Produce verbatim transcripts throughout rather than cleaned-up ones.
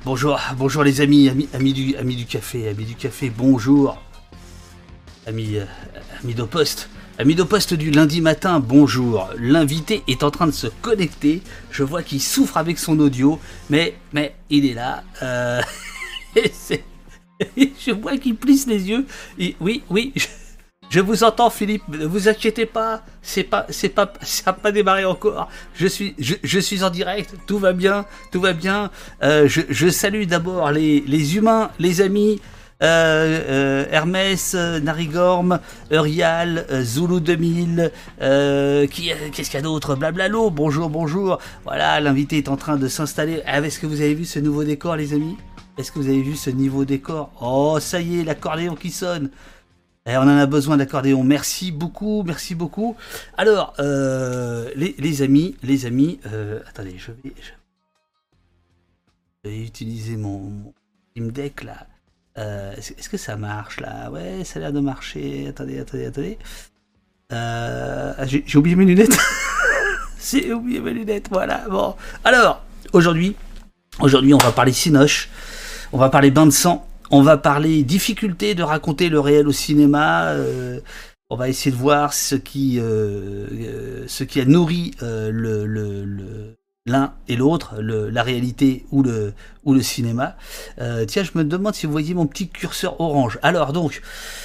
Bonjour, bonjour les amis, amis, amis du, amis du café, amis du café, bonjour. Amis, euh, amis d'Opost, amis d'Opost du lundi matin, bonjour. L'invité est en train de se connecter, je vois qu'il souffre avec son audio, mais, mais il est là. Euh, et je vois qu'il plisse les yeux. Et, oui, oui, je, je vous entends Philippe, ne vous inquiétez pas, c'est pas, c'est pas, ça n'a pas démarré encore. Je suis, je, je suis en direct, tout va bien, tout va bien. Euh, je, je salue d'abord les, les humains, les amis. Euh, euh, Hermès, euh, Narigorm, Eurial, euh, Zulu deux mille, euh, qui, euh, qu'est-ce qu'il y a d'autre? Blablalo, bonjour, bonjour. Voilà, l'invité est en train de s'installer. Ah, est-ce que vous avez vu ce nouveau décor, les amis? Est-ce que vous avez vu ce niveau décor? Oh, ça y est, l'accordéon qui sonne. Et on en a besoin d'accordéon. Merci beaucoup, merci beaucoup. Alors, euh, les, les amis, les amis, euh, attendez, je vais, je vais utiliser mon, mon Steam Deck là. Euh, Est-ce que ça marche là? Ouais, ça a l'air de marcher. Attendez, attendez, attendez. Euh, ah, J'ai oublié mes lunettes. J'ai oublié mes lunettes, voilà. Bon, alors, aujourd'hui, aujourd'hui, on va parler Cinoche, on va parler bain de sang, on va parler difficulté de raconter le réel au cinéma. Euh, on va essayer de voir ce qui, euh, euh, ce qui a nourri euh, le, le, le l'un et l'autre, la réalité ou le, ou le cinéma. Euh, tiens, je me demande si vous voyez mon petit curseur orange. Alors donc,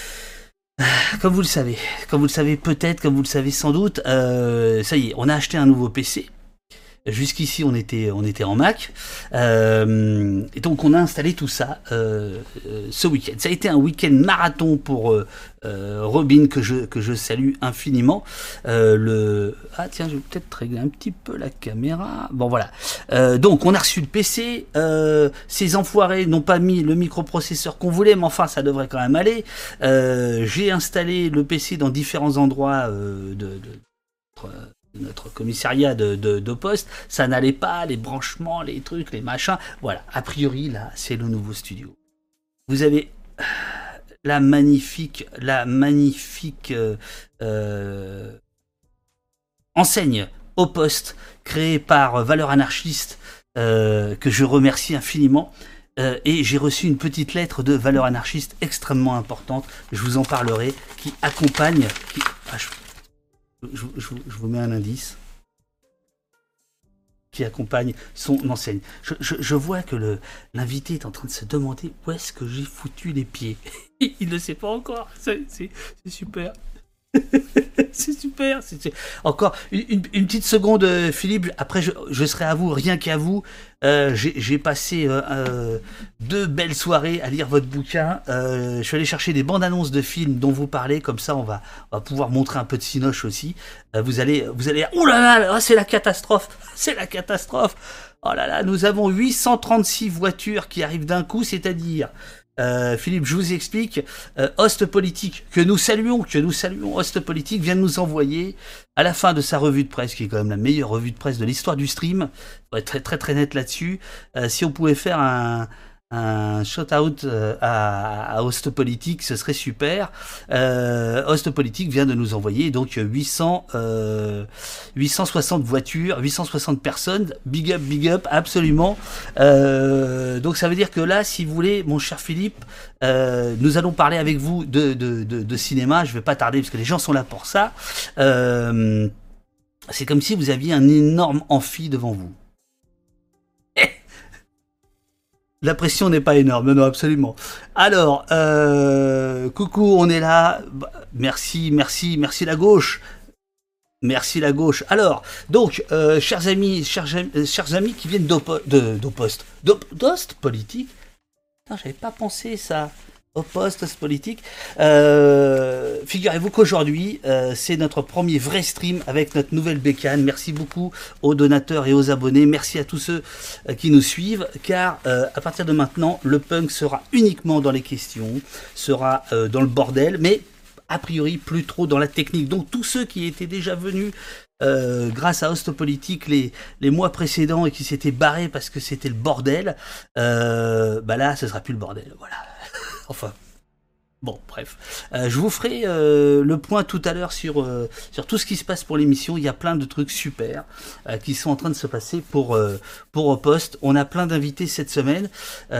comme vous le savez, comme vous le savez peut-être, comme vous le savez sans doute, euh, ça y est, on a acheté un nouveau P C. Jusqu'ici, on était, on était en Mac. Euh, et donc, on a installé tout ça euh, euh, ce week-end. Ça a été un week-end marathon pour euh, euh, Robin, que je, que je salue infiniment. Euh, le... Ah tiens, je vais peut-être régler un petit peu la caméra. Bon, voilà. Euh, donc, on a reçu le P C. Euh, ces enfoirés n'ont pas mis le microprocesseur qu'on voulait, mais enfin, ça devrait quand même aller. Euh, J'ai installé le P C dans différents endroits euh, de... de, de notre commissariat de, de, de poste, ça n'allait pas, les branchements, les trucs, les machins. Voilà, a priori, là, c'est le nouveau studio. Vous avez la magnifique, la magnifique euh, euh, enseigne au poste créée par Valeurs Anarchistes, euh, que je remercie infiniment. Euh, et j'ai reçu une petite lettre de Valeurs Anarchistes extrêmement importante, je vous en parlerai, qui accompagne... Qui, ah, je, Je, je, je vous mets un indice qui accompagne son enseigne. Je, je, je vois que l'invité est en train de se demander où est-ce que j'ai foutu les pieds. Il ne le sait pas encore. C'est super. C'est super. C'est encore une, une, une petite seconde, Philippe. Après, je, je serai à vous, rien qu'à vous. Euh, J'ai passé euh, euh, deux belles soirées à lire votre bouquin. Euh, je suis allé chercher des bandes annonces de films dont vous parlez. Comme ça, on va, on va pouvoir montrer un peu de Cinoche aussi. Euh, vous allez, vous allez. Oh là là, oh, c'est la catastrophe. C'est la catastrophe. Oh là là, nous avons huit cent trente-six voitures qui arrivent d'un coup, c'est-à-dire. Euh, Philippe, je vous explique. Euh, Host Politique, que nous saluons, que nous saluons, Host Politique vient de nous envoyer à la fin de sa revue de presse, qui est quand même la meilleure revue de presse de l'histoire du stream. On va être très très très net là-dessus. Euh, si on pouvait faire un, un shout-out euh, à, à Host Politique, ce serait super. Euh, Host Politique vient de nous envoyer donc huit cents, euh, huit cent soixante voitures, huit cent soixante personnes. Big up, big up, absolument. Euh, donc ça veut dire que là, si vous voulez, mon cher Philippe, euh, nous allons parler avec vous de, de, de, de cinéma. Je ne vais pas tarder parce que les gens sont là pour ça. Euh, c'est comme si vous aviez un énorme amphi devant vous. La pression n'est pas énorme, non, non, absolument. Alors, euh, coucou, on est là. Merci, merci, merci la gauche. Merci la gauche. Alors, donc, euh, chers amis, chers, chers amis qui viennent d'Opost, d'Ost Politique. Putain, j'avais pas pensé ça. Au poste politique. Euh, Figurez-vous qu'aujourd'hui, euh, c'est notre premier vrai stream avec notre nouvelle bécane. Merci beaucoup aux donateurs et aux abonnés. Merci à tous ceux euh, qui nous suivent, car euh, à partir de maintenant, le punk sera uniquement dans les questions, sera euh, dans le bordel, mais a priori plus trop dans la technique. Donc tous ceux qui étaient déjà venus euh, grâce à Host Politique les, les mois précédents et qui s'étaient barrés parce que c'était le bordel, euh, bah là, ce sera plus le bordel. Voilà. Enfin, Bon, bref. Euh, je vous ferai euh, le point tout à l'heure sur, euh, sur tout ce qui se passe pour l'émission. Il y a plein de trucs super euh, qui sont en train de se passer pour, euh, pour Au Poste. On a plein d'invités cette semaine.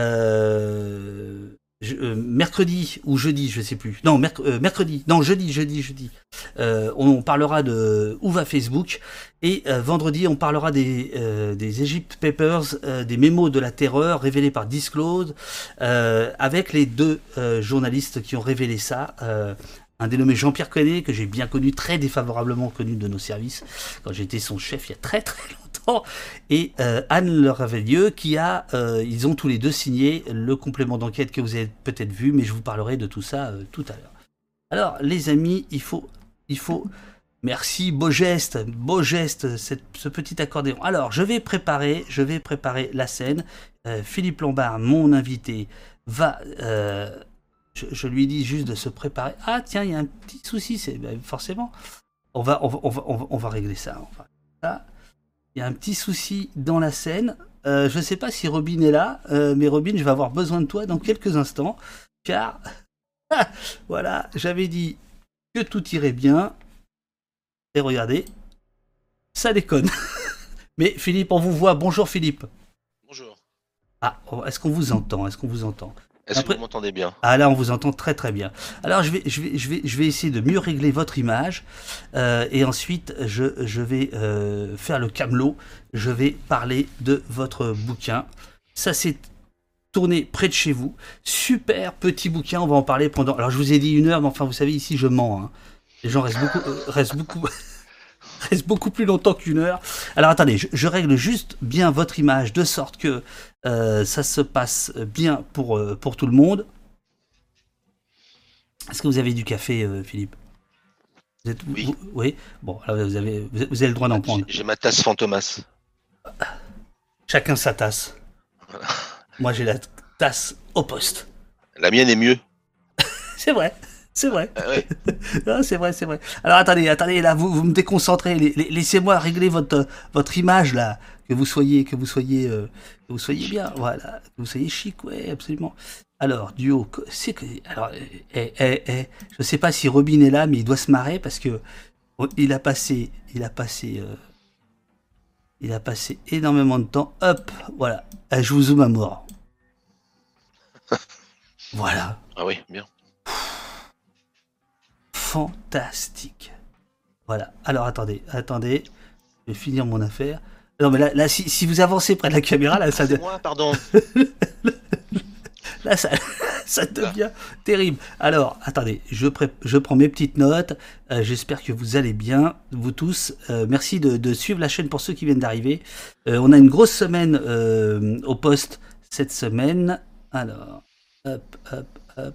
Euh, je, euh, mercredi ou jeudi, je sais plus. Non, merc- euh, mercredi. Non, jeudi, jeudi, jeudi. Euh, on parlera de Où va Facebook. Et euh, vendredi, on parlera des, euh, des Egypt Papers, euh, des mémos de la terreur révélés par Disclose, euh, avec les deux euh, journalistes qui ont révélé ça. Euh, un dénommé Jean-Pierre Connet, que j'ai bien connu, très défavorablement connu de nos services, quand j'étais son chef il y a très très longtemps, et euh, Anne Le Ravelieux, qui a, euh, ils ont tous les deux signé le complément d'enquête que vous avez peut-être vu, mais je vous parlerai de tout ça euh, tout à l'heure. Alors, les amis, il faut... Il faut Merci, beau geste, beau geste, cette, ce petit accordéon. Alors, je vais préparer, je vais préparer la scène. Euh, Philippe Lombard, mon invité, va. Euh, je, je lui dis juste de se préparer. Ah tiens, il y a un petit souci, c'est ben, forcément. On va, on va, on va, on va, on va régler ça. On va, ça. Il y a un petit souci dans la scène. Euh, je ne sais pas si Robin est là, euh, mais Robin, je vais avoir besoin de toi dans quelques instants, car voilà, j'avais dit que tout irait bien. Et regardez, ça déconne. Mais Philippe, on vous voit. Bonjour Philippe. Bonjour. Ah, est-ce qu'on vous entend? Est-ce qu'on vous entend? Est-ce Après... que vous m'entendez bien? Ah là, on vous entend très très bien. Alors, je vais, je vais, je vais, je vais essayer de mieux régler votre image. Euh, et ensuite, je, je vais euh, faire le camelot. Je vais parler de votre bouquin. Ça, c'est tourné près de chez vous. Super petit bouquin. On va en parler pendant... Alors, je vous ai dit une heure, mais enfin, vous savez, ici, je mens. Hein. Les gens restent beaucoup, euh, restent beaucoup, restent beaucoup plus longtemps qu'une heure. Alors attendez, je, je règle juste bien votre image de sorte que euh, ça se passe bien pour, euh, pour tout le monde. Est-ce que vous avez du café, euh, Philippe? Vous êtes, Oui. Vous, oui. Bon, alors vous avez, vous avez le droit d'en prendre. J'ai ma tasse Fantomas. Chacun sa tasse. Moi, j'ai la tasse Au Poste. La mienne est mieux. C'est vrai. C'est vrai. Ah ouais. Non, c'est vrai, c'est vrai. Alors attendez, attendez, là, vous, vous me déconcentrez. Laissez-moi régler votre, votre image là, que vous soyez, que vous soyez, euh, que vous soyez bien, voilà, que vous soyez chic, ouais, absolument. Alors, duo, c'est que, alors, eh, eh, eh, je sais pas si Robin est là, mais il doit se marrer parce que oh, il a passé, il a passé, euh, il a passé énormément de temps. Hop, voilà, eh, je vous zoome à mort. Voilà. Ah oui, bien. Fantastique. Voilà. Alors attendez, attendez. Je vais finir mon affaire. Non mais là, là si, si vous avancez près de la caméra, là ça. C'est moi, pardon. Là ça, ça devient terrible. Alors attendez, je, pré... je prends mes petites notes. Euh, J'espère que vous allez bien, vous tous. Euh, merci de, de suivre la chaîne pour ceux qui viennent d'arriver. Euh, on a une grosse semaine euh, au poste cette semaine. Alors, hop, hop, hop.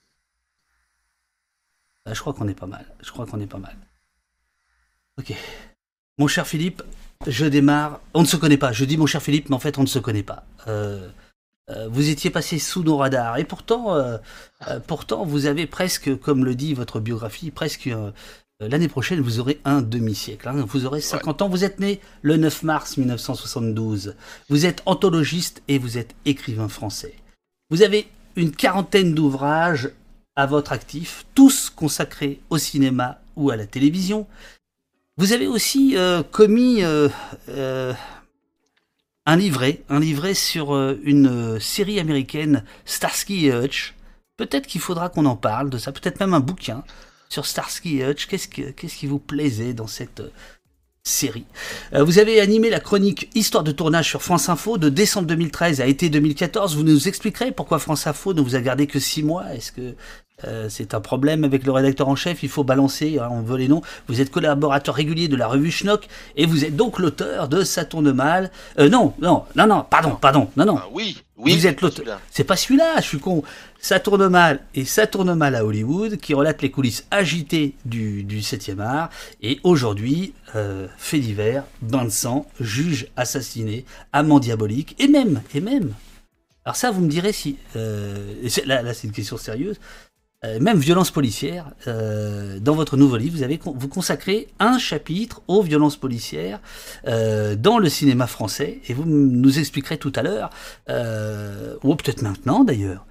Je crois qu'on est pas mal. Je crois qu'on est pas mal. Ok. Mon cher Philippe, je démarre. On ne se connaît pas. Je dis mon cher Philippe, mais en fait, on ne se connaît pas. Euh, euh, vous étiez passé sous nos radars. Et pourtant, euh, euh, pourtant, vous avez presque, comme le dit votre biographie, presque... Euh, l'année prochaine, vous aurez un demi-siècle. Hein. Vous aurez cinquante ouais. ans. Vous êtes né le neuf mars mille neuf cent soixante-douze. Vous êtes anthologiste et vous êtes écrivain français. Vous avez une quarantaine d'ouvrages à votre actif, tous consacrés au cinéma ou à la télévision. Vous avez aussi euh, commis euh, euh, un livret, un livret sur euh, une euh, série américaine, Starsky et Hutch. Peut-être qu'il faudra qu'on en parle de ça, peut-être même un bouquin sur Starsky et Hutch. Qu'est-ce, que, qu'est-ce qui vous plaisait dans cette euh, série? euh, Vous avez animé la chronique Histoire de tournage sur France Info de décembre deux mille treize à été deux mille quatorze. Vous nous expliquerez pourquoi France Info ne vous a gardé que six mois. Est-ce que Euh, c'est un problème avec le rédacteur en chef, il faut balancer, hein, on veut les noms. Vous êtes collaborateur régulier de la revue Schnock et vous êtes donc l'auteur de Ça tourne mal. Euh, non, non, non, non, pardon, pardon, non, non. Ah, oui, oui. Vous êtes l'auteur. C'est pas celui-là, je suis con. Ça tourne mal et Ça tourne mal à Hollywood, qui relate les coulisses agitées du, du septième art. Et aujourd'hui, euh, fait divers, bain de sang, juge assassiné, amant diabolique, et même, et même. Alors ça, vous me direz si. Euh, là, là c'est une question sérieuse. Euh, même violence policière, euh, dans votre nouveau livre, vous avez vous consacrez un chapitre aux violences policières euh, dans le cinéma français, et vous nous expliquerez tout à l'heure, euh, ou peut-être maintenant d'ailleurs,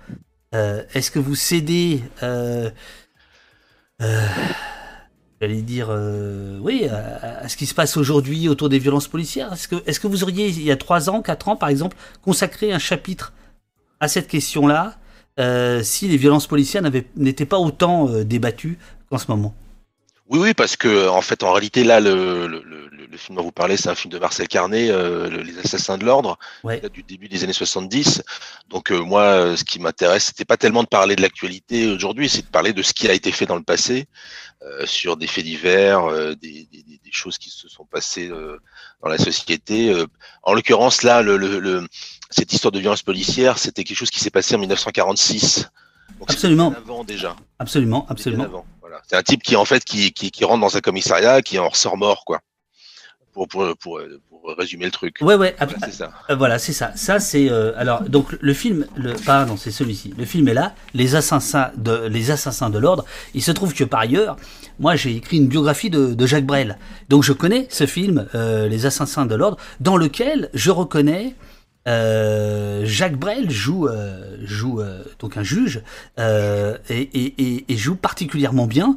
euh, est-ce que vous cédez, euh, euh, j'allais dire, euh, oui, à, à ce qui se passe aujourd'hui autour des violences policières? Est-ce que, est-ce que vous auriez, il y a trois ans, quatre ans, par exemple, consacré un chapitre à cette question-là, euh, si les violences policières n'avaient- n'étaient pas autant euh, débattues qu'en ce moment? Oui, oui, parce que en fait, en réalité, là, le, le, le, le film dont vous parlez, c'est un film de Marcel Carné, euh, le- Les Assassins de l'Ordre, qui Ouais, date du début des années soixante-dix. Donc euh, moi, euh, ce qui m'intéresse, c'était pas tellement de parler de l'actualité aujourd'hui, c'est de parler de ce qui a été fait dans le passé, euh, sur des faits divers, euh, des, des, des- des choses qui se sont passées euh, dans la société. Euh, en l'occurrence, là, le, le, le- cette histoire de violence policière, c'était quelque chose qui s'est passé en mille neuf cent quarante-six. Donc c'était bien absolument, avant déjà. absolument, C'était bien absolument. avant. Voilà. C'est un type qui en fait qui, qui, qui rentre dans un commissariat, qui en ressort mort, quoi. Pour, pour, pour, pour résumer le truc. Ouais, ouais, ab- Voilà, c'est ça. euh, voilà, c'est ça. Ça, c'est euh, alors donc le film, le pardon, c'est celui-ci. Le film est là, les assassins de les assassins de l'ordre. Il se trouve que par ailleurs, moi, j'ai écrit une biographie de, de Jacques Brel, donc je connais ce film, euh, les assassins de l'ordre, dans lequel je reconnais. euh, Jacques Brel joue, euh, joue euh, donc un juge euh, et, et, et, et joue particulièrement bien,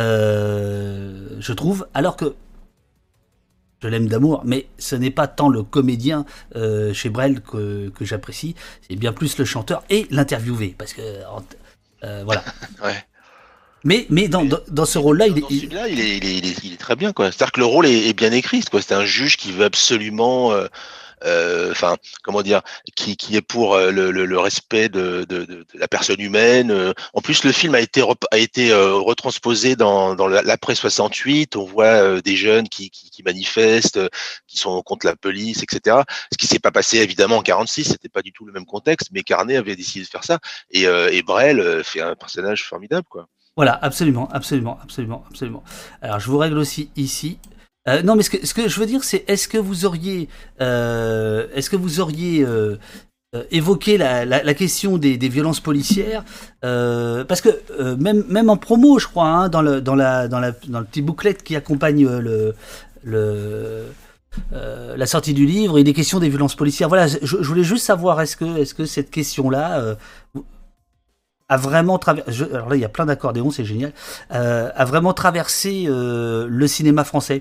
euh, je trouve, alors que je l'aime d'amour, mais ce n'est pas tant le comédien euh, chez Brel que, que j'apprécie, c'est bien plus le chanteur et l'interviewé, parce que euh, voilà. Ouais. Mais, mais dans, Mais, dans, dans ce mais rôle-là, dans, il est, dans il- celui-là, il est, il, est, il, est, il est très bien, quoi. C'est-à-dire que le rôle est, est bien écrit, quoi. C'est un juge qui veut absolument, euh, euh, enfin, comment dire, qui, qui est pour euh, le, le, le respect de, de, de, de la personne humaine. Euh. En plus, le film a été rep- a été euh, retransposé dans, dans l'après soixante-huit. On voit euh, des jeunes qui, qui, qui manifestent, euh, qui sont contre la police, et cetera. Ce qui s'est pas passé évidemment en quarante-six, c'était pas du tout le même contexte, mais Carnet avait décidé de faire ça. Et, euh, et Brel euh, fait un personnage formidable, quoi. voilà, absolument, absolument, absolument, absolument. Alors, je vous règle aussi ici. Euh, non, mais ce que, ce que je veux dire, c'est est-ce que vous auriez, euh, est-ce que vous auriez euh, euh, évoqué la, la, la question des, des violences policières, euh, parce que euh, même, même en promo, je crois, hein, dans, le, dans, la, dans, la, dans le petit booklet qui accompagne euh, le, le, euh, la sortie du livre, il est question des violences policières. Voilà, je, je voulais juste savoir, est-ce que, est-ce que cette question-là euh, a vraiment traversé, alors là il y a plein d'accordéons, c'est génial, euh, a vraiment traversé euh, le cinéma français.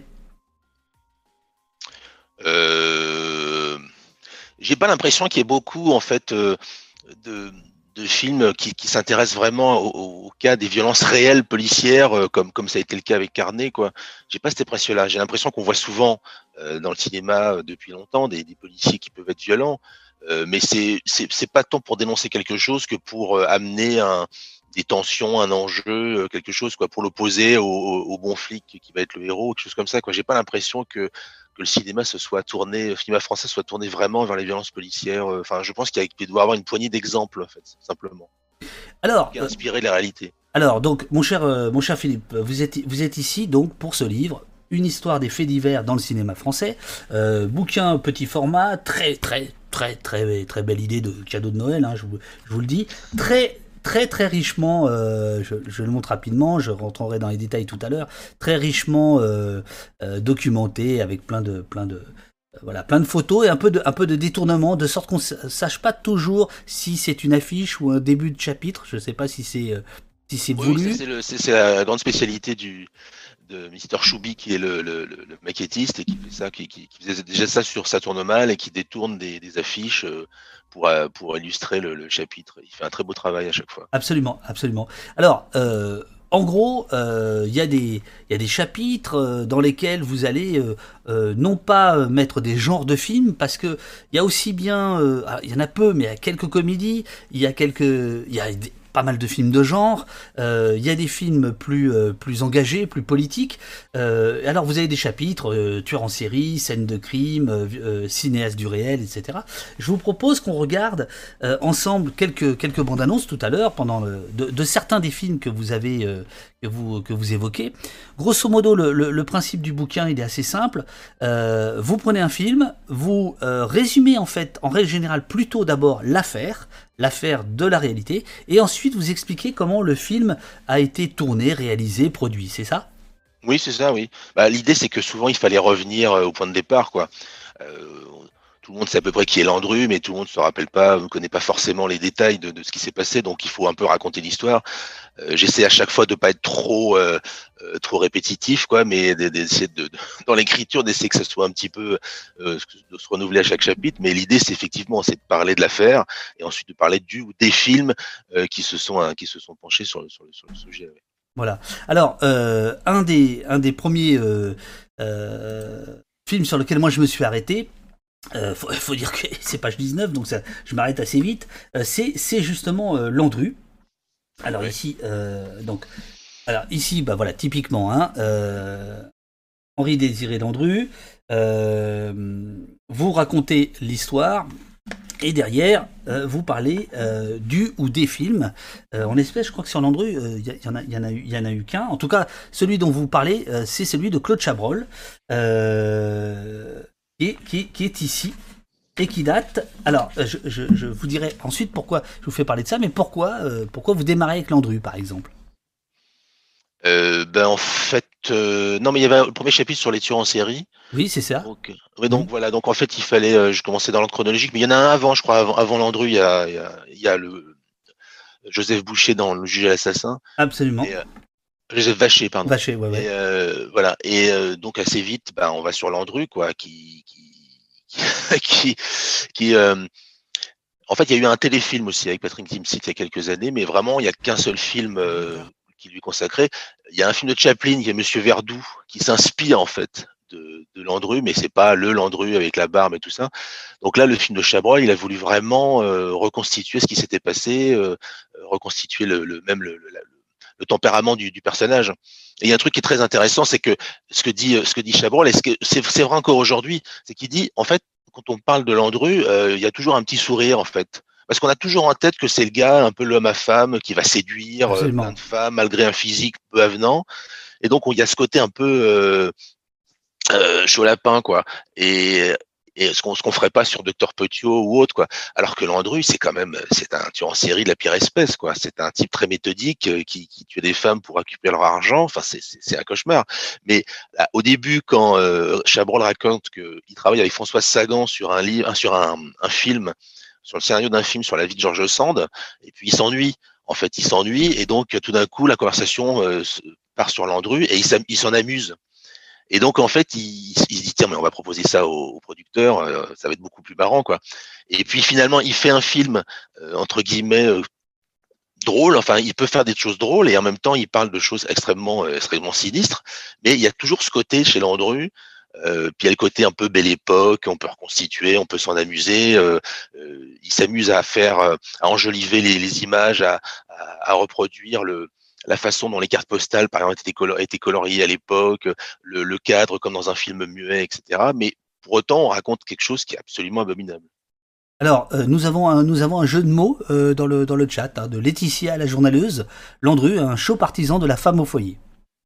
Euh, j'ai pas l'impression qu'il y ait beaucoup en fait euh, de, de films qui, qui s'intéressent vraiment au, au cas des violences réelles policières, euh, comme comme ça a été le cas avec Carnet, quoi. J'ai pas cette impression-là. J'ai l'impression qu'on voit souvent euh, dans le cinéma euh, depuis longtemps des, des policiers qui peuvent être violents, euh, mais c'est c'est c'est pas tant pour dénoncer quelque chose que pour euh, amener un des tensions, un enjeu, euh, quelque chose quoi, pour l'opposer au, au, au bon flic qui va être le héros, quelque chose comme ça, quoi. J'ai pas l'impression que que le cinéma se soit tourné, le cinéma français soit tourné vraiment vers les violences policières. Enfin, je pense qu'il y a- il doit y avoir une poignée d'exemples, en fait, simplement, Alors, qui a euh, inspiré la réalité. alors donc mon cher, euh, mon cher Philippe, vous êtes, vous êtes ici donc pour ce livre. Une histoire des faits divers dans le cinéma français. Euh, bouquin petit format, très très très très très belle idée de cadeau de Noël, hein, je, vous, je vous le dis. Très très très richement, euh, je, je le montre rapidement, je rentrerai dans les détails tout à l'heure, très richement euh, euh, documenté avec plein de plein de euh, voilà, plein de photos et un peu de un peu de détournement, de sorte qu'on ne sache pas toujours si c'est une affiche ou un début de chapitre. Je sais pas si c'est euh, si c'est Oui, oui, ça, voulu. c'est le- c'est- c'est la grande spécialité du, de Mister Choubi, qui est le, le, le- le maquettiste et qui fait ça, qui, qui, qui faisait déjà ça sur Ça tourne mal et qui détourne des, des affiches euh, pour, euh, pour illustrer le, le chapitre. Il fait un très beau travail à chaque fois. Absolument, absolument. Alors, euh, en gros, euh, il y a des il y a des chapitres euh, dans lesquels vous allez euh, euh, non pas euh, mettre des genres de films, parce que il y a aussi bien, euh, ah, il y en a peu, mais il y a quelques comédies, il y a quelques, il y a des- pas mal de films de genre, euh, il y a des films plus euh, plus engagés, plus politiques. Euh, alors vous avez des chapitres euh, tueurs en série, scènes de crime, euh, euh, cinéastes du réel, et cetera. Je vous propose qu'on regarde euh, ensemble quelques quelques bandes annonces tout à l'heure pendant le, de, de certains des films que vous avez euh, que vous que vous évoquez. Grosso modo, le, le, le principe du bouquin il est assez simple. Euh, vous prenez un film, vous euh, résumez en fait en règle générale plutôt d'abord l'affaire, l'affaire de la réalité, et ensuite vous expliquez comment le film a été tourné, réalisé, produit. C'est ça? Oui, c'est ça, oui. Bah, l'idée, c'est que souvent, il fallait revenir euh, au point de départ, quoi. Euh, tout le monde sait à peu près qui est Landru, mais tout le monde se rappelle pas, ne connaît pas forcément les détails de, de ce qui s'est passé, donc il faut un peu raconter l'histoire. Euh, j'essaie à chaque fois de pas être trop euh, euh, trop répétitif, quoi, mais d'essayer de, de, dans l'écriture d'essayer que ça soit un petit peu euh, de se renouveler à chaque chapitre. Mais l'idée, c'est effectivement, c'est de parler de l'affaire et ensuite de parler du ou des films euh, qui se sont hein, qui se sont penchés sur le sur le, sur le sujet. Ouais. Voilà. Alors, euh, un des un des premiers euh, euh, films sur lequel moi je me suis arrêté. Euh, faut, faut dire que c'est page dix-neuf, donc ça, je m'arrête assez vite. Euh, c'est, c'est justement euh, Landru. Alors ouais. ici, euh, donc, alors ici, bah voilà, typiquement, hein, euh, Henri Désiré Landru. Euh, vous racontez l'histoire. Et derrière, euh, vous parlez euh, du ou des films. Euh, en espèce, je crois que sur Landru, il euh, y, y en a, y en a eu, y en a eu qu'un. En tout cas, celui dont vous parlez, euh, c'est celui de Claude Chabrol, euh, qui, qui, qui est ici et qui date. Alors, je, je, je vous dirai ensuite pourquoi je vous fais parler de ça, mais pourquoi, euh, pourquoi vous démarrez avec Landru, par exemple. Euh, ben en fait, euh, non mais il y avait le premier chapitre sur les tueurs en série. Oui, c'est ça. Donc, ouais, donc mmh. voilà, donc en fait il fallait, euh, je commençais dans l'ordre chronologique, mais il y en a un avant, je crois, avant, avant Landru, il y a, il y a, il y a le Joseph Boucher dans Le Juge et l'Assassin. Absolument. Et, euh, Joseph Vacher, pardon. Vacher, ouais, ouais. Et, euh, voilà, et euh, donc assez vite, ben on va sur Landru, quoi, qui, qui, qui, qui euh, en fait il y a eu un téléfilm aussi avec Patrick Timsit il y a quelques années, mais vraiment il y a qu'un seul film. Euh, qui lui est consacré. Il y a un film de Chaplin, il y a Monsieur Verdoux, qui s'inspire en fait de, de Landru, mais c'est pas le Landru avec la barbe et tout ça. Donc là, le film de Chabrol, il a voulu vraiment euh, reconstituer ce qui s'était passé, euh, reconstituer le, le même le, le, le tempérament du, du personnage. Et il y a un truc qui est très intéressant, c'est que ce que dit ce que dit Chabrol, et ce que c'est, c'est vrai encore aujourd'hui, c'est qu'il dit en fait quand on parle de Landru, euh, il y a toujours un petit sourire en fait. Parce qu'on a toujours en tête que c'est le gars, un peu l'homme à femme, qui va séduire euh, plein de femmes, malgré un physique peu avenant. Et donc, il y a ce côté un peu euh, euh, chaud lapin, quoi. Et, et ce qu'on ce qu'on ferait pas sur Docteur Petiot ou autre, quoi. Alors que Landru, c'est quand même, c'est un tueur en série de la pire espèce, quoi. C'est un type très méthodique euh, qui, qui tue des femmes pour récupérer leur argent. Enfin, c'est, c'est, c'est un cauchemar. Mais là, au début, quand euh, Chabrol raconte qu'il travaille avec Françoise Sagan sur un livre, sur un, un film, sur le scénario d'un film sur la vie de George Sand, et puis il s'ennuie. En fait, il s'ennuie, et donc tout d'un coup, la conversation euh, part sur Landru, et il, il s'en amuse. Et donc, en fait, il, il se dit, tiens, mais on va proposer ça au, au producteur, euh, ça va être beaucoup plus marrant, quoi. Et puis finalement, il fait un film, euh, entre guillemets, euh, drôle, enfin, il peut faire des choses drôles, et en même temps, il parle de choses extrêmement, euh, extrêmement sinistres, mais il y a toujours ce côté chez Landru. Euh, puis il y a le côté un peu belle époque, on peut reconstituer, on peut s'en amuser. Euh, euh, il s'amuse à faire, à enjoliver les, les images, à, à, à reproduire le, la façon dont les cartes postales, par exemple, étaient, color, étaient coloriées à l'époque, le, le cadre comme dans un film muet, et cetera. Mais pour autant, on raconte quelque chose qui est absolument abominable. Alors, euh, nous avons un, nous avons un jeu de mots euh, dans le dans le chat hein, de Laetitia la journaleuse, Landru, un chaud partisan de la femme au foyer.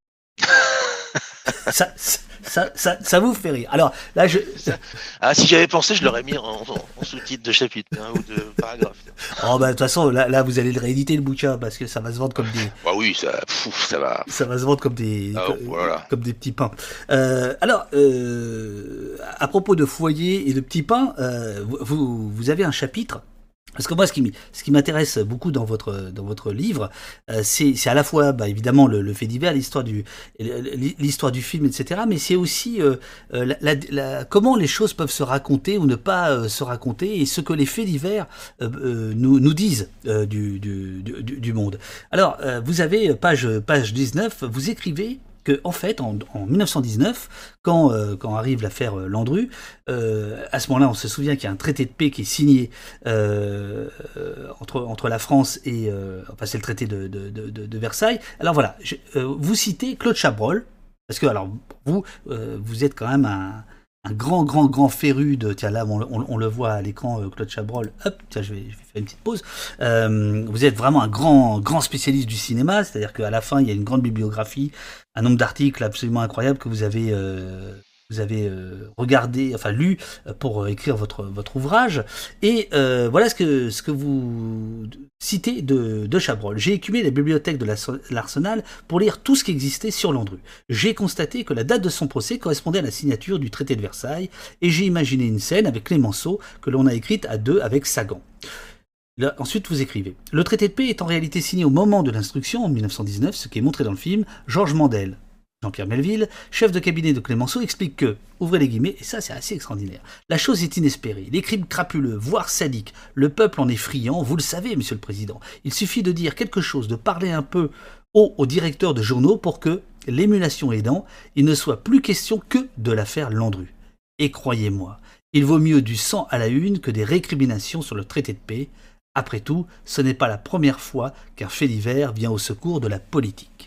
ça, ça, ça, ça vous fait rire. Alors là, je. Ah, si j'avais pensé, je l'aurais mis en, en, en sous-titre de chapitre hein, ou de paragraphe. Oh bah de toute façon, là, là, vous allez le rééditer le bouquin parce que ça va se vendre comme des. Bah oui, ça, pff, ça va. Ça va se vendre comme des, ah, comme, voilà. comme des petits pains. Euh, alors, euh, à propos de foyer et de petits pains, euh, vous, vous avez un chapitre. Parce que moi, ce qui, ce qui m'intéresse beaucoup dans votre, dans votre livre, euh, c'est, c'est à la fois, bah, évidemment, le, le fait divers, l'histoire du, l'histoire du film, et cetera, mais c'est aussi euh, la, la, la, comment les choses peuvent se raconter ou ne pas euh, se raconter, et ce que les faits divers euh, euh, nous, nous disent euh, du, du, du, du monde. Alors, euh, vous avez, page, page dix-neuf, vous écrivez que en fait, en, en dix-neuf cent dix-neuf, quand, euh, quand arrive l'affaire euh, Landru, euh, à ce moment-là, on se souvient qu'il y a un traité de paix qui est signé euh, euh, entre, entre la France et... Euh, enfin, c'est le traité de, de, de, de Versailles. Alors voilà, je, euh, vous citez Claude Chabrol, parce que alors vous, euh, vous êtes quand même un... un grand, grand, grand féru de... Tiens, là, on, on, on le voit à l'écran, euh, Claude Chabrol. Hop, tiens, je vais, je vais faire une petite pause. Euh, vous êtes vraiment un grand, grand spécialiste du cinéma, c'est-à-dire qu'à la fin, il y a une grande bibliographie, un nombre d'articles absolument incroyable que vous avez, euh, vous avez euh, regardé, enfin lu euh, pour écrire votre, votre ouvrage. Et euh, voilà ce que, ce que vous citez de, de Chabrol. J'ai écumé la bibliothèque de l'Arsenal pour lire tout ce qui existait sur Landru. J'ai constaté que la date de son procès correspondait à la signature du traité de Versailles et j'ai imaginé une scène avec Clémenceau que l'on a écrite à deux avec Sagan. Là, ensuite, vous écrivez. Le traité de paix est en réalité signé au moment de l'instruction, en mille neuf cent dix-neuf, ce qui est montré dans le film. Georges Mandel, Jean-Pierre Melville, chef de cabinet de Clémenceau, explique que, ouvrez les guillemets, et ça c'est assez extraordinaire, la chose est inespérée, les crimes crapuleux, voire sadiques, le peuple en est friand, vous le savez, monsieur le président. Il suffit de dire quelque chose, de parler un peu haut aux directeurs de journaux pour que, l'émulation aidant, il ne soit plus question que de l'affaire Landru. Et croyez-moi, il vaut mieux du sang à la une que des récriminations sur le traité de paix. Après tout, ce n'est pas la première fois qu'un fait divers vient au secours de la politique.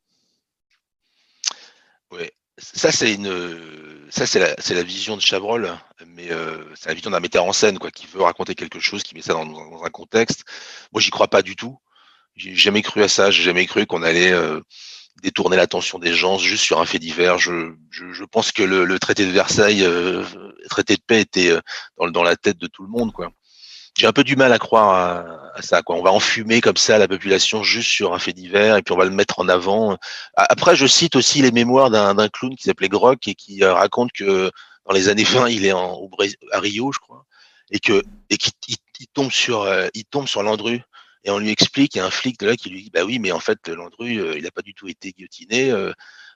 Ouais, ça c'est une, ça c'est la, c'est la vision de Chabrol, mais euh, c'est la vision d'un metteur en scène quoi, qui veut raconter quelque chose, qui met ça dans, dans un contexte. Moi, j'y crois pas du tout. J'ai jamais cru à ça. J'ai jamais cru qu'on allait euh, détourner l'attention des gens juste sur un fait divers. Je, je, je pense que le, le traité de Versailles, euh, le traité de paix était euh, dans, dans la tête de tout le monde quoi. J'ai un peu du mal à croire à, à ça, quoi. On va enfumer comme ça la population juste sur un fait divers et puis on va le mettre en avant. Après, je cite aussi les mémoires d'un, d'un clown qui s'appelait Grock et qui euh, raconte que dans les années vingt, il est en, au Brésil, à Rio, je crois, et que et qu'il il, il tombe sur euh, il tombe sur Landru et on lui explique, il y a un flic de là qui lui dit bah oui, mais en fait Landru, euh, il n'a pas du tout été guillotiné. Euh,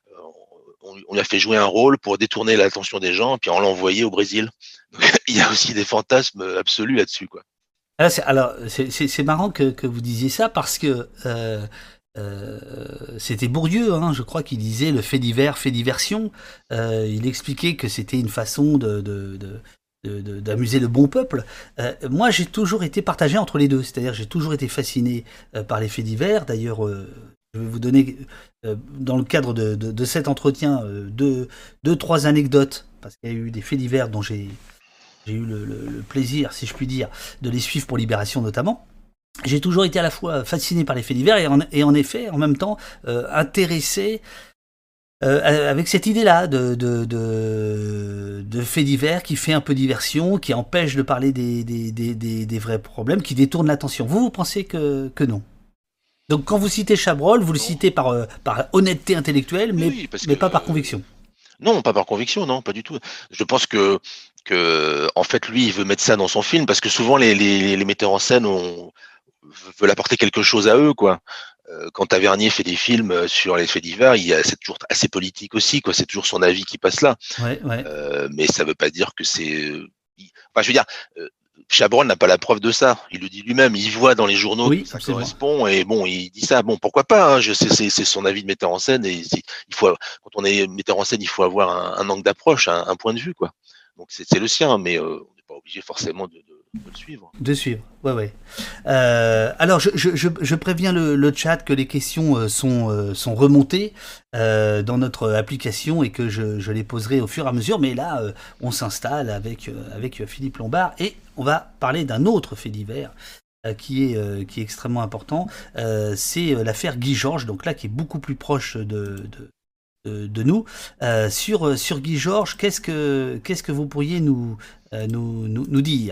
on, on lui a fait jouer un rôle pour détourner l'attention des gens, puis on l'a envoyé au Brésil. Donc, il y a aussi des fantasmes absolus là-dessus, quoi. Alors, c'est, alors, c'est, c'est, c'est marrant que, que vous disiez ça parce que euh, euh, c'était Bourdieu, hein, je crois, qui disait le fait divers, fait diversion. Euh, il expliquait que c'était une façon de, de, de De, de, d'amuser le bon peuple. Euh, moi, j'ai toujours été partagé entre les deux. C'est-à-dire, j'ai toujours été fasciné euh, par les faits divers. D'ailleurs, euh, je vais vous donner, euh, dans le cadre de, de, de cet entretien, euh, deux, deux, trois anecdotes, parce qu'il y a eu des faits divers dont j'ai, j'ai eu le, le, le plaisir, si je puis dire, de les suivre pour Libération notamment. J'ai toujours été à la fois fasciné par les faits divers et en, et en effet, en même temps, euh, intéressé Euh, avec cette idée-là de, de, de, de fait divers qui fait un peu diversion, qui empêche de parler des, des, des, des, des vrais problèmes, qui détourne l'attention. Vous, vous pensez que, que non? Donc quand vous citez Chabrol, vous le Non. citez par, euh, par honnêteté intellectuelle, mais, Oui, parce mais que pas par conviction. non, pas par conviction, non, pas du tout. Je pense que que en fait lui, il veut mettre ça dans son film parce que souvent les les, les metteurs en scène ont, veulent apporter quelque chose à eux, quoi. Quand Tavernier fait des films sur les faits divers, il y a, c'est toujours assez politique aussi, quoi. C'est toujours son avis qui passe là. Ouais, ouais. Euh, mais ça veut pas dire que c'est. Enfin, je veux dire, euh, Chabrol n'a pas la preuve de ça. Il le dit lui-même. Il voit dans les journaux Oui, que ça absolument. correspond et bon, il dit ça. Bon, pourquoi pas, hein, je sais, c'est, c'est son avis de metteur en scène et il faut, quand on est metteur en scène, il faut avoir un, un angle d'approche, un, un point de vue, quoi. Donc c'est, c'est le sien, mais euh, on n'est pas obligé forcément de, de, de le suivre. De suivre, ouais, ouais. Euh, alors, je, je, je préviens le, le chat que les questions sont, sont remontées euh, dans notre application et que je, je les poserai au fur et à mesure. Mais là, euh, on s'installe avec, avec Philippe Lombard et on va parler d'un autre fait divers euh, qui, est, euh, qui est extrêmement important. Euh, c'est l'affaire Guy Georges, donc là, qui est beaucoup plus proche de, de, de, de nous. Euh, sur, sur Guy Georges, qu'est-ce que, qu'est-ce que vous pourriez nous, euh, nous, nous, nous dire ?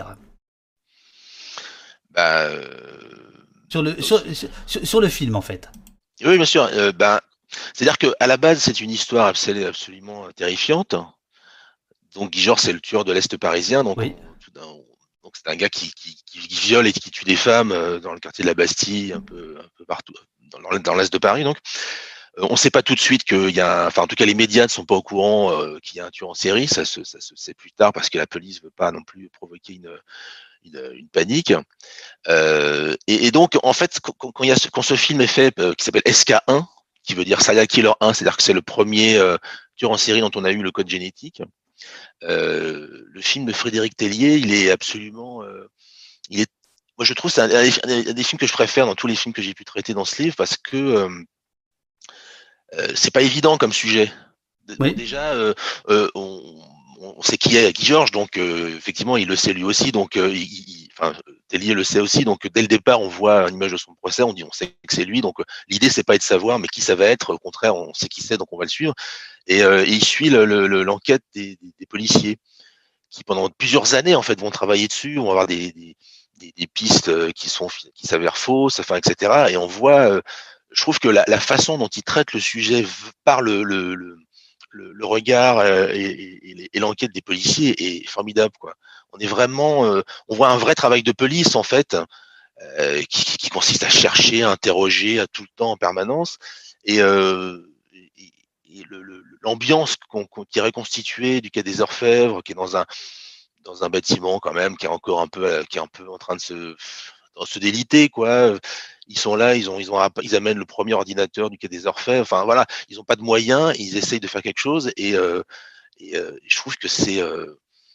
Bah, euh, Sur le, sur, sur, sur le film, en fait. Oui, bien sûr. Euh, ben, c'est-à-dire qu'à la base, c'est une histoire absolument terrifiante. Donc, Guy Georges, c'est le tueur de l'Est parisien. Donc, oui. on, donc c'est un gars qui, qui, qui viole et qui tue des femmes dans le quartier de la Bastille, un peu, un peu partout, dans, dans l'Est de Paris. Donc, euh, on ne sait pas tout de suite qu'il y a, un, enfin, en tout cas, les médias ne sont pas au courant euh, qu'il y a un tueur en série. Ça se, ça se sait plus tard parce que la police ne veut pas non plus provoquer une Une, une panique. Euh, et, et donc, en fait, quand, quand, il y a ce, quand ce film est fait, euh, qui s'appelle S K un, qui veut dire Serial Killer un, c'est-à-dire que c'est le premier euh, tueur en série dont on a eu le code génétique, euh, le film de Frédéric Tellier, il est absolument... Euh, il est, moi, je trouve que c'est un, un, un des films que je préfère dans tous les films que j'ai pu traiter dans ce livre, parce que euh, euh, c'est pas évident comme sujet. Oui. Donc, déjà, euh, euh, on... on sait qui est Guy Georges, donc euh, effectivement, il le sait lui aussi. Donc, euh, il, il, enfin, Tellier le sait aussi. Donc dès le départ, on voit une image de son procès, on dit on sait que c'est lui. Donc l'idée c'est pas de savoir, mais qui ça va être. Au contraire, on sait qui c'est, donc on va le suivre. Et, euh, et il suit le, le, l'enquête des, des, des policiers qui pendant plusieurs années en fait vont travailler dessus. On va avoir des, des, des, des pistes qui sont qui s'avèrent fausses, enfin et cetera. Et on voit, euh, je trouve que la, la façon dont il traite le sujet par le, le, le Le, le regard et, et, et l'enquête des policiers est formidable, quoi. On est vraiment, euh, on voit un vrai travail de police en fait, euh, qui, qui consiste à chercher, à interroger, à tout le temps en permanence, et, euh, et, et le, le, l'ambiance qu'on, qu'on, qui est reconstituée du quai des Orfèvres, qui est dans un dans un bâtiment quand même, qui est encore un peu, qui est un peu en train de se de se déliter, quoi. Ils sont là, ils ont, ils ont, ils amènent le premier ordinateur du quai des Orfèvres. Enfin voilà, ils n'ont pas de moyens, ils essayent de faire quelque chose. Et, euh, et euh, je trouve que c'est euh,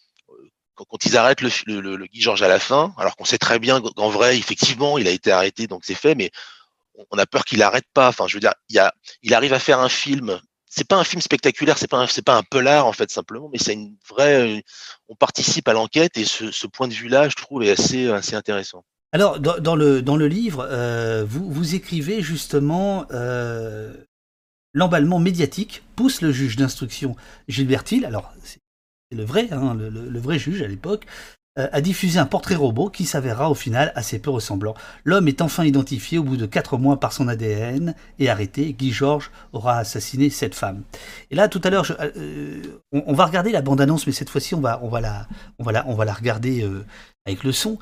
quand, quand ils arrêtent le, le, le Guy Georges à la fin, alors qu'on sait très bien qu'en vrai, effectivement, il a été arrêté, donc c'est fait, mais on a peur qu'il n'arrête pas. Enfin, je veux dire, il y a, il arrive à faire un film. C'est pas un film spectaculaire, c'est pas, un, c'est pas un polar en fait simplement, mais c'est une vraie. On participe à l'enquête et ce, ce point de vue-là, je trouve, est assez, assez intéressant. Alors, dans, dans, le, dans le livre, euh, vous, vous écrivez justement euh, l'emballement médiatique pousse le juge d'instruction Gilbert Thiel, alors c'est le vrai, hein, le, le, le vrai juge à l'époque, euh, a diffusé un portrait robot qui s'avérera au final assez peu ressemblant. L'homme est enfin identifié au bout de quatre mois par son A D N et arrêté. Guy Georges aura assassiné cette femme. Et là, tout à l'heure, je, euh, on, on va regarder la bande-annonce, mais cette fois-ci, on va, on va la, on va la, on va la regarder. Euh, avec le son.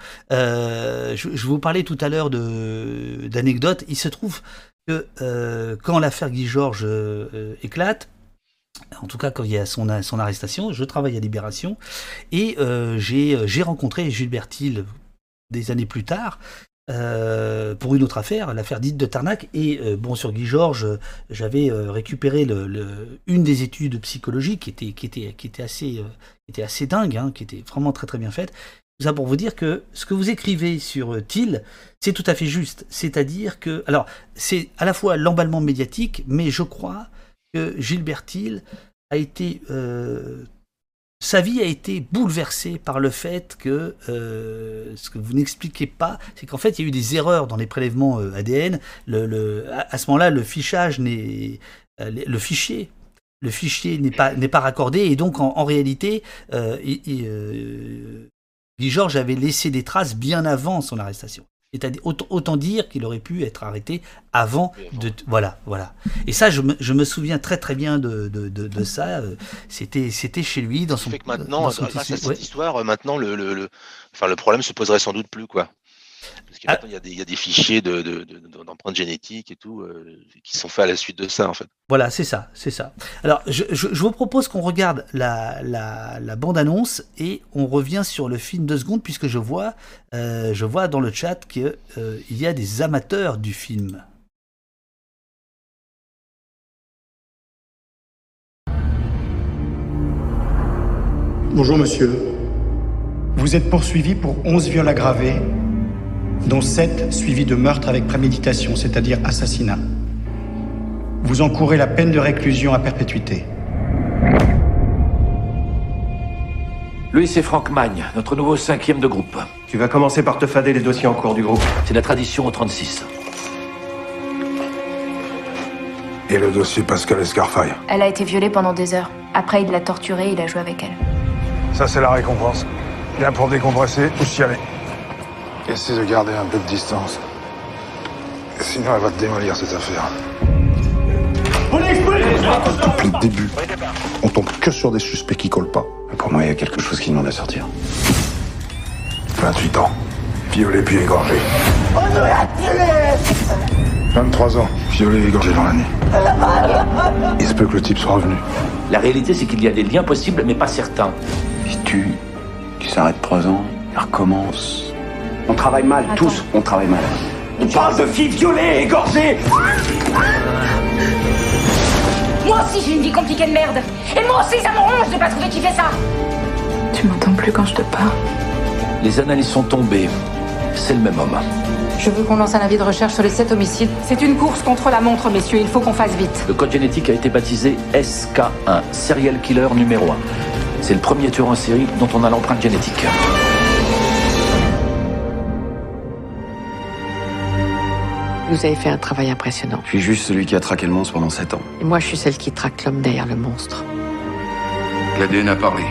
Euh, je, je vous parlais tout à l'heure de, d'anecdotes. Il se trouve que euh, quand l'affaire Guy Georges euh, éclate, en tout cas quand il y a son, son arrestation, je travaille à Libération, et euh, j'ai, j'ai rencontré Gilbert Thiel des années plus tard, Euh, pour une autre affaire, l'affaire dite de Tarnac. Et euh, bon, sur Guy Georges, j'avais euh, récupéré le, le, une des études psychologiques qui était, qui était, qui était, assez, euh, qui était assez dingue, hein, qui était vraiment très très bien faite. Tout ça pour vous dire que ce que vous écrivez sur Thiel, c'est tout à fait juste. C'est-à-dire que, alors, c'est à la fois l'emballement médiatique, mais je crois que Gilbert Thiel a été... Euh, sa vie a été bouleversée par le fait que, euh, ce que vous n'expliquez pas, c'est qu'en fait, il y a eu des erreurs dans les prélèvements euh, A D N. Le, le, à, à ce moment-là, le fichage n'est... Euh, le fichier... Le fichier n'est pas, n'est pas raccordé, et donc, en, en réalité, euh, et, et, euh, Guy Georges avait laissé des traces bien avant son arrestation. C'est-à-dire, autant, autant dire qu'il aurait pu être arrêté avant de... Voilà, voilà. Et ça, je me, je me souviens très très bien de, de, de, de ça. C'était, c'était chez lui, dans son... Ça fait que maintenant, son grâce tissu. à cette Ouais. histoire, maintenant, le, le, le, enfin, le problème se poserait sans doute plus, quoi. Parce que maintenant, il ah. y, y a des fichiers de, de, de, d'empreintes génétiques et tout, euh, qui sont faits à la suite de ça, en fait. Voilà, c'est ça, c'est ça. Alors, je, je, je vous propose qu'on regarde la, la, la bande-annonce et on revient sur le film deux secondes, puisque je vois, euh, je vois dans le chat qu'il euh, y a des amateurs du film. Bonjour monsieur. Vous êtes poursuivi pour onze viols aggravés, dont sept suivis de meurtre avec préméditation, c'est-à-dire assassinat. Vous encourez la peine de réclusion à perpétuité. Lui, c'est Franck Magne, notre nouveau cinquième de groupe. Tu vas commencer par te fader les dossiers en cours du groupe. C'est la tradition au trente-six. Et le dossier Pascal Escarfaille? Elle a été violée pendant des heures. Après, il l'a torturée, il a joué avec elle. Ça, c'est la récompense. Viens pour décompresser ou chialer. Essaie de garder un peu de distance. Sinon, elle va te démolir, cette affaire. Depuis le début, on tombe que sur des suspects qui collent pas. Pour moi, il y a quelque chose qui demande à sortir. vingt-huit ans. Violé puis égorgé. vingt-trois ans. Violé et égorgé dans la nuit. Il se peut que le type soit revenu. La réalité, c'est qu'il y a des liens possibles, mais pas certains. Il tue, il s'arrête trois ans, il recommence. On travaille mal, Attends. tous, on travaille mal. On parle de filles violées, égorgées. Moi aussi, j'ai une vie compliquée de merde. Et moi aussi, ça me ronge de pas trouver qui fait ça. Tu m'entends plus quand je te parle. Les analyses sont tombées. C'est le même homme. Je veux qu'on lance un avis de recherche sur les sept homicides. C'est une course contre la montre, messieurs. Il faut qu'on fasse vite. Le code génétique a été baptisé S K un, Serial Killer numéro un. C'est le premier tueur en série dont on a l'empreinte génétique. Vous avez fait un travail impressionnant. Je suis juste celui qui a traqué le monstre pendant sept ans. Et moi, je suis celle qui traque l'homme derrière le monstre. L'A D N a parlé.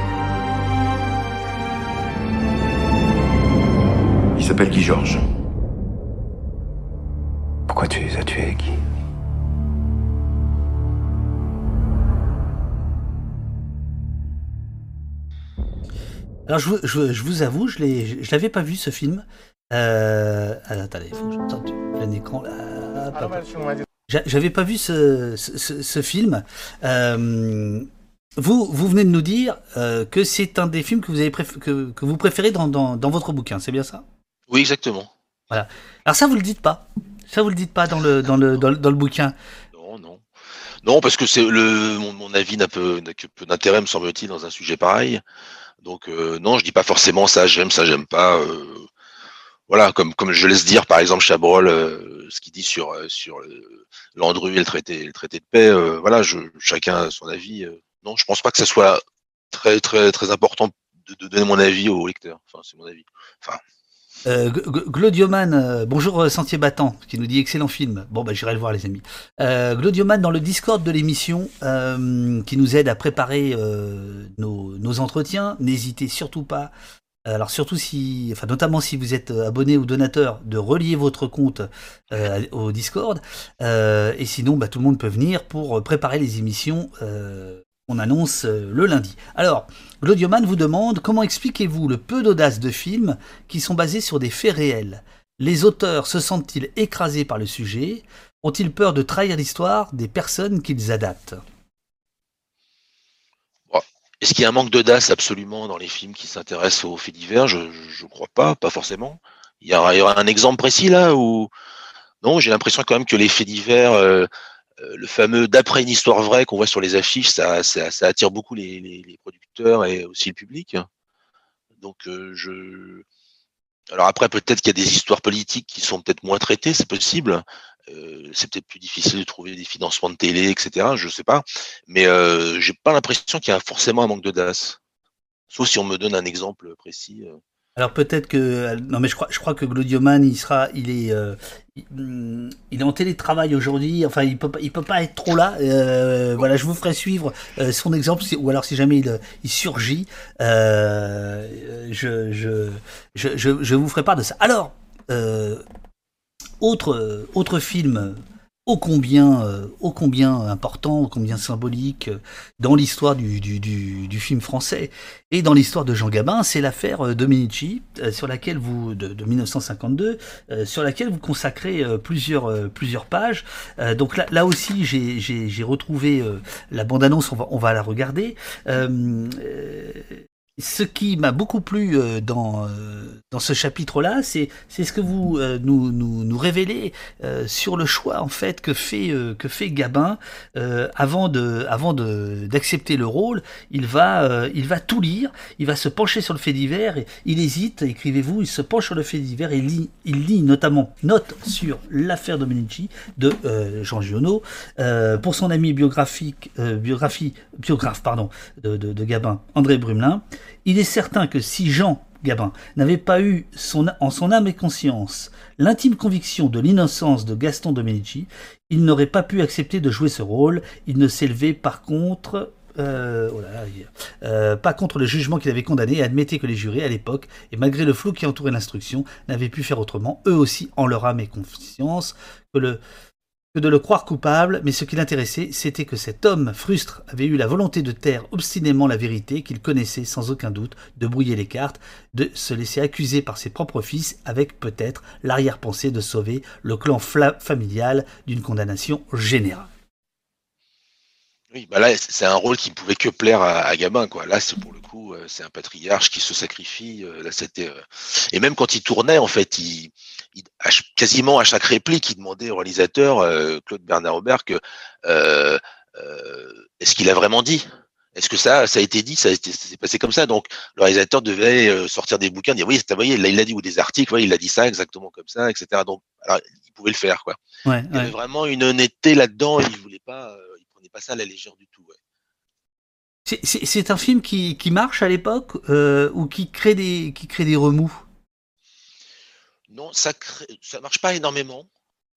Il s'appelle Guy Georges. Pourquoi tu les as tués, Guy? Alors je, vous- je, je vous avoue, je l'ai, je l'avais pas vu ce film. Euh, alors, attendez, il faut que je sorte du plein écran là. Hop, hop. J'a- J'avais pas vu ce, ce, ce- ce film. Euh, vous, vous venez de nous dire euh, que c'est un des films que vous avez préf- que, que vous préférez dans, dans, dans votre bouquin, c'est bien ça? Oui, exactement. Voilà. Alors ça, vous le dites pas. Ça, vous le dites pas dans le dans le dans le, dans le bouquin. Non, non. Non, parce que c'est le mon, mon avis n'a peu, n'a que peu d'intérêt, me semble-t-il, dans un sujet pareil. Donc euh, non, je dis pas forcément ça, j'aime, ça, j'aime pas. euh, Voilà, comme comme je laisse dire, par exemple, Chabrol, euh, ce qu'il dit sur euh, sur euh, Landru et le traité, le traité de paix. euh, voilà, je, chacun a son avis. euh. Non, je pense pas que ça soit très très très important de, de donner mon avis au lecteur. Enfin, c'est mon avis. Enfin, Euh, G- G- Glodioman, euh, bonjour euh, Sentier Battant, qui nous dit excellent film. Bon, bah j'irai le voir, les amis. Euh, Glodioman, dans le Discord de l'émission, euh, qui nous aide à préparer euh, nos, nos entretiens, n'hésitez surtout pas. Alors surtout si, enfin notamment si vous êtes euh, abonné ou donateur, de relier votre compte euh, au Discord. Euh, et sinon, bah, tout le monde peut venir pour euh, préparer les émissions. Euh, on annonce euh, le lundi. Alors, Glodioman vous demande comment expliquez-vous le peu d'audace de films qui sont basés sur des faits réels? Les auteurs se sentent-ils écrasés par le sujet? Ont-ils peur de trahir l'histoire des personnes qu'ils adaptent? bon. Est-ce qu'il y a un manque d'audace absolument dans les films qui s'intéressent aux faits divers? Je, je, je crois pas, pas forcément. Il y aura, il y aura un exemple précis là où non, j'ai l'impression quand même que les faits divers, euh, euh, le fameux d'après une histoire vraie qu'on voit sur les affiches, ça, ça, ça attire beaucoup les, les, les producteurs et aussi le public. Donc euh, je Alors après, peut-être qu'il y a des histoires politiques qui sont peut-être moins traitées, c'est possible. Euh, c'est peut-être plus difficile de trouver des financements de télé, et cetera. Je sais pas. Mais euh, j'ai pas l'impression qu'il y a forcément un manque d'audace. Sauf si on me donne un exemple précis. euh. Alors peut-être que non mais je crois je crois que Glodioman il sera il est euh, il, hum, il est en télétravail aujourd'hui, enfin il peut pas il peut pas être trop là. Euh, voilà, je vous ferai suivre euh, son exemple si- ou alors si jamais il, il surgit, euh, je, je je je je vous ferai part de ça. Alors euh, autre autre film ô combien euh, ô combien important, ô combien symbolique euh, dans l'histoire du, du, du, du film français et dans l'histoire de Jean Gabin, c'est l'affaire euh, Domenici, euh, sur laquelle vous de, de mille neuf cent cinquante-deux, euh, sur laquelle vous consacrez euh, plusieurs euh, plusieurs pages. Euh, donc là, là aussi, j'ai j'ai j'ai retrouvé euh, la bande-annonce, on va on va la regarder. Euh, euh, ce qui m'a beaucoup plu euh, dans euh, dans ce chapitre-là, c'est c'est ce que vous euh, nous nous nous révélez euh, sur le choix en fait que fait euh, que fait Gabin euh, avant de avant de d'accepter le rôle. Il va euh, il va tout lire, il va se pencher sur le fait divers, et il hésite. Écrivez-vous, il se penche sur le fait divers et lit il lit notamment note sur l'affaire Domenici de euh, Jean Giono euh, pour son ami biographique euh, biographie biographe pardon de, de, de Gabin, André Brumelin. Il est certain que si Jean Gabin n'avait pas eu son, en son âme et conscience l'intime conviction de l'innocence de Gaston Domenici, il n'aurait pas pu accepter de jouer ce rôle. Il ne s'élevait par contre euh, oh là là, euh, pas contre le jugement qu'il avait condamné et admettait que les jurés à l'époque, et malgré le flou qui entourait l'instruction, n'avaient pu faire autrement, eux aussi en leur âme et conscience, que le que de le croire coupable, mais ce qui l'intéressait, c'était que cet homme frustre avait eu la volonté de taire obstinément la vérité qu'il connaissait sans aucun doute, de brouiller les cartes, de se laisser accuser par ses propres fils, avec peut-être l'arrière-pensée de sauver le clan fla- familial d'une condamnation générale. Oui, bah là, c'est un rôle qui ne pouvait que plaire à, à Gabin, quoi. Là, c'est pour le coup, euh, c'est un patriarche qui se sacrifie. euh, là, c'était euh, et même quand il tournait, en fait, il, il à ch- quasiment à chaque réplique, il demandait au réalisateur euh, Claude Bernard Aubert que euh, euh, est-ce qu'il a vraiment dit? Est-ce que ça, ça a été dit? Ça, a été- ça s'est passé comme ça? Donc, le réalisateur devait euh, sortir des bouquins, dire oui, vous voyez, là, il l'a dit, ou des articles, ouais, il a dit ça exactement comme ça, et cetera. Donc, alors, il pouvait le faire, quoi. Ouais, Il y avait ouais. vraiment une honnêteté là-dedans. Il voulait pas, euh, il prenait pas ça à la légère du tout. Ouais. C'est, c'est, c'est un film qui, qui marche à l'époque euh, ou qui crée des qui crée des remous. Non, ça crée, ça marche pas énormément.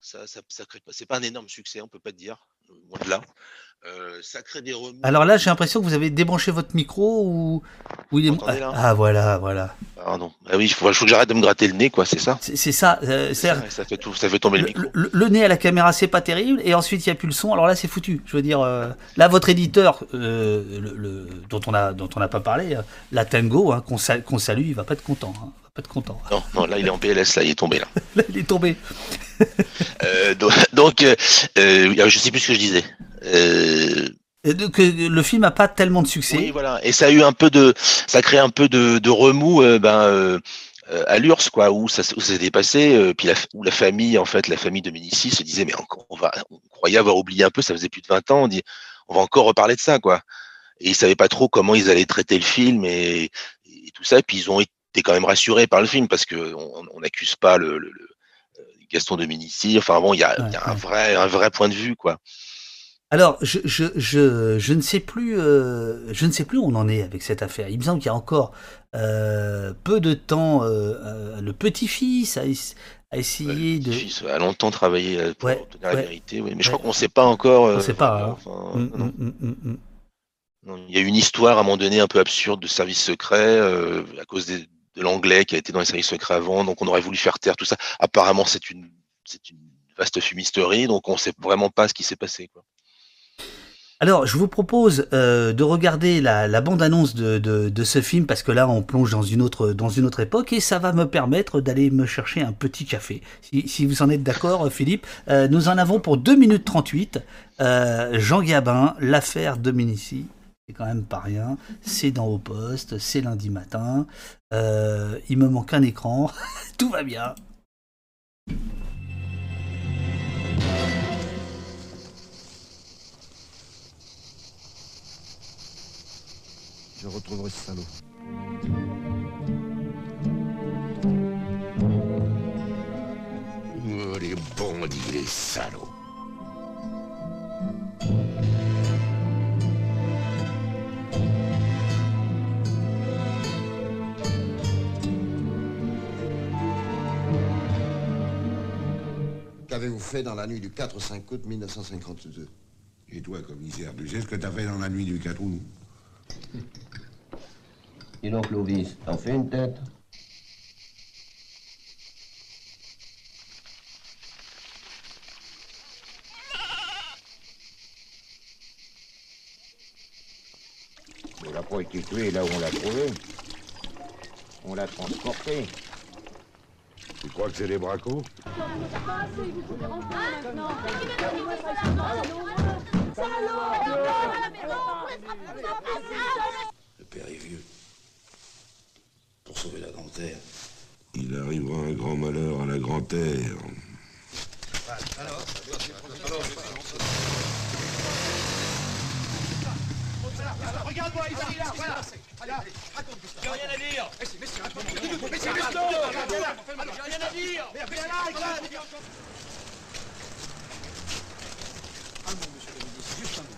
Ça, ça, ça crée pas. C'est pas un énorme succès, on peut pas te dire. Loin de là. Euh, ça crée des remous. Alors là, j'ai l'impression que vous avez débranché votre micro ou, ou il est... Vous ah, là ah, voilà, voilà. Pardon. Ah oui, il faut, faut que j'arrête de me gratter le nez, quoi, c'est ça. C'est ça. Euh, ça, ça fait tout, ça fait tomber le, le micro. Le, le nez à la caméra, c'est pas terrible, et ensuite il y a plus le son. Alors là, c'est foutu. Je veux dire, euh, là, votre éditeur, euh, le, le, dont on a, dont on n'a pas parlé, euh, la Tango, hein, qu'on sal, qu'on salue, il va pas être content. Hein. Pas être content. Non, non, là il est en P L S, là il est tombé là. Là il est tombé. euh, donc, donc euh, euh, je sais plus ce que je disais. Euh... Que le film a pas tellement de succès. Oui, voilà. Et ça a eu un peu de, ça crée un peu de, de remous, euh, ben, euh, à l'U R S S, quoi, où ça, où ça s'est dépassé, euh, puis la, où la famille, en fait, la famille de Médicis se disait, mais encore, on va, on croyait avoir oublié un peu, ça faisait plus de vingt ans, on dit, on va encore reparler de ça, quoi. Et ils savaient pas trop comment ils allaient traiter le film et, et tout ça, et puis ils ont été quand même rassurés par le film parce que on n'accuse pas le, le, le Gaston Dominici. Enfin bon, il y a, ouais, y a un vrai, un vrai point de vue, quoi. Alors, je, je, je, je ne sais plus, euh, je ne sais plus où on en est avec cette affaire. Il me semble qu'il y a encore euh, peu de temps, euh, euh, le petit-fils a, a essayé ouais, le de. Petit-fils a longtemps travaillé pour ouais, obtenir ouais, la vérité, oui. mais ouais. je crois qu'on ne sait pas encore. On ne euh, sait pas. Hein. Enfin, mm, non. Mm, mm, mm. Non, il y a une histoire à un moment donné un peu absurde de service secret euh, à cause des, de l'anglais qui a été dans les services secrets avant, donc on aurait voulu faire taire tout ça. Apparemment, c'est une, c'est une vaste fumisterie, donc on ne sait vraiment pas ce qui s'est passé, quoi. Alors, je vous propose euh, de regarder la, la bande-annonce de, de, de ce film, parce que là, on plonge dans une autre, dans une autre époque, et ça va me permettre d'aller me chercher un petit café. Si, si vous en êtes d'accord, Philippe, euh, nous en avons pour deux minutes trente-huit. Euh, Jean Gabin, l'affaire Dominici, c'est quand même pas rien. C'est dans Au Poste, c'est lundi matin. Euh, il me manque un écran. Tout va bien. Je retrouverai ce salaud. Oh, les bandits, les salauds. Qu'avez-vous fait dans la nuit du quatre au cinq août mille neuf cent cinquante-deux? Et toi, commissaire, tu sais ce que t'as fait dans la nuit du quatre août? Dis donc, Clovis, t'en fais une tête? On l'a pas été tué là où on l'a trouvé. On l'a transporté. Tu crois que c'est des bracos? Le père est vieux. Pour sauver la Grand-Terre. Il arrivera un grand malheur à la Grand-Terre. Regarde-moi, il est là, voilà. J'ai rien à dire. J'ai rien à dire. Un mot, monsieur le ministre, juste un mot.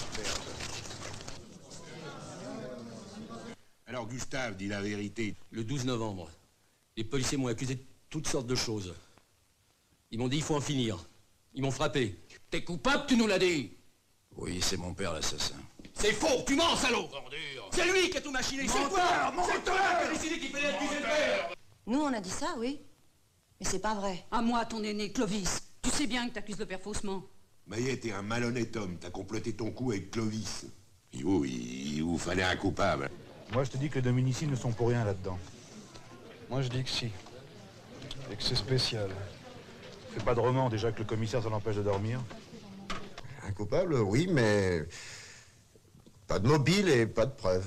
Alors Gustave dit la vérité. Le douze novembre, les policiers m'ont accusé de toutes sortes de choses. Ils m'ont dit il faut en finir. Ils m'ont frappé. T'es coupable, tu nous l'as dit. Oui, c'est mon père l'assassin. C'est faux, tu mens, salaud. C'est lui qui a tout machiné, c'est toi. C'est toi qui as décidé qu'il fallait accuser le père. Nous, on a dit ça, oui. Mais c'est pas vrai. À moi, ton aîné, Clovis. Tu sais bien que t'accuses le père faussement. Maillet, t'es un malhonnête homme. T'as comploté ton coup avec Clovis. Il vous, il, il vous fallait un coupable. Moi, je te dis que les Dominici ne sont pour rien là-dedans. Moi, je dis que si. Et que c'est spécial. Fais pas de roman, déjà que le commissaire, ça l'empêche de dormir. Un coupable, oui, mais... pas de mobile et pas de preuves.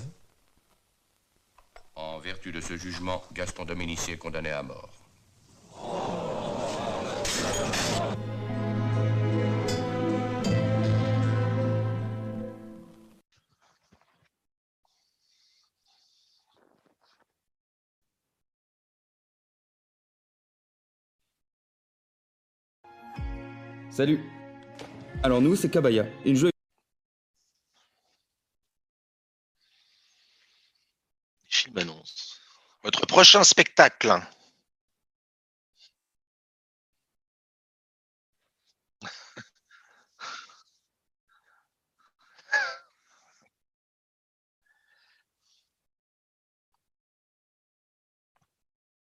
En vertu de ce jugement, Gaston Dominici est condamné à mort. Salut. Alors nous, c'est Kabaya, une joueuse. Film annonce. Votre prochain spectacle.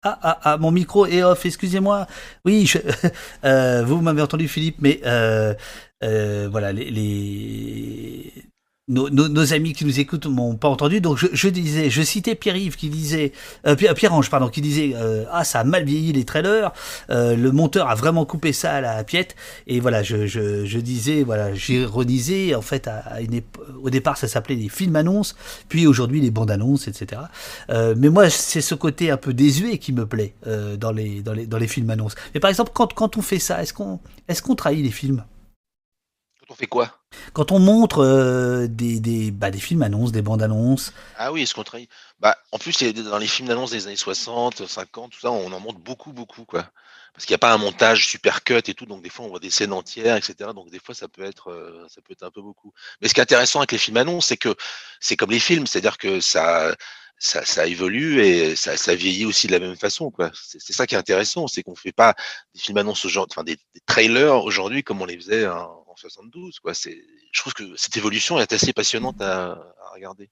Ah, ah, ah, mon micro est off, excusez-moi. Oui, je, euh, vous m'avez entendu, Philippe, mais euh, euh, voilà, les, les... Nos, nos, nos amis qui nous écoutent m'ont pas entendu, donc je, je disais, je citais Pierre-Yves qui disait, euh, Pierre-Ange, pardon, qui disait, euh, ah, ça a mal vieilli les trailers, euh, le monteur a vraiment coupé ça à la piète, et voilà, je, je, je disais, voilà, j'ironisais, en fait, à, à une épo- au départ, ça s'appelait les films annonces, puis aujourd'hui les bandes annonces, et cetera. Euh, mais moi, c'est ce côté un peu désuet qui me plaît euh, dans les, dans les, dans les films annonces. Mais par exemple, quand, quand on fait ça, est-ce qu'on, est-ce qu'on trahit les films? Quand on fait quoi? Quand on montre euh, des, des, bah, des films annonces, des bandes annonces. Ah oui, est-ce qu'on trahit? Bah, en plus, c'est dans les films d'annonce des années soixante, cinquante, tout ça, on en montre beaucoup, beaucoup, quoi. Parce qu'il n'y a pas un montage super cut et tout, donc des fois on voit des scènes entières, et cetera. Donc des fois ça peut être, euh, ça peut être un peu beaucoup. Mais ce qui est intéressant avec les films annonces, c'est que c'est comme les films, c'est-à-dire que ça, ça, ça évolue et ça, ça vieillit aussi de la même façon, quoi. C'est c'est ça qui est intéressant, c'est qu'on fait pas des films annonces aujourd'hui, enfin des, des trailers aujourd'hui comme on les faisait en, en soixante-douze, quoi. C'est, je trouve que cette évolution est assez passionnante à, à regarder.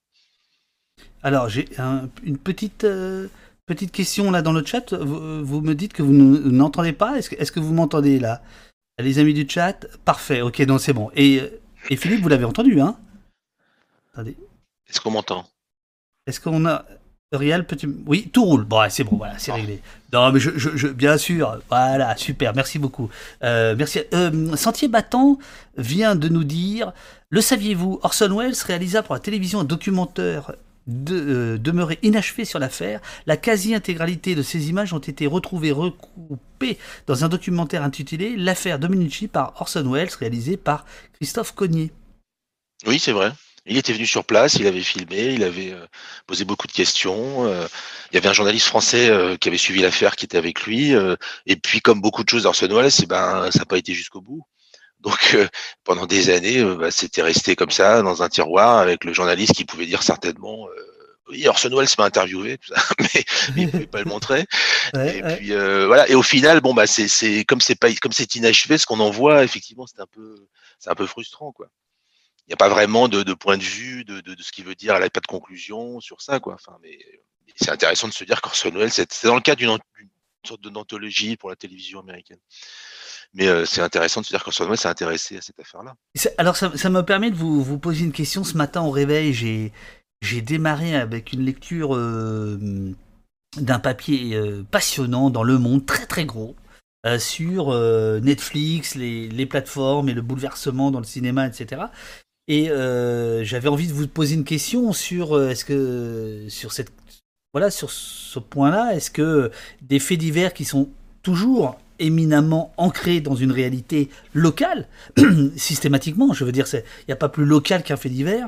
Alors, j'ai un- une petite, euh, petite question là dans le chat. Vous, vous me dites que vous ne- n'entendez pas. Est-ce que, est-ce que vous m'entendez là? Les amis du chat? Parfait, ok, non, c'est bon. Et, euh, et Philippe, vous l'avez entendu, hein? Attendez. Est-ce qu'on m'entend? Est-ce qu'on a. Rial, petit. Oui, tout roule. Bon, ouais, c'est bon, voilà, c'est réglé. Non, mais je, je, je- bien sûr, voilà, super, merci beaucoup. Euh, merci. Euh, Sentier Battant vient de nous dire: le saviez-vous, Orson Welles réalisa pour la télévision un documentaire de, euh, demeuré inachevé sur l'affaire. La quasi-intégralité de ces images ont été retrouvées recoupées dans un documentaire intitulé L'affaire Dominici par Orson Welles, réalisé par Christophe Cognier. Oui, c'est vrai. Il était venu sur place, il avait filmé, il avait euh, posé beaucoup de questions. euh, il y avait un journaliste français euh, qui avait suivi l'affaire qui était avec lui. euh, et puis, comme beaucoup de choses d'Orson Welles, eh ben, ça n'a pas été jusqu'au bout. Donc, euh, pendant des années, euh, bah, c'était resté comme ça, dans un tiroir, avec le journaliste qui pouvait dire certainement euh, oui, Orson Welles m'a interviewé, tout ça, mais, mais il ne pouvait pas le montrer. Ouais, Et ouais. puis euh, voilà. Et au final, bon bah c'est c'est comme c'est pas comme c'est inachevé, ce qu'on en voit, effectivement, c'est un peu c'est un peu frustrant, quoi. Il n'y a pas vraiment de, de point de vue de, de, de ce qu'il veut dire. Elle n'a pas de conclusion sur ça, quoi. Enfin, mais mais c'est intéressant de se dire qu'Orson Welles, c'est c'est dans le cadre d'une an- d'une sorte d'anthologie pour la télévision américaine. Mais euh, c'est intéressant de se dire qu'Orson Welles s'est intéressé à cette affaire-là. C'est- Alors ça, ça me permet de vous, vous poser une question. Ce matin au réveil, j'ai j'ai démarré avec une lecture euh, d'un papier euh, passionnant dans Le Monde, très très gros, euh, sur euh, Netflix, les, les plateformes et le bouleversement dans le cinéma, et cetera. Et euh, j'avais envie de vous poser une question sur euh, est-ce que sur cette voilà sur ce point-là, est-ce que des faits divers qui sont toujours éminemment ancrés dans une réalité locale, systématiquement, je veux dire, il n'y a pas plus local qu'un fait divers.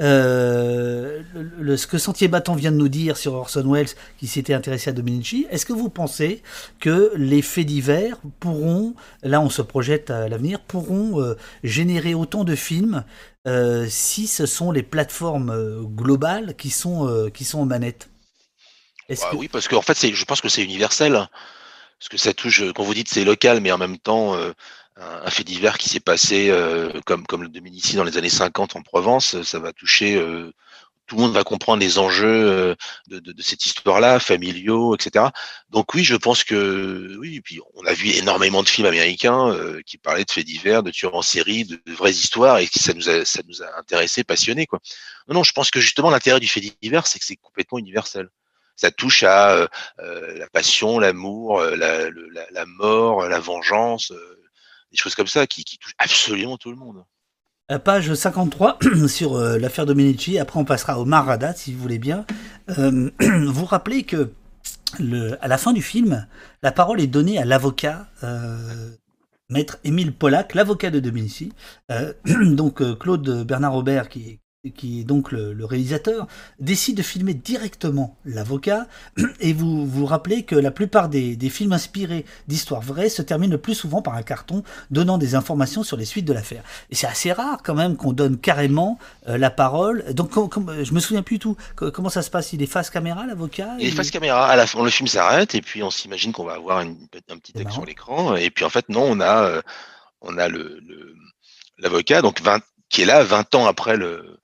Euh, le- le- ce que Sentier Battant vient de nous dire sur Orson Welles, qui s'était intéressé à Dominici, est-ce que vous pensez que les faits divers pourront, là on se projette à l'avenir, pourront euh, générer autant de films euh, si ce sont les plateformes euh, globales qui sont, euh, qui sont aux manettes? Est-ce Bah que... oui, parce qu'en fait, c'est, je pense que c'est universel. Parce que ça touche, euh, quand vous dites c'est local, mais en même temps, euh, un, un fait divers qui s'est passé euh, comme, comme le Dominici dans les années cinquante en Provence, euh, ça va toucher, euh, tout le monde va comprendre les enjeux euh, de, de, de cette histoire-là, familiaux, et cetera. Donc oui, je pense que oui, et puis on a vu énormément de films américains euh, qui parlaient de faits divers, de tueurs en série, de, de vraies histoires, et qui ça nous a, ça nous a intéressés, passionnés, quoi. Non, non, je pense que justement l'intérêt du fait divers, c'est que c'est complètement universel. Ça touche à euh, euh, la passion, l'amour, euh, la, le- la, la mort, la vengeance, euh, des choses comme ça qui, qui touchent absolument tout le monde. Euh, Page cinquante-trois sur euh, l'affaire Dominici. Après, on passera au Marada, si vous voulez bien. Euh, vous rappelez que le, à la fin du film, la parole est donnée à l'avocat, euh, maître Émile Pollack, l'avocat de Dominici. Euh, donc euh, Claude Bernard Robert, qui est qui est donc le, le réalisateur, décide de filmer directement l'avocat, et vous vous rappelez que la plupart des, des films inspirés d'histoires vraies se terminent le plus souvent par un carton donnant des informations sur les suites de l'affaire. Et c'est assez rare quand même qu'on donne carrément euh, la parole. Donc com- com- je me souviens plus tout. Co- comment ça se passe? Il est face caméra, l'avocat? Et il... face caméra, à la fin, le film s'arrête et puis on s'imagine qu'on va avoir une, un petit texte sur l'écran. Et puis en fait, non, on a, euh, on a le, le- l'avocat donc vingt, qui est là vingt ans après le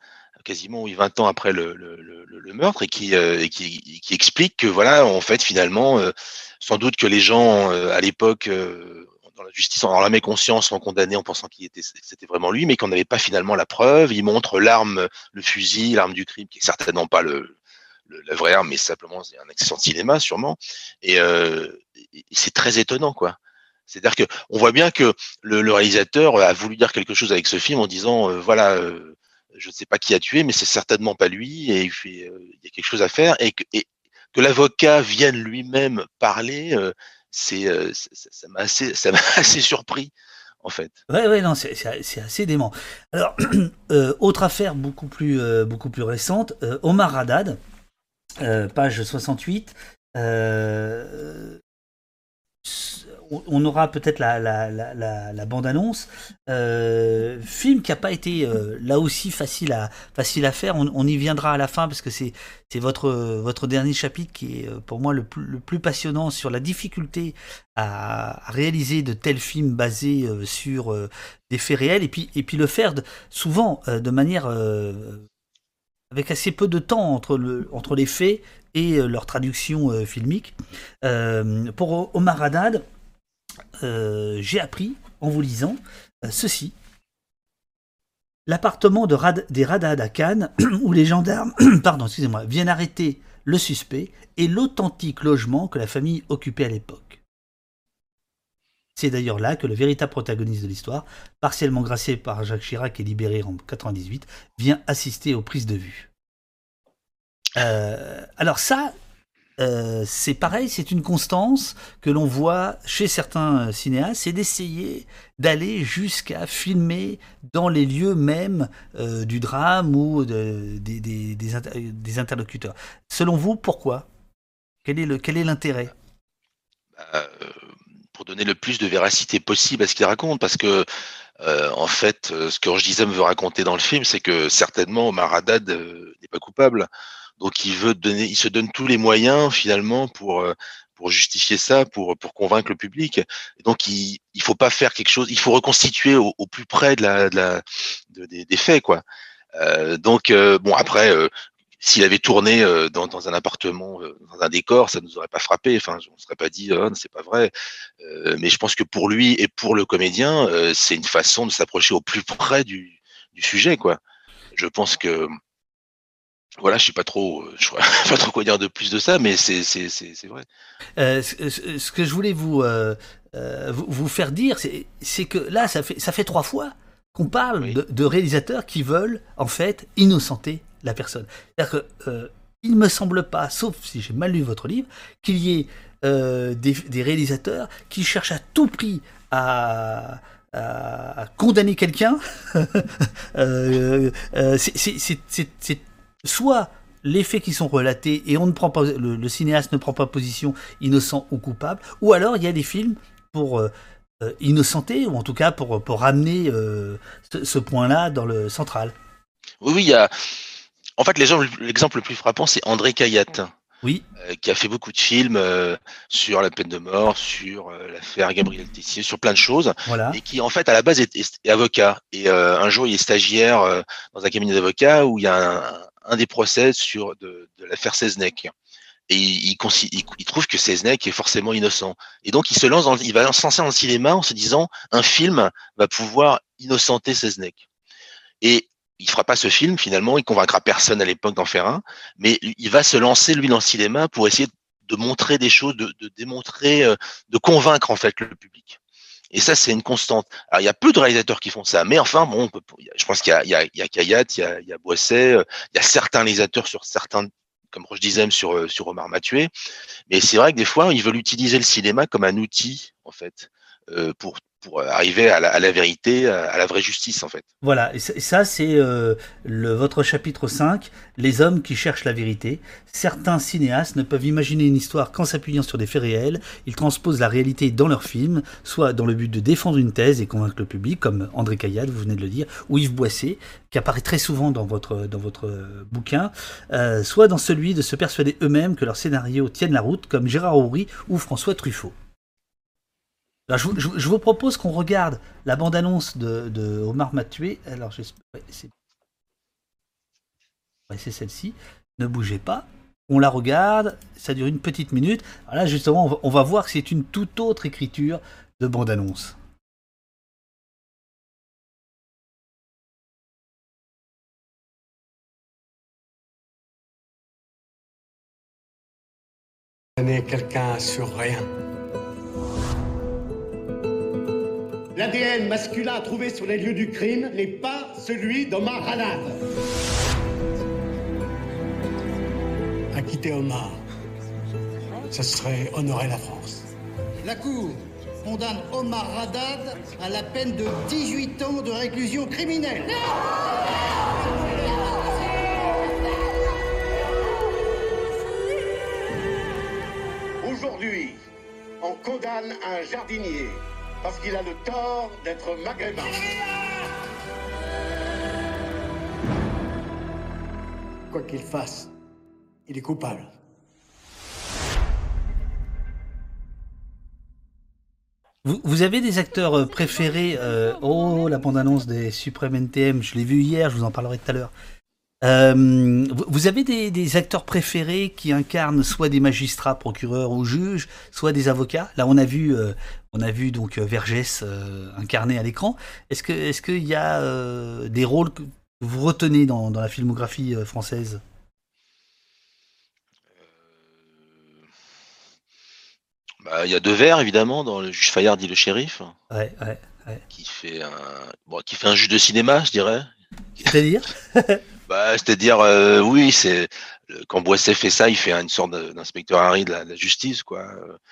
quasiment oui, vingt ans après le, le, le, le meurtre, et qui, euh, et qui, qui explique que voilà, en fait, finalement, euh, sans doute que les gens euh, à l'époque, euh, dans la justice, en leur âme et conscience, sont condamnés en pensant qu'il était, c'était vraiment lui, mais qu'on n'avait pas finalement la preuve. Il montre l'arme, le fusil, l'arme du crime, qui est certainement pas le, le la vraie arme, mais simplement c'est un accessoire de cinéma sûrement. Et, euh, et c'est très étonnant, quoi. C'est-à-dire que on voit bien que le, le réalisateur a voulu dire quelque chose avec ce film en disant euh, voilà, euh, je ne sais pas qui a tué, mais c'est certainement pas lui, et il fait, euh, il y a quelque chose à faire, et que, et que l'avocat vienne lui-même parler, euh, c'est, euh, ça, ça m'a assez, ça m'a assez surpris en fait. Ouais, ouais, non, c'est, c'est, c'est assez dément. Alors, euh, autre affaire beaucoup plus, euh, beaucoup plus récente, euh, Omar Haddad, euh, page soixante-huit. Euh, on aura peut-être la, la, la, la, la bande-annonce. Euh, film qui n'a pas été euh, là aussi facile à, facile à faire. On, on y viendra à la fin parce que c'est, c'est votre, votre dernier chapitre qui est pour moi le plus, le plus passionnant sur la difficulté à, à réaliser de tels films basés euh, sur euh, des faits réels et puis, et puis le faire de, souvent euh, de manière euh, avec assez peu de temps entre, le, entre les faits et euh, leur traduction euh, filmique. Euh, pour Omar Haddad, Euh, j'ai appris, en vous lisant, euh, ceci. L'appartement de Rad- des Haddad à Cannes, où les gendarmes pardon, excusez-moi, viennent arrêter le suspect, est l'authentique logement que la famille occupait à l'époque. C'est d'ailleurs là que le véritable protagoniste de l'histoire, partiellement gracié par Jacques Chirac et libéré en quatre-vingt-dix-huit, vient assister aux prises de vue. Euh, alors ça... Euh, c'est pareil, c'est une constance que l'on voit chez certains cinéastes, c'est d'essayer d'aller jusqu'à filmer dans les lieux mêmes euh, du drame ou de, des, des, des, inter- des interlocuteurs. Selon vous, pourquoi ? Quel est, le, quel est l'intérêt ? euh, Pour donner le plus de véracité possible à ce qu'il raconte, parce que euh, en fait, ce que Roche Dizem veut raconter dans le film, c'est que certainement Omar Haddad euh, n'est pas coupable. Donc il veut donner, il se donne tous les moyens finalement pour pour justifier ça, pour pour convaincre le public. Et donc il il faut pas faire quelque chose, il faut reconstituer au, au plus près de la de la de, des, des faits quoi. Euh, donc euh, bon après euh, s'il avait tourné euh, dans dans un appartement, euh, dans un décor, ça nous aurait pas frappé. Enfin on serait pas dit oh, c'est pas vrai. Euh, mais je pense que pour lui et pour le comédien, euh, c'est une façon de s'approcher au plus près du du sujet quoi. Je pense que voilà, je sais pas trop, je sais pas trop quoi dire de plus de ça, mais c'est c'est c'est c'est vrai. Euh, ce, ce que je voulais vous euh, euh, vous, vous faire dire, c'est c'est que là, ça fait ça fait trois fois qu'on parle oui. de, de réalisateurs qui veulent en fait innocenter la personne. C'est-à-dire que euh, il me semble pas, sauf si j'ai mal lu votre livre, qu'il y ait euh, des, des réalisateurs qui cherchent à tout prix à à condamner quelqu'un. euh, euh, c'est c'est c'est, c'est, c'est soit les faits qui sont relatés et on ne prend pas, le, le cinéaste ne prend pas position innocent ou coupable, ou alors il y a des films pour euh, euh, innocenter ou en tout cas pour pour ramener euh, ce, ce point-là dans le central. Oui, oui, il y a. En fait, l'exemple, l'exemple le plus frappant, c'est André Cayatte. Oui. Euh, qui a fait beaucoup de films euh, sur la peine de mort, sur euh, l'affaire Gabriel Tessier, sur plein de choses, voilà. Et qui en fait à la base est, est, est avocat. Et euh, un jour il est stagiaire euh, dans un cabinet d'avocats où il y a un, un des procès sur de, de l'affaire Seznec. Et il, il, il, il trouve que Seznec est forcément innocent. Et donc il se lance, dans, il va se lancer dans le cinéma en se disant un film va pouvoir innocenter Seznec. Et il fera pas ce film, finalement, il convaincra personne à l'époque d'en faire un, mais il va se lancer, lui, dans le cinéma pour essayer de montrer des choses, de, de démontrer, de convaincre, en fait, le public. Et ça, c'est une constante. Alors, il y a peu de réalisateurs qui font ça, mais enfin, bon, je pense qu'il y a, il y a, il y a Cayatte, il y a, il y a Boisset, il y a certains réalisateurs sur certains, comme je disais, sur, sur Omar Mathieu, mais c'est vrai que des fois, ils veulent utiliser le cinéma comme un outil, en fait, euh, pour pour arriver à la, à la vérité, à la vraie justice en fait. Voilà, et ça c'est euh, le, votre chapitre cinq, les hommes qui cherchent la vérité. Certains cinéastes ne peuvent imaginer une histoire qu'en s'appuyant sur des faits réels. Ils transposent la réalité dans leurs films, soit dans le but de défendre une thèse et convaincre le public, comme André Cayatte, vous venez de le dire, ou Yves Boisset, qui apparaît très souvent dans votre, dans votre bouquin, euh, soit dans celui de se persuader eux-mêmes que leurs scénarios tiennent la route, comme Gérard Houry ou François Truffaut. Alors, je, je, je vous propose qu'on regarde la bande-annonce de, de Omar Mathieu. Alors, c'est... Ouais, c'est celle-ci. Ne bougez pas. On la regarde, ça dure une petite minute. Alors là, justement, on va, on va voir que c'est une toute autre écriture de bande-annonce. Quelqu'un sur rien. L'A D N masculin trouvé sur les lieux du crime n'est pas celui d'Omar Haddad. Acquitter Omar, ça serait honorer la France. La Cour condamne Omar Haddad à la peine de dix-huit ans de réclusion criminelle. Aujourd'hui, on condamne un jardinier parce qu'il a le tort d'être maghrébin. Quoi qu'il fasse, il est coupable. Vous, vous avez des acteurs préférés euh, oh, la bande-annonce des Suprême N T M, je l'ai vu hier, je vous en parlerai tout à l'heure. Euh, vous avez des, des acteurs préférés qui incarnent soit des magistrats, procureurs ou juges, soit des avocats. Là, on a vu, euh, on a vu donc Vergès euh, incarné à l'écran. Est-ce que, est-ce qu'il y a euh, des rôles que vous retenez dans, dans la filmographie euh, française? Bah, il y a Devers, évidemment, dans Le Juge Fayard dit le shérif. Ouais, ouais, ouais. Qui fait un, bon, qui fait un juge de cinéma, je dirais. C'est-à-dire Bah, c'est-à-dire, euh, oui, c'est quand Boisset fait ça, il fait une sorte d'inspecteur Harry de la, de la justice, quoi.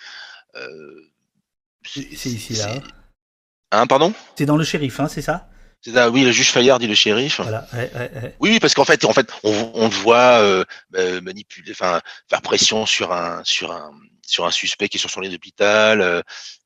Euh, c'est ici là. Hein, pardon? C'est dans Le Shérif, hein, c'est ça? C'est ça, oui, Le Juge Fayard dit le shérif. Voilà, ouais, ouais, ouais. Oui, parce qu'en fait, en fait, on, on le voit euh, manipuler, enfin, faire pression sur un, sur un, sur un suspect qui est sur son lit d'hôpital, euh,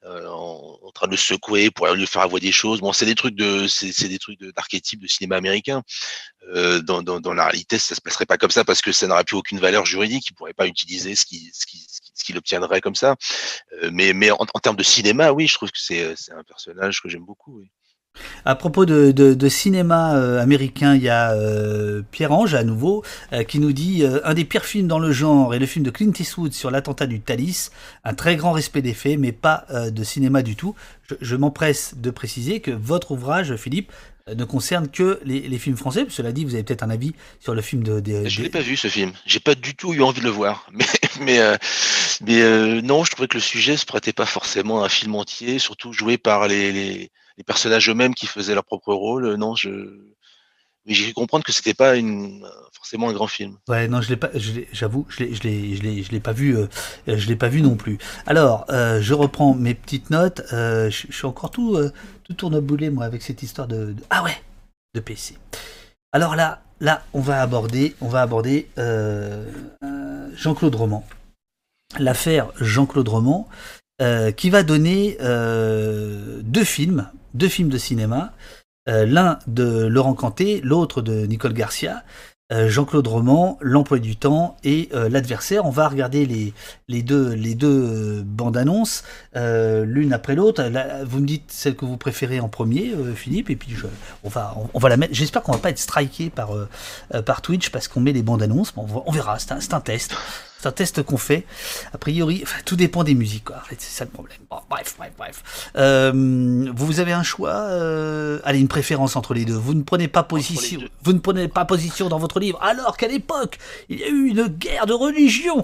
en, en train de le secouer pour lui faire avouer des choses. Bon, c'est des trucs de, c'est des trucs d'archétype de, de cinéma américain. Euh, dans, dans, dans la réalité, ça se passerait pas comme ça parce que ça n'aurait plus aucune valeur juridique. Il pourrait pas utiliser ce qui, ce qui, ce qu'il obtiendrait comme ça. Euh, mais, mais en, en termes de cinéma, oui, je trouve que c'est, c'est un personnage que j'aime beaucoup. Oui. À propos de, de, de cinéma euh, américain, il y a euh, Pierre-Ange à nouveau euh, qui nous dit euh, un des pires films dans le genre est le film de Clint Eastwood sur l'attentat du Thalys, un très grand respect des faits, mais pas euh, de cinéma du tout. Je, je m'empresse de préciser que votre ouvrage, Philippe, euh, ne concerne que les, les films français. Cela dit, vous avez peut-être un avis sur le film de. de, de... Je l'ai pas vu ce film. J'ai pas du tout eu envie de le voir. Mais, mais, euh, mais euh, non, je trouvais que le sujet se prêtait pas forcément à un film entier, surtout joué par les, les les personnages eux-mêmes qui faisaient leur propre rôle. Non, je, mais j'ai pu comprendre que c'était pas une forcément un grand film. Ouais, non, je l'ai pas. J'avoue, je l'ai, je l'ai, je l'ai, je l'ai pas vu. Euh, je l'ai pas vu non plus. Alors, euh, je reprends mes petites notes. Euh, je, je suis encore tout, euh, tout tourneboulé moi avec cette histoire de, de ah ouais, de P C. Alors là, là, on va aborder, on va aborder euh, euh, Jean-Claude Roman. L'affaire Jean-Claude Roman. Euh, qui va donner euh, deux films, deux films de cinéma, euh, l'un de Laurent Canté, l'autre de Nicole Garcia, euh, Jean-Claude Roman, L'Emploi du temps et euh, L'Adversaire. On va regarder les, les deux, les deux bandes annonces, euh, l'une après l'autre. Là, vous me dites celle que vous préférez en premier, euh, Philippe, et puis je, on, va, on, on va la mettre. J'espère qu'on va pas être striké par, euh, par Twitch parce qu'on met les bandes annonces. Bon, on, on verra, c'est un, c'est un test. C'est un test qu'on fait. A priori, enfin, tout dépend des musiques, quoi. En fait, c'est ça le problème. Bon, bref, bref, bref. Euh, vous avez un choix. Euh, allez, une préférence entre les deux. Vous ne prenez pas position. Vous ne prenez pas position dans votre livre. Alors qu'à l'époque, il y a eu une guerre de religion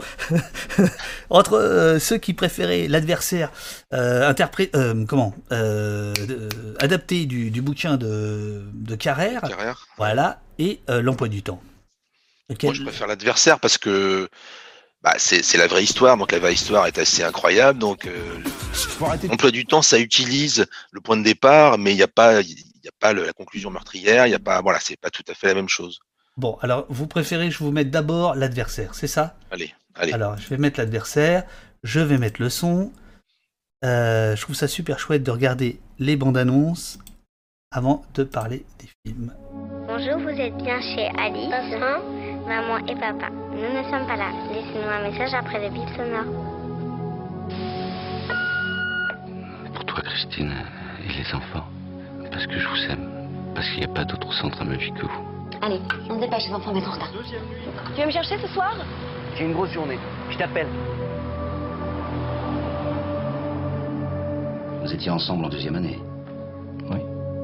entre euh, ceux qui préféraient L'Adversaire, euh, interpré- euh, comment, euh, euh, adapté du, du bouquin de, de Carrère. Carrère. Voilà, et euh, L'Emploi du temps. Okay. Moi, je préfère L'Adversaire parce que. Bah, c'est, c'est la vraie histoire, donc la vraie histoire est assez incroyable. Donc, euh, l'emploi du temps, ça utilise le point de départ, mais il n'y a pas, il y a pas le, la conclusion meurtrière, il y a pas, voilà, c'est pas tout à fait la même chose. Bon, alors vous préférez que je vous mette d'abord L'Adversaire, c'est ça? Allez, allez. Alors, je vais mettre L'Adversaire, je vais mettre le son. Euh, je trouve ça super chouette de regarder les bandes annonces avant de parler des films. Bonjour, vous êtes bien chez Alice, papa, maman et papa. Nous ne sommes pas là. Laissez-nous un message après le bip sonore. Pour toi, Christine, et les enfants, parce que je vous aime, parce qu'il n'y a pas d'autre centre à ma vie que vous. Allez, on se dépêche, les enfants vont être en retard. Tu vas me chercher ce soir? J'ai une grosse journée. Je t'appelle. Vous étiez ensemble en deuxième année. À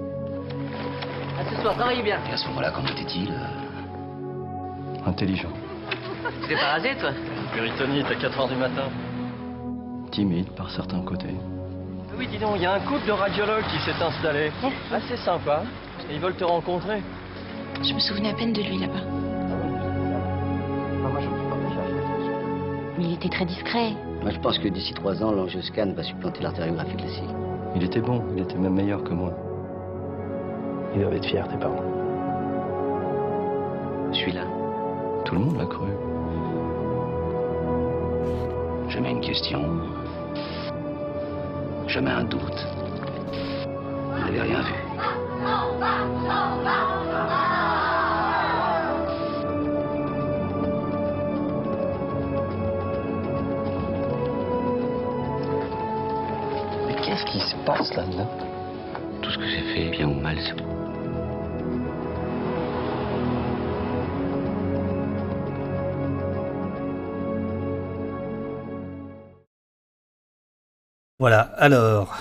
ce soir, travaillez bien. Et à ce moment-là, qu'en était-il? Intelligent. Tu t'es pas rasé, toi? Péritonite à quatre heures du matin. Timide par certains côtés. Oui, dis donc, il y a un couple de radiologues qui s'est installé. Assez sympa. Et ils veulent te rencontrer. Je me souvenais à peine de lui là-bas. Moi, je ne suis pas déjà. Mais il était très discret. Moi, je pense que d'ici trois ans, l'angioscan va supplanter l'artériographie classique. Il était bon, il était même meilleur que moi. Ils doivent être fiers, tes parents. Je suis là. Tout le monde l'a cru. Je mets une question. Je mets un doute. Vous n'avez rien vu. Mais qu'est-ce qui se passe là-dedans? Tout ce que j'ai fait, bien ou mal, c'est bon. Voilà, alors...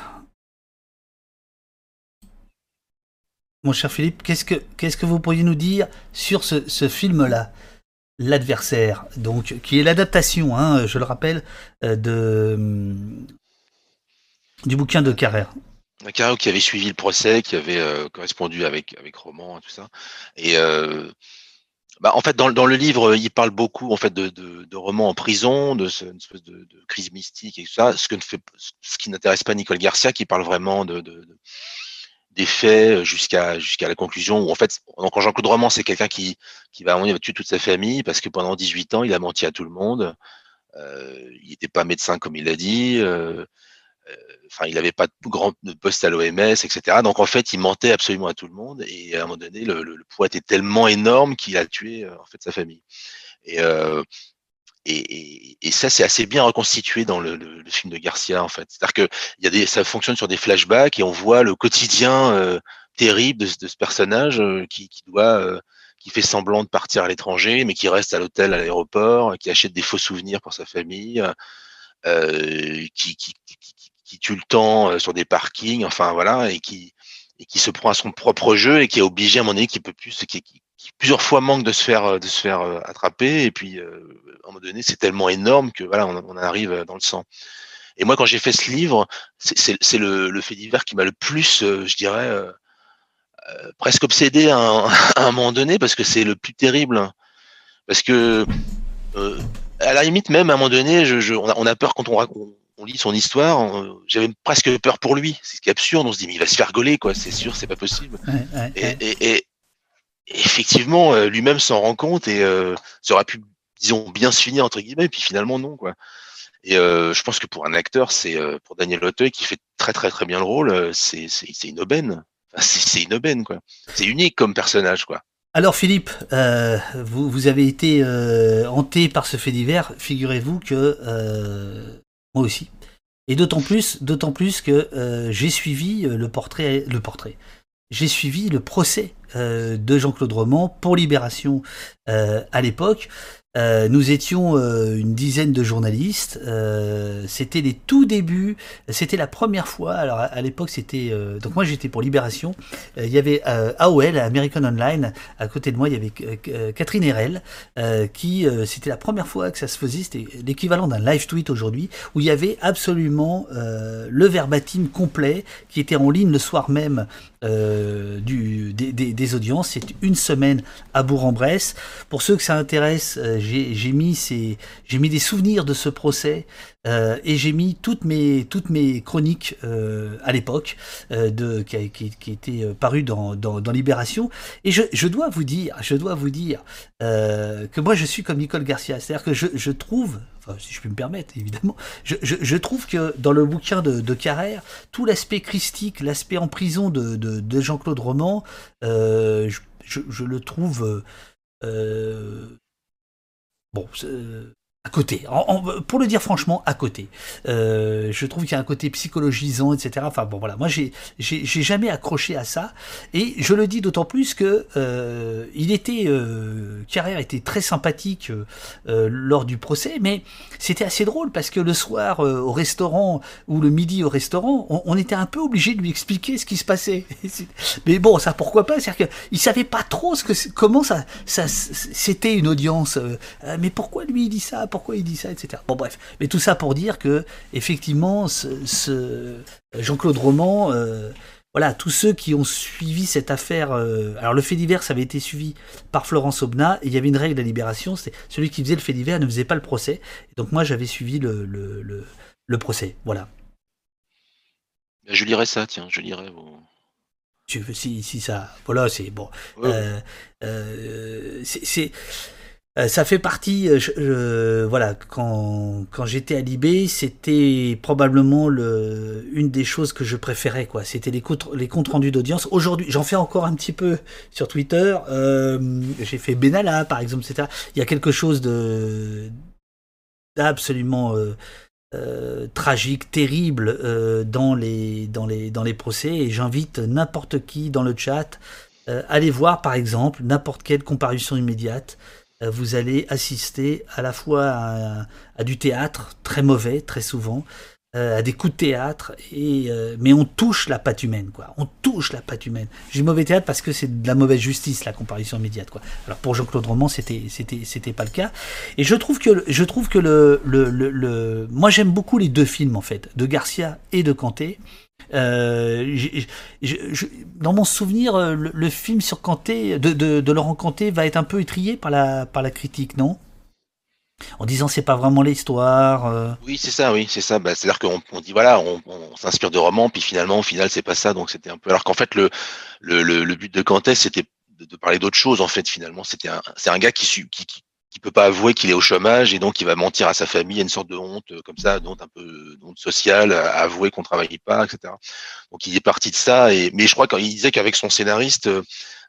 Mon cher Philippe, qu'est-ce que, qu'est-ce que vous pourriez nous dire sur ce, ce film-là, L'Adversaire, donc, qui est l'adaptation, hein, je le rappelle, euh, de, du bouquin de Carrère. Carrère qui avait suivi le procès, qui avait euh, correspondu avec, avec Roman et tout ça. Et euh, bah, en fait, dans, dans le livre, il parle beaucoup en fait, de, de, de Roman en prison, de ce, une espèce de, de crise mystique et tout ça, ce, que ne fait, ce qui n'intéresse pas Nicole Garcia, qui parle vraiment de... de, de des faits jusqu'à jusqu'à la conclusion où en fait quand Jean-Claude Roman c'est quelqu'un qui qui va, il va tuer toute sa famille parce que pendant dix-huit ans il a menti à tout le monde, euh, il n'était pas médecin comme il l'a dit, euh, euh, enfin il n'avait pas de grand de poste à l'O M S, et cetera. Donc en fait il mentait absolument à tout le monde et à un moment donné le, le, le poids était tellement énorme qu'il a tué euh, en fait sa famille. Et euh, Et, et, et ça, c'est assez bien reconstitué dans le, le, le film de Garcia, en fait. C'est-à-dire que il y a des, ça fonctionne sur des flashbacks et on voit le quotidien euh, terrible de, de ce personnage euh, qui, qui doit, euh, qui fait semblant de partir à l'étranger, mais qui reste à l'hôtel, à l'aéroport, qui achète des faux souvenirs pour sa famille, euh, qui, qui, qui, qui tue le temps euh, sur des parkings, enfin voilà, et qui, et qui se prend à son propre jeu et qui est obligé à un moment donné, qui peut plus, qui, qui, qui plusieurs fois manque de se faire, de se faire euh, attraper, et puis euh, à un moment donné, c'est tellement énorme que voilà, on, on arrive dans le sang. Et moi, quand j'ai fait ce livre, c'est le, le fait divers qui m'a le plus, euh, je dirais, euh, euh, presque obsédé à un, à un moment donné, parce que c'est le plus terrible. Parce que, euh, à la limite, même à un moment donné, je, je, on, a, on a peur quand on, on, on lit son histoire. J'avais presque peur pour lui. C'est ce qui est absurde. On se dit, mais il va se faire gauler, quoi. C'est sûr, c'est pas possible. Ouais, ouais, et, ouais. Et, et, et effectivement, euh, lui-même s'en rend compte et euh, ça aurait pu, disons, bien se finir entre guillemets. Et puis finalement, non, quoi. Et euh, je pense que pour un acteur, c'est euh, pour Daniel Auteuil qui fait très très très bien le rôle, euh, c'est une aubaine. Enfin, c'est une aubaine, quoi. C'est unique comme personnage, quoi. Alors Philippe, euh, vous, vous avez été euh, hanté par ce fait divers. Figurez-vous que euh, moi aussi. Et d'autant plus, d'autant plus que euh, j'ai suivi le portrait, le portrait. J'ai suivi le procès euh, de Jean-Claude Roman pour Libération euh, à l'époque. Euh, nous étions euh, une dizaine de journalistes. Euh, c'était les tout débuts. C'était la première fois. Alors à, à l'époque, c'était euh, donc moi j'étais pour Libération. Euh, il y avait euh, A O L, American Online. À côté de moi, il y avait euh, Catherine Herel, euh, qui euh, c'était la première fois que ça se faisait. C'était l'équivalent d'un live tweet aujourd'hui, où il y avait absolument euh, le verbatim complet qui était en ligne le soir même euh, du des, des, des audiences. C'est une semaine à Bourg-en-Bresse. Pour ceux que ça intéresse. Euh, j'ai mis ces, j'ai mis des souvenirs de ce procès euh, et j'ai mis toutes mes toutes mes chroniques euh, à l'époque euh, de qui, qui, qui étaient parues dans, dans, dans Libération et je, je dois vous dire je dois vous dire euh, que moi je suis comme Nicole Garcia, c'est-à-dire que je, je trouve, enfin si je peux me permettre évidemment, je, je, je trouve que dans le bouquin de, de Carrère, tout l'aspect christique, l'aspect en prison de, de, de Jean-Claude Roman, euh, je, je, je le trouve euh, bon, à côté. En, en, pour le dire franchement, à côté. Euh, je trouve qu'il y a un côté psychologisant, et cetera. Enfin bon, voilà. Moi, j'ai, j'ai, j'ai jamais accroché à ça. Et je le dis d'autant plus que euh, il était, euh, Carrère était très sympathique euh, lors du procès, mais c'était assez drôle parce que le soir euh, au restaurant ou le midi au restaurant, on, on était un peu obligé de lui expliquer ce qui se passait. Mais bon, ça pourquoi pas, c'est-à-dire qu'il savait pas trop ce que, comment ça, ça, c'était une audience. Euh, mais pourquoi lui il dit ça? Pourquoi il dit ça, et cetera. Bon bref, mais tout ça pour dire que effectivement, ce, ce Jean-Claude Roman, euh, voilà, tous ceux qui ont suivi cette affaire, euh, alors le fait divers ça avait été suivi par Florence Aubenas, et il y avait une règle à Libération, c'était celui qui faisait le fait divers ne faisait pas le procès. Et donc moi j'avais suivi le, le, le, le procès, voilà. Je lirai ça, tiens, je lirai vos... Tu veux si, si ça, voilà, c'est bon. Ouais. Euh, euh, c'est, c'est ça fait partie, je, je, voilà, quand, quand j'étais à Libé, c'était probablement le, une des choses que je préférais, quoi. C'était les comptes, les comptes rendus d'audience. Aujourd'hui, j'en fais encore un petit peu sur Twitter. Euh, j'ai fait Benalla, par exemple, et cetera. Il y a quelque chose de d'absolument euh, euh, tragique, terrible euh, dans les dans les dans les procès. Et j'invite n'importe qui dans le chat euh, à aller voir, par exemple, n'importe quelle comparution immédiate. Vous allez assister à la fois à, à du théâtre, très mauvais, très souvent, euh, à des coups de théâtre, et, euh, mais on touche la patte humaine, quoi. On touche la patte humaine. J'ai mauvais théâtre parce que c'est de la mauvaise justice, la comparution immédiate, quoi. Alors pour Jean-Claude Roman, c'était, c'était, c'était pas le cas. Et je trouve que, je trouve que le, le, le, le, moi j'aime beaucoup les deux films, en fait, de Garcia et de Canté. Euh, j', j', j', dans mon souvenir, le, le film sur Canté, de, de, de Laurent Canté va être un peu étrillé par la, par la critique, non? En disant c'est pas vraiment l'histoire. Euh... Oui, c'est ça, oui, c'est ça. Bah, c'est-à-dire qu'on on dit voilà, on, on s'inspire de romans, puis finalement, au final, c'est pas ça. Donc c'était un peu. Alors qu'en fait, le, le, le, le but de Canté, c'était de, de parler d'autre chose. En fait, finalement, c'était un, c'est un gars qui, qui, qui qui peut pas avouer qu'il est au chômage et donc il va mentir à sa famille. Il y a une sorte de honte comme ça, honte un peu de honte sociale, à avouer qu'on travaille pas, et cetera. Donc il est parti de ça. Et mais je crois qu'il disait qu'avec son scénariste, euh,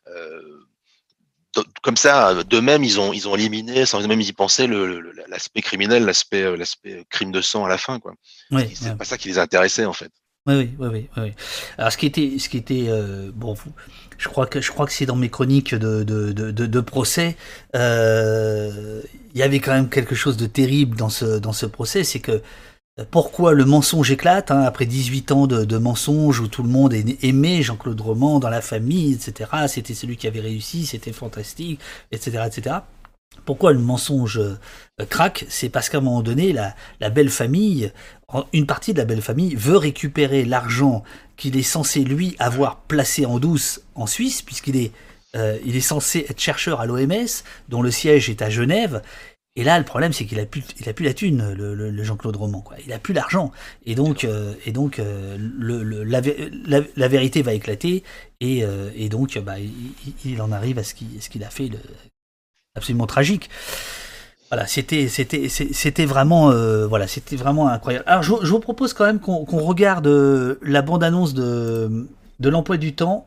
comme ça, d'eux-mêmes, ils ont ils ont éliminé, sans même y penser, le, le, l'aspect criminel, l'aspect l'aspect crime de sang à la fin, quoi. Oui, c'est ouais. pas ça qui les intéressait en fait. Oui, oui, oui, oui, oui. Alors ce qui était, ce qui était, euh, bon, je crois que je crois que c'est dans mes chroniques de de de, de, de procès. Euh, il y avait quand même quelque chose de terrible dans ce dans ce procès, c'est que pourquoi le mensonge éclate, hein, après dix-huit ans de, de mensonges où tout le monde aimait Jean-Claude Roman dans la famille, et cetera. C'était celui qui avait réussi, c'était fantastique, et cetera, et cetera. Pourquoi le mensonge euh, craque? C'est parce qu'à un moment donné, la, la belle famille, une partie de la belle famille veut récupérer l'argent qu'il est censé lui avoir placé en douce en Suisse, puisqu'il est, euh, il est censé être chercheur à l'O M S, dont le siège est à Genève. Et là, le problème, c'est qu'il a plus, il a plus la thune, le, le, le Jean-Claude Roman, quoi. Il a plus l'argent. Et donc, euh, et donc, euh, le, le, la, la, la vérité va éclater. Et, euh, et donc, bah, il, il en arrive à ce qu'il, ce qu'il a fait, le, absolument tragique. Voilà, c'était, c'était, c'était vraiment, euh, voilà, c'était vraiment incroyable. Alors, je, je vous propose quand même qu'on, qu'on regarde la bande-annonce de, de l'emploi du temps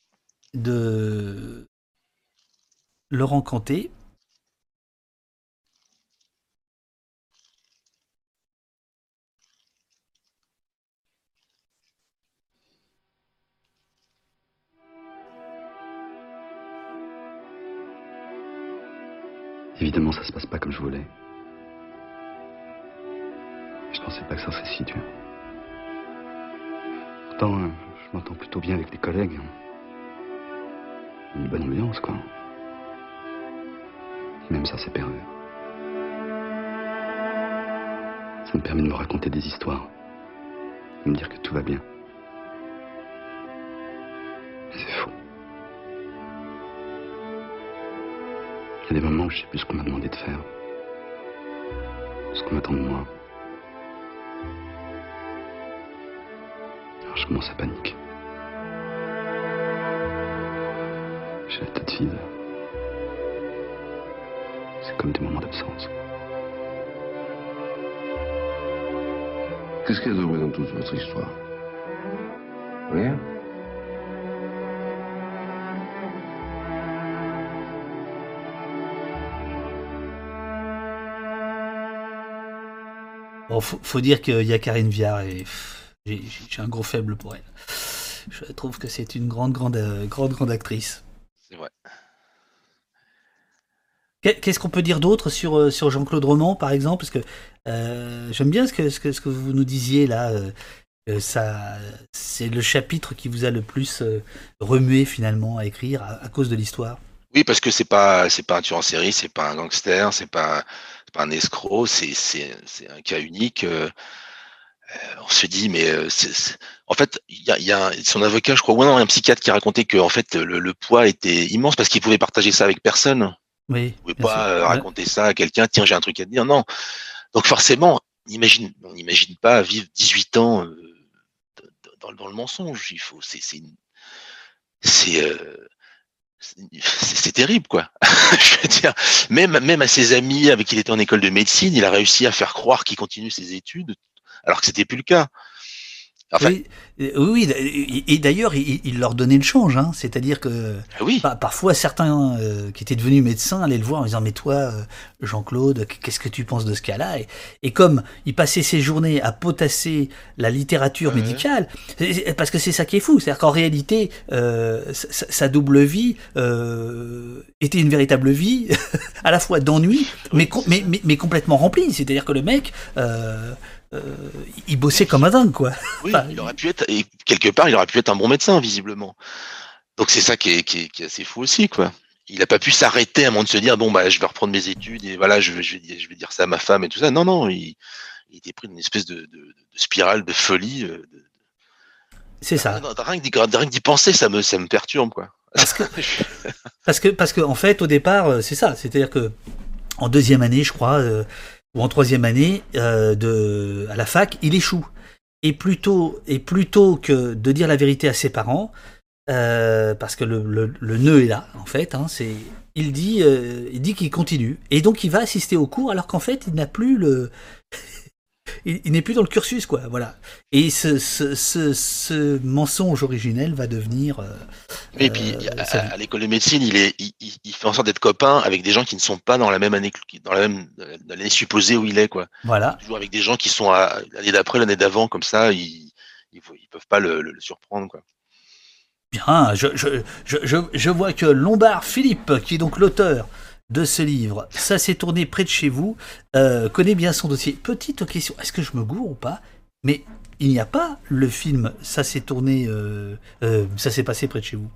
de Laurent Canté. Évidemment, ça se passe pas comme je voulais. Je pensais pas que ça serait si dur. Pourtant, je m'entends plutôt bien avec les collègues. Une bonne ambiance, quoi. Et même ça, c'est perdu. Ça me permet de me raconter des histoires. De me dire que tout va bien. C'est faux. Il y a des moments où je sais plus ce qu'on m'a demandé de faire. Ce qu'on attend de moi. Alors je commence à paniquer. J'ai la tête vide. C'est comme des moments d'absence. Qu'est-ce qu'il y a de vrai dans toute votre histoire? Rien? Bon, faut, faut dire qu'il y a Karine Viard et pff, j'ai, j'ai un gros faible pour elle. Je trouve que c'est une grande, grande, euh, grande, grande actrice. C'est vrai. Qu'est-ce qu'on peut dire d'autre sur, sur Jean-Claude Roman, par exemple? Parce que euh, j'aime bien ce que, ce, que, ce que vous nous disiez là. Euh, euh, ça, c'est le chapitre qui vous a le plus euh, remué finalement à écrire à, à cause de l'histoire. Oui, parce que c'est pas, c'est pas un tueur en série, c'est pas un gangster, c'est pas, c'est pas un escroc, c'est, c'est, c'est un cas unique. Euh, on se dit, mais euh, c'est, c'est... en fait, il y a, y a son avocat, je crois, ou non, un psychiatre qui racontait que en fait le, le poids était immense parce qu'il pouvait partager ça avec personne. Oui, vous pouvez pas sûr. raconter ouais. ça à quelqu'un, tiens, j'ai un truc à te dire. Non. Donc forcément, on imagine, on n'imagine pas vivre dix-huit ans euh, dans, dans le mensonge. Il faut, c'est, c'est, c'est, euh, c'est, c'est terrible, quoi. Je veux dire, même, même à ses amis avec qui il était en école de médecine, il a réussi à faire croire qu'il continue ses études, alors que c'était plus le cas. Enfin, oui, oui, et d'ailleurs, il, il leur donnait le change, hein. C'est-à-dire que oui. bah, parfois certains euh, qui étaient devenus médecins allaient le voir en disant mais toi, euh, Jean-Claude, qu'est-ce que tu penses de ce cas-là? et, et comme il passait ses journées à potasser la littérature ouais. médicale, parce que c'est ça qui est fou, c'est-à-dire qu'en réalité, euh, sa, sa double vie euh, était une véritable vie, à la fois d'ennui, oui, mais, mais, mais, mais complètement remplie. C'est-à-dire que le mec... Euh, Euh, il bossait comme un dingue, quoi. Oui, enfin, il aurait pu être, et quelque part, il aurait pu être un bon médecin, visiblement. Donc c'est ça qui est, qui est, qui est assez fou aussi, quoi. Il n'a pas pu s'arrêter à un moment de se dire, bon, bah, je vais reprendre mes études et voilà, je vais, je vais, je vais dire ça à ma femme et tout ça. Non, non, il, il était pris dans une espèce de, de, de spirale de folie. De, de... C'est ça. Non, rien que d'y, rien que d'y penser, ça me, ça me perturbe, quoi. Parce que, parce que, parce que, en fait, au départ, c'est ça. C'est-à-dire que, en deuxième année, je crois, euh, ou en troisième année euh, de, à la fac, il échoue. Et plutôt, et plutôt que de dire la vérité à ses parents, euh, parce que le, le, le nœud est là, en fait, hein, c'est, il dit, euh, il dit qu'il continue. Et donc il va assister au cours, alors qu'en fait, il n'a plus le... il, il n'est plus dans le cursus, quoi, voilà. Et ce, ce, ce, ce mensonge originel va devenir... Euh, Et puis, euh, à, à l'école de médecine, il, est, il, il fait en sorte d'être copain avec des gens qui ne sont pas dans la même année, dans la même dans l'année supposée où il est, quoi. Voilà. Toujours avec des gens qui sont à, l'année d'après, l'année d'avant, comme ça, ils ils, ils peuvent pas le, le, le surprendre, quoi. Bien, je, je, je, je, je vois que Lombard Philippe, qui est donc l'auteur de ce livre, ça s'est tourné près de chez vous, euh, connaît bien son dossier. Petite question, est-ce que je me gourre ou pas? Mais il n'y a pas le film ça s'est tourné, euh, euh, ça s'est passé près de chez vous?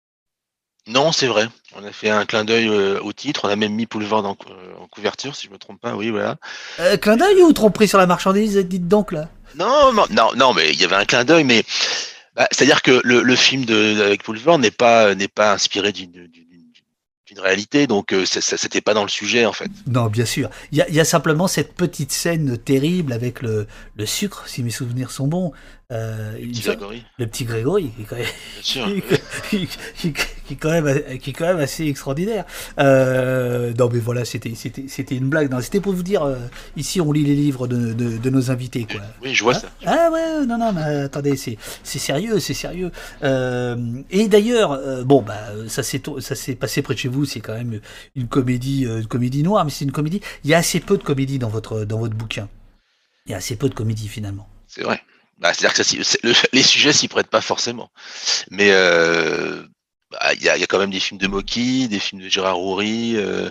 Non, c'est vrai. On a fait un clin d'œil euh, au titre. On a même mis Boulevard en, euh, en couverture, si je me trompe pas. Oui, voilà. Euh, clin d'œil ou tromperie sur la marchandise, dites donc là. Non, non, non, non, mais il y avait un clin d'œil, mais bah, c'est-à-dire que le, le film de avec Boulevard n'est pas n'est pas inspiré d'une, d'une, d'une réalité, donc euh, ça, ça, c'était pas dans le sujet en fait. Non, bien sûr. Il y a, il y a simplement cette petite scène terrible avec le, le sucre, si mes souvenirs sont bons. Euh, le, petit Grégory. le petit Grégory, qui est quand même, bien sûr. qui, qui, qui, qui, est quand même, qui est quand même assez extraordinaire. Euh, non, mais voilà, c'était, c'était, c'était une blague. Non, c'était pour vous dire, euh, ici, on lit les livres de, de, de nos invités, quoi. Oui, je vois ah, ça. Ah ouais, non, non, mais attendez, c'est, c'est sérieux, c'est sérieux. Euh, et d'ailleurs, euh, bon, bah, ça s'est, ça s'est passé près de chez vous. C'est quand même une comédie, une comédie noire, mais c'est une comédie. Il y a assez peu de comédie dans votre, dans votre bouquin. Il y a assez peu de comédie finalement. C'est vrai. Bah, c'est-à-dire que ça, c'est, le, les sujets s'y prêtent pas forcément. Mais euh, bah, y, a, y a quand même des films de Mocky, des films de Gérard Houry, euh,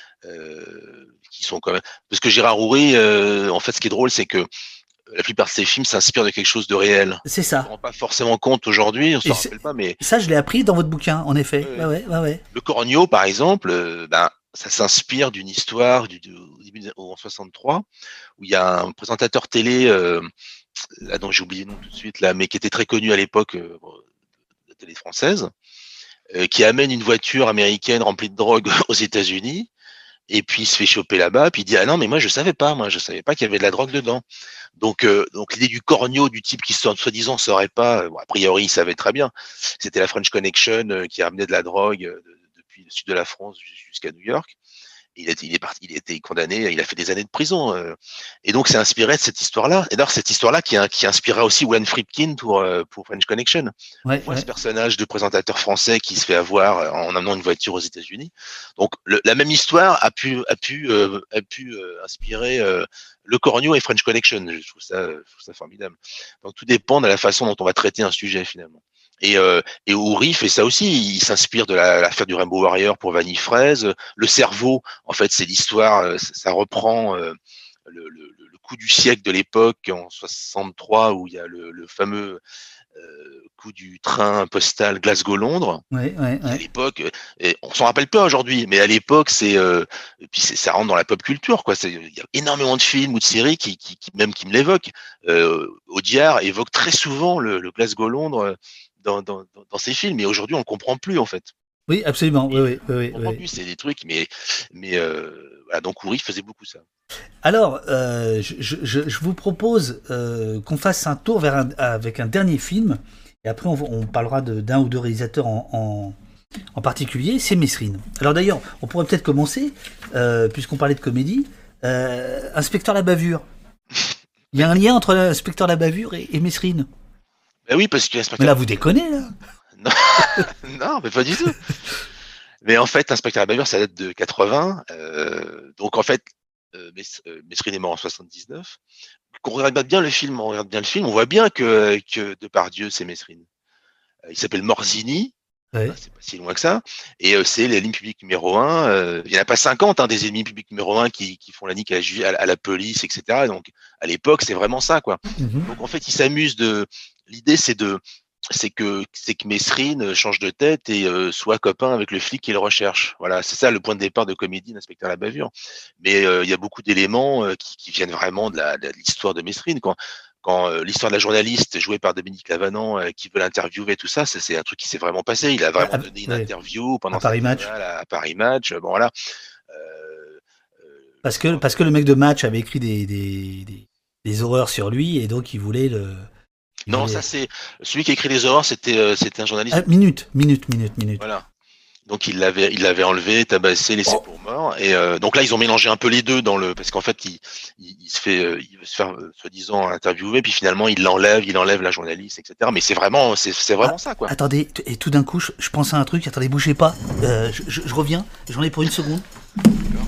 euh, qui sont quand même. Parce que Gérard Houry, euh, en fait, ce qui est drôle, c'est que la plupart de ses films s'inspirent de quelque chose de réel. C'est ça. On ne se rend pas forcément compte aujourd'hui, on s'en rappelle pas, mais. Ça, je l'ai appris dans votre bouquin, en effet. Euh, ouais, ouais, ouais. Le Cornio, par exemple, euh, ben, ça s'inspire d'une histoire du, du, au début de, en soixante-trois, où il y a un présentateur télé. Euh, là dont j'ai oublié le nom tout de suite là, mais qui était très connu à l'époque euh, de la télé française, euh, qui amène une voiture américaine remplie de drogue aux États-Unis, et puis il se fait choper là-bas, puis il dit ah non mais moi je savais pas, moi je savais pas qu'il y avait de la drogue dedans. Donc euh, donc l'idée du cornio, du type qui soi-disant saurait pas, bon, a priori il savait très bien, c'était la French Connection euh, qui ramenait de la drogue euh, de, depuis le sud de la France jusqu'à New York. Il, est, il est parti, il a été condamné, il a fait des années de prison. Euh, et donc, c'est inspiré de cette histoire-là. Et d'ailleurs, cette histoire-là qui, qui inspirera aussi William Friedkin pour, euh, pour French Connection. Ouais, On voit ouais. ce personnage de présentateur français qui se fait avoir en amenant une voiture aux États-Unis. Donc, le, la même histoire a pu, a pu, euh, a pu euh, inspirer euh, Le Cornio et French Connection. Je trouve ça, je trouve ça formidable. Donc, tout dépend de la façon dont on va traiter un sujet, finalement. Et, euh, et Uri fait ça aussi, il s'inspire de la, l'affaire du Rainbow Warrior pour Vanille Fraise. Le cerveau, en fait, c'est l'histoire, ça reprend euh, le, le, le coup du siècle de l'époque en soixante-trois où il y a le, le fameux euh, coup du train postal Glasgow-Londres. Ouais, ouais, ouais. À l'époque, et on s'en rappelle pas aujourd'hui, mais à l'époque, c'est, euh, et puis c'est, ça rentre dans la pop culture, quoi. C'est, il y a énormément de films ou de séries qui, qui, qui même qui me l'évoquent. Euh, Audiard évoque très souvent le, le Glasgow-Londres. Dans, dans, dans ces films, mais aujourd'hui on ne comprend plus en fait. Oui, absolument. Oui, oui, oui, on ne comprend oui. plus, c'est des trucs, mais, mais euh, voilà, donc Uri faisait beaucoup ça. Alors, euh, je, je, je vous propose euh, qu'on fasse un tour vers un, avec un dernier film, et après on, on parlera de, d'un ou deux réalisateurs en, en, en particulier, c'est Mesrine. Alors d'ailleurs, on pourrait peut-être commencer, euh, puisqu'on parlait de comédie, euh, Inspecteur la bavure. Il y a un lien entre Inspecteur la bavure et, et Mesrine. Ben oui, parce que l'inspecteur... Mais là, vous déconnez, là. Non, non, mais pas du tout. Mais en fait, Inspecteur la bavure, ça date de quatre-vingts. Euh, donc en fait, euh, Mesrine est mort en soixante-dix-neuf. Quand on regarde bien le film, on regarde bien le film, on voit bien que, que Depardieu, c'est Mesrine. Euh, il s'appelle Morzini. Ouais. C'est pas si loin que ça. Et euh, c'est l'ennemi public numéro un. Euh, il n'y en a pas cinquante, hein, des ennemis publics numéro un qui, qui font la nique à la, à, à la police, et cetera. Donc à l'époque, c'est vraiment ça, quoi. Mm-hmm. Donc en fait, il s'amuse de... L'idée, c'est de, c'est que, c'est que Mesrine change de tête et euh, soit copain avec le flic qui le recherche. Voilà, c'est ça le point de départ de comédie d'Inspecteur la bavure. Mais il euh, y a beaucoup d'éléments euh, qui, qui viennent vraiment de, la, de l'histoire de Mesrine. Quand, quand euh, l'histoire de la journaliste jouée par Dominique Lavanant euh, qui veut l'interviewer, tout ça, c'est, c'est un truc qui s'est vraiment passé. Il a vraiment ah, donné une ouais. interview pendant à Paris Match. À, à Paris Match. Bon voilà. Euh, euh, parce que parce que le mec de Match avait écrit des des, des, des horreurs sur lui et donc il voulait le Non, ça c'est celui qui a écrit les horreurs, c'était euh, c'était un journaliste. Ah, minute, minute, minute, minute. Voilà. Donc il l'avait il l'avait enlevé, tabassé, laissé oh. pour mort. Et euh, donc là ils ont mélangé un peu les deux dans le parce qu'en fait il, il, il se fait euh, il veut se faire euh, soi-disant interviewer, puis finalement il l'enlève, il enlève la journaliste, et cetera. Mais c'est vraiment c'est c'est vraiment ah, ça quoi. Attendez, et tout d'un coup je, je pense à un truc. Attendez, bougez pas. Euh, je, je, je reviens. J'en ai pour une seconde. D'accord.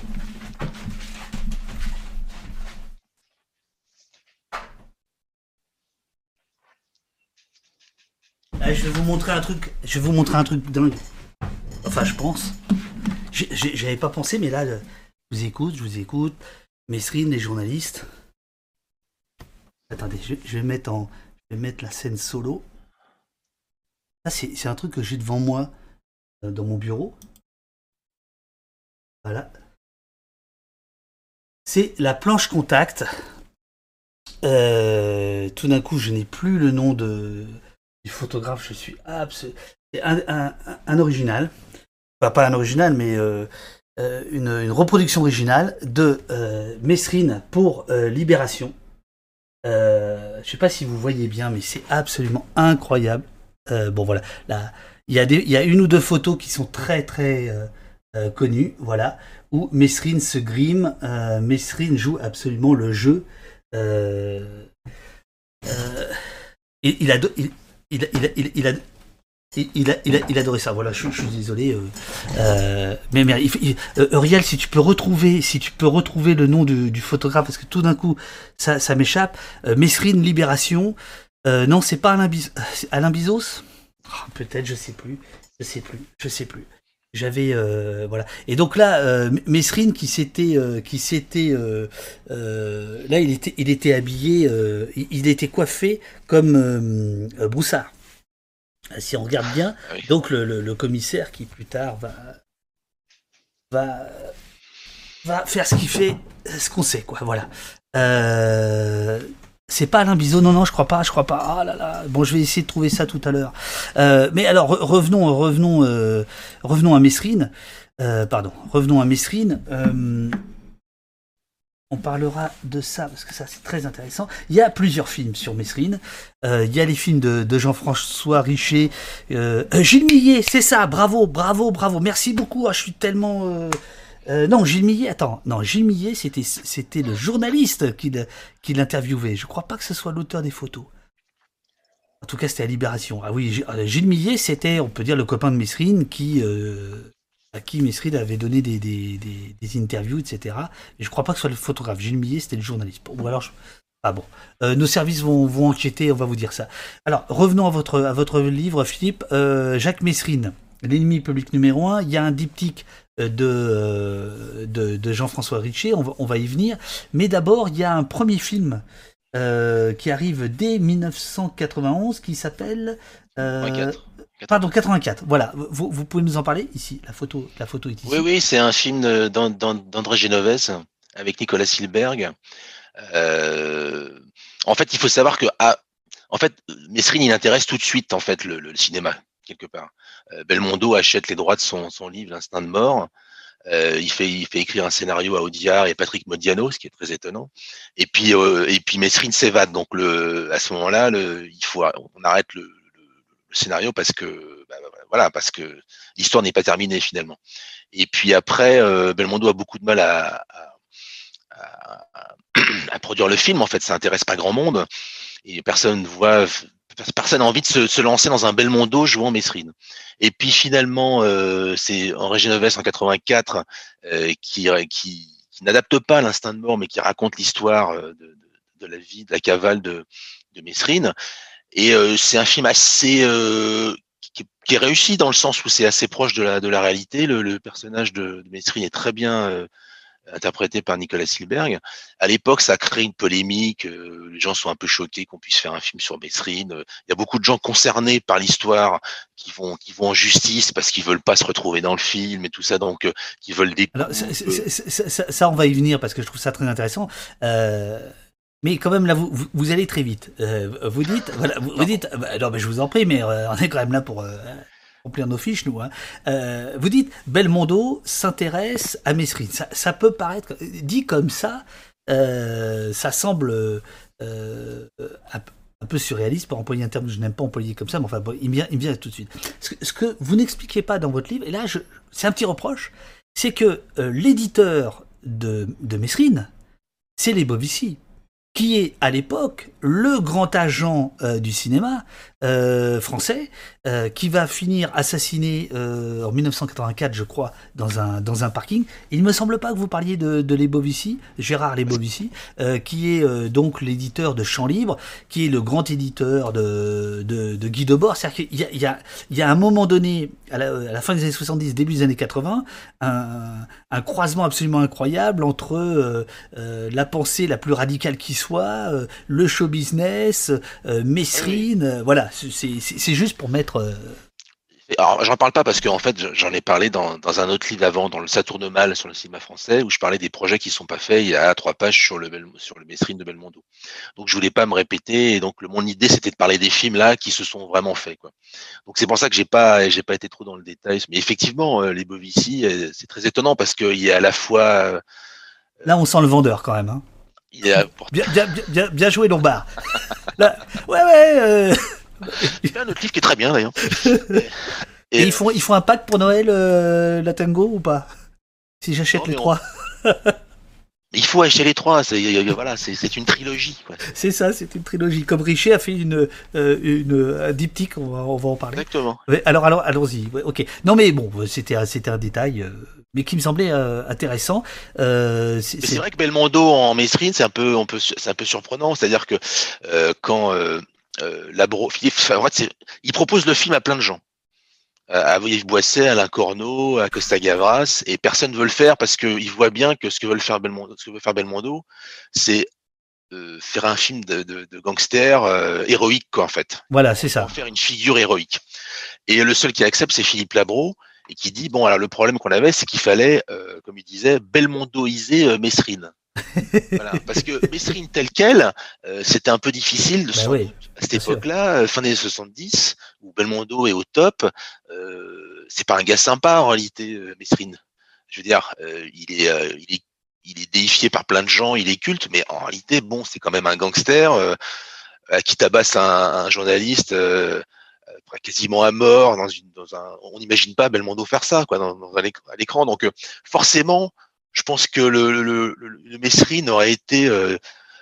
Je vais vous montrer un truc. Je vais vous montrer un truc dingue. Enfin, je pense. J'ai, j'avais pas pensé, mais là, je vous écoute, je vous écoute. Mesrine, les journalistes. Attendez, je, je vais mettre en, je vais mettre la scène solo. Là, c'est, c'est un truc que j'ai devant moi euh, dans mon bureau. Voilà. C'est la planche contact. Euh, tout d'un coup, je n'ai plus le nom de. Du photographe, je suis absolument... C'est un, un, un original, enfin, pas un original, mais euh, une, une reproduction originale de euh, Mesrine pour euh, Libération. Euh, je ne sais pas si vous voyez bien, mais c'est absolument incroyable. Euh, bon, voilà. Là, il y a des, il y a une ou deux photos qui sont très, très euh, euh, connues, voilà, où Mesrine se grime. Euh, Mesrine joue absolument le jeu. Euh, euh, il, il a... Il, Il a, il, a, il, a, il, a, il, a, il a adoré ça. Voilà, je, je suis désolé. Euh, euh, mais mais il, il, euh, Uriel, si tu peux retrouver, si tu peux retrouver le nom du, du photographe, parce que tout d'un coup, ça, ça m'échappe. Euh, Mesrine Libération. Euh, non, c'est pas Alain, Biz, Alain Bizos. Oh, peut-être, je sais plus. Je sais plus. Je sais plus. J'avais euh, voilà. Et donc là, euh, Mesrine qui s'était, euh, qui s'était, euh, euh, là il était, il était habillé, euh, il, il était coiffé comme euh, Broussard. Si on regarde bien, oui. Donc le, le, le commissaire qui plus tard va, va, va faire ce qu'il fait, ce qu'on sait quoi. Voilà. Euh, C'est pas Alain Bizot, non, non, je crois pas, je crois pas. Ah là là, bon, je vais essayer de trouver ça tout à l'heure. Euh, mais alors, revenons, revenons, euh, revenons à Mesrine. Euh, pardon, revenons à Mesrine. Euh, on parlera de ça, parce que ça, c'est très intéressant. Il y a plusieurs films sur Mesrine. Euh, il y a les films de, de Jean-François Richer. Euh, Gilles Millet, c'est ça, bravo, bravo, bravo. Merci beaucoup, ah, je suis tellement... Euh, Euh, non, Gilles Millet, attends, non, Gilles Millet, c'était, c'était le journaliste qui, le- qui l'interviewait. Je crois pas que ce soit l'auteur des photos. En tout cas, c'était à Libération. Ah oui, G- euh, Gilles Millet, c'était, on peut dire, le copain de Mesrine qui, euh, à qui Mesrine avait donné des, des, des, des interviews, et cetera. Et je crois pas que ce soit le photographe. Gilles Millet, c'était le journaliste. Ou alors, je- ah bon. Euh, nos services vont, vont enquêter, on va vous dire ça. Alors, revenons à votre, à votre livre, Philippe. Euh, Jacques Mesrine, l'ennemi public numéro un. Il y a un diptyque euh, de, euh, de, de Jean-François Richer, on va, on va y venir. Mais d'abord, il y a un premier film euh, qui arrive dès dix-neuf cent quatre-vingt-onze qui s'appelle... euh, quatre-vingt-quatre. Pardon, quatre-vingt-quatre. Voilà, vous, vous pouvez nous en parler ici. La photo, la photo est ici. Oui, oui, c'est un film de- d'An- d'An- d'André Genovès avec Nicolas Silberg. Euh, en fait, il faut savoir que, ah, en fait, Mesrine, il intéresse tout de suite en fait le, le cinéma quelque part. Euh, Belmondo achète les droits de son, son livre L'Instinct de mort. Euh, il fait, il fait écrire un scénario à Audiard et Patrick Modiano, ce qui est très étonnant. Et puis, euh, et puis Mesrine s'évade. Donc, le, à ce moment-là, le, il faut, on arrête le, le, le scénario parce que, bah, voilà, parce que l'histoire n'est pas terminée finalement. Et puis après, euh, Belmondo a beaucoup de mal à, à, à, à produire le film. En fait, ça intéresse pas grand monde et personne voit. Personne n'a envie de se, se lancer dans un Belmondo jouant Mesrine. Et puis finalement, euh, c'est Henri Genovès en quatre-vingt-quatre euh, qui, qui, qui n'adapte pas L'Instinct de mort, mais qui raconte l'histoire de, de, de la vie, de la cavale de, de Mesrine. Et euh, c'est un film assez euh, qui, qui est réussi dans le sens où c'est assez proche de la, de la réalité. Le, le personnage de, de Mesrine est très bien euh, interprété par Nicolas Silberg. À l'époque, ça a créé une polémique. Euh, les gens sont un peu choqués qu'on puisse faire un film sur Mesrine. Euh, il y a beaucoup de gens concernés par l'histoire qui vont, qui vont en justice parce qu'ils veulent pas se retrouver dans le film et tout ça, donc euh, qui veulent des. Alors, c'est- c'est- c'est- ça, ça, on va y venir parce que je trouve ça très intéressant. Euh, mais quand même, là, vous, vous, vous allez très vite. Euh, vous dites, voilà, vous, vous dites, bah, non, mais je vous en prie, mais euh, on est quand même là pour euh, remplir nos fiches, nous. Hein. Euh, vous dites, Belmondo s'intéresse à Mesrine. Ça, ça peut paraître, dit comme ça, euh, ça semble euh, un, un peu surréaliste, pour employer un terme que je n'aime pas employer comme ça, mais enfin, bon, il me vient, il me vient tout de suite. Ce que, ce que vous n'expliquez pas dans votre livre, et là, je, c'est un petit reproche, c'est que euh, l'éditeur de, de Mesrine, c'est les Bovici, qui est à l'époque le grand agent euh, du cinéma euh, français, euh, qui va finir assassiné euh, en dix-neuf cent quatre-vingt-quatre, je crois, dans un, dans un parking. Il ne me semble pas que vous parliez de, de Lebovici, Gérard Lebovici, euh, qui est euh, donc l'éditeur de Champs Libres, qui est le grand éditeur de, de, de Guy Debord. C'est-à-dire qu'il y a, il y, a, il y a un moment donné, à la, à la fin des années soixante-dix, début des années quatre-vingts, un, un croisement absolument incroyable entre euh, euh, la pensée la plus radicale qui soit, euh, le show business, euh, Mesrine, euh, voilà, c'est, c'est, c'est juste pour mettre... Euh... Alors, j'en parle pas parce qu'en fait, j'en ai parlé dans, dans un autre livre avant, dans le Ça tourne mal sur le cinéma français, où je parlais des projets qui sont pas faits. Il y a trois pages sur le, Bel, sur le Mesrine de Belmondo. Donc, je voulais pas me répéter. Et donc, le, mon idée, c'était de parler des films là qui se sont vraiment faits, quoi. Donc, c'est pour ça que j'ai pas, j'ai pas été trop dans le détail. Mais effectivement, les Bovici, c'est très étonnant parce qu'il y a à la fois. Là, on sent le vendeur quand même. Hein. Il y a... bien, bien, bien, bien joué, Lombard. Là, ouais, ouais. Euh... Il y a un autre livre qui est très bien d'ailleurs. Et, Et ils font, ils font un pack pour Noël, euh, la Tango ou pas? Si j'achète les trois. On... Il faut acheter les trois. C'est, voilà, c'est, c'est une trilogie. Quoi. C'est ça, c'est une trilogie. Comme Richer a fait une, euh, une un diptyque, on va, on va en parler. Exactement. Ouais, alors, alors, allons-y. Ouais, ok. Non, mais bon, c'était, c'était un détail. Euh... mais qui me semblait euh, intéressant. Euh, c'est, c'est vrai que Belmondo en Mesrine, c'est un peu, on peut, c'est un peu surprenant. C'est-à-dire que euh, quand euh, euh, Labro, Philippe Favret, il propose le film à plein de gens, à Yves Boisset, Alain Corneau, à Costa Gavras, et personne ne veut le faire parce qu'il voit bien que ce que veut faire Belmondo, ce que veut faire Belmondo, c'est euh, faire un film de, de, de gangster euh, héroïque, quoi, en fait. Voilà, c'est ça. Faire une figure héroïque. Et le seul qui accepte, c'est Philippe Labro. Et qui dit, bon, alors le problème qu'on avait, c'est qu'il fallait, euh, comme il disait, belmondoiser euh, Mesrine. Voilà, parce que Mesrine tel quel, euh, c'était un peu difficile de bah oui, à cette époque-là, fin des années soixante-dix, où Belmondo est au top. Euh, c'est pas un gars sympa en réalité, euh, Mesrine. Je veux dire, euh, il est, euh, il est, il est déifié par plein de gens, il est culte, mais en réalité, bon, c'est quand même un gangster euh, qui tabasse un, un journaliste. Euh, quasiment à mort, dans une, dans un, on n'imagine pas Belmondo faire ça, quoi, dans, dans un écran, à l'écran. Donc, euh, forcément, je pense que le, le, le, le Mesrine aurait été, euh,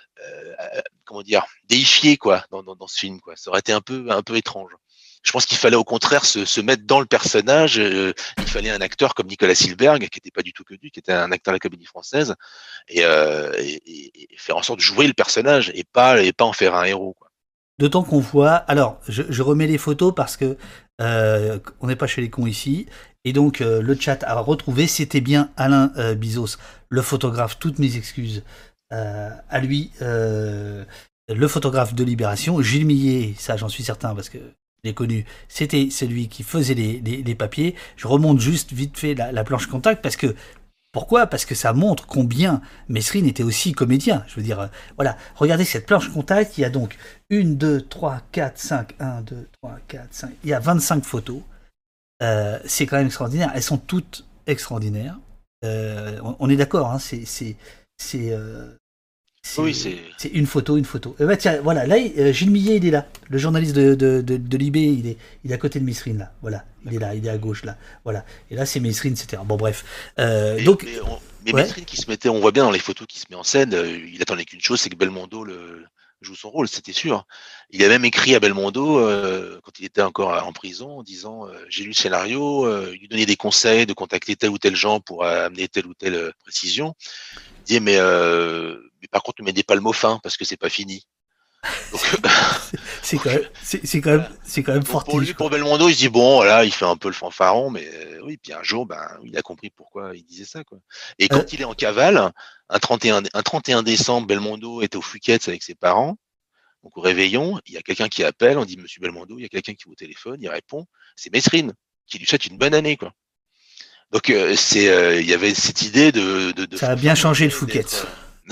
euh, comment dire, déifié, quoi, dans, dans, dans ce film, quoi. Ça aurait été un peu, un peu étrange. Je pense qu'il fallait au contraire se, se mettre dans le personnage. Euh, il fallait un acteur comme Nicolas Silberg, qui n'était pas du tout connu, qui était un acteur de la Comédie Française, et, euh, et, et faire en sorte de jouer le personnage et pas, et pas en faire un héros, quoi. D'autant qu'on voit. Alors, je, je remets les photos parce que euh, on n'est pas chez les cons ici, et donc euh, le chat a retrouvé. C'était bien Alain euh, Bizos, le photographe. Toutes mes excuses euh, à lui, euh, le photographe de Libération. Gilles Millet, ça j'en suis certain parce que je l'ai connu, c'était celui qui faisait les, les, les papiers. Je remonte juste vite fait la, la planche contact parce que, pourquoi ? Parce que ça montre combien Mesrine était aussi comédien. Je veux dire, euh, voilà, regardez cette planche contact, il y a donc une, deux, trois, quatre, cinq, un, deux, trois, quatre, cinq, il y a vingt-cinq photos. Euh, c'est quand même extraordinaire, elles sont toutes extraordinaires. Euh, on, on est d'accord, hein, c'est... c'est, c'est euh, C'est, oui, c'est... c'est une photo, une photo. Euh, bah, tiens, voilà, là, euh, Gilles Millet, il est là. Le journaliste de, de, de, de Libé, il est, il est à côté de Mesrine, là. Voilà, il est là, il est à gauche, là. Voilà. Et là, c'est Mesrine, et cetera. Bon, bref. Euh, mais, donc, mais, on, mais ouais. Mesrine qui se mettait, on voit bien dans les photos qui se met en scène, euh, il attendait qu'une chose, c'est que Belmondo le, joue son rôle, c'était sûr. Il a même écrit à Belmondo, euh, quand il était encore en prison, en disant euh, j'ai lu le scénario, euh, il lui donnait des conseils de contacter tel ou tel gens pour euh, amener telle ou telle euh, précision. Il disait mais, euh, mais par contre ne m'aidez pas le mot fin parce que c'est pas fini. Donc, c'est quand même, c'est, c'est quand même, c'est quand même fort. Pour lui, pour Belmondo, il se dit bon, voilà, il fait un peu le fanfaron, mais euh, oui. Puis un jour, ben, il a compris pourquoi il disait ça, quoi. Et quand euh... il est en cavale, un trente et un, un trente et un décembre, Belmondo était au Fouquet's avec ses parents, donc au réveillon, il y a quelqu'un qui appelle, on dit Monsieur Belmondo, il y a quelqu'un qui vous téléphone, il répond, c'est Mesrine qui lui souhaite une bonne année, quoi. Donc euh, c'est, euh, il y avait cette idée de, de, de ça a bien changé le Fouquet's.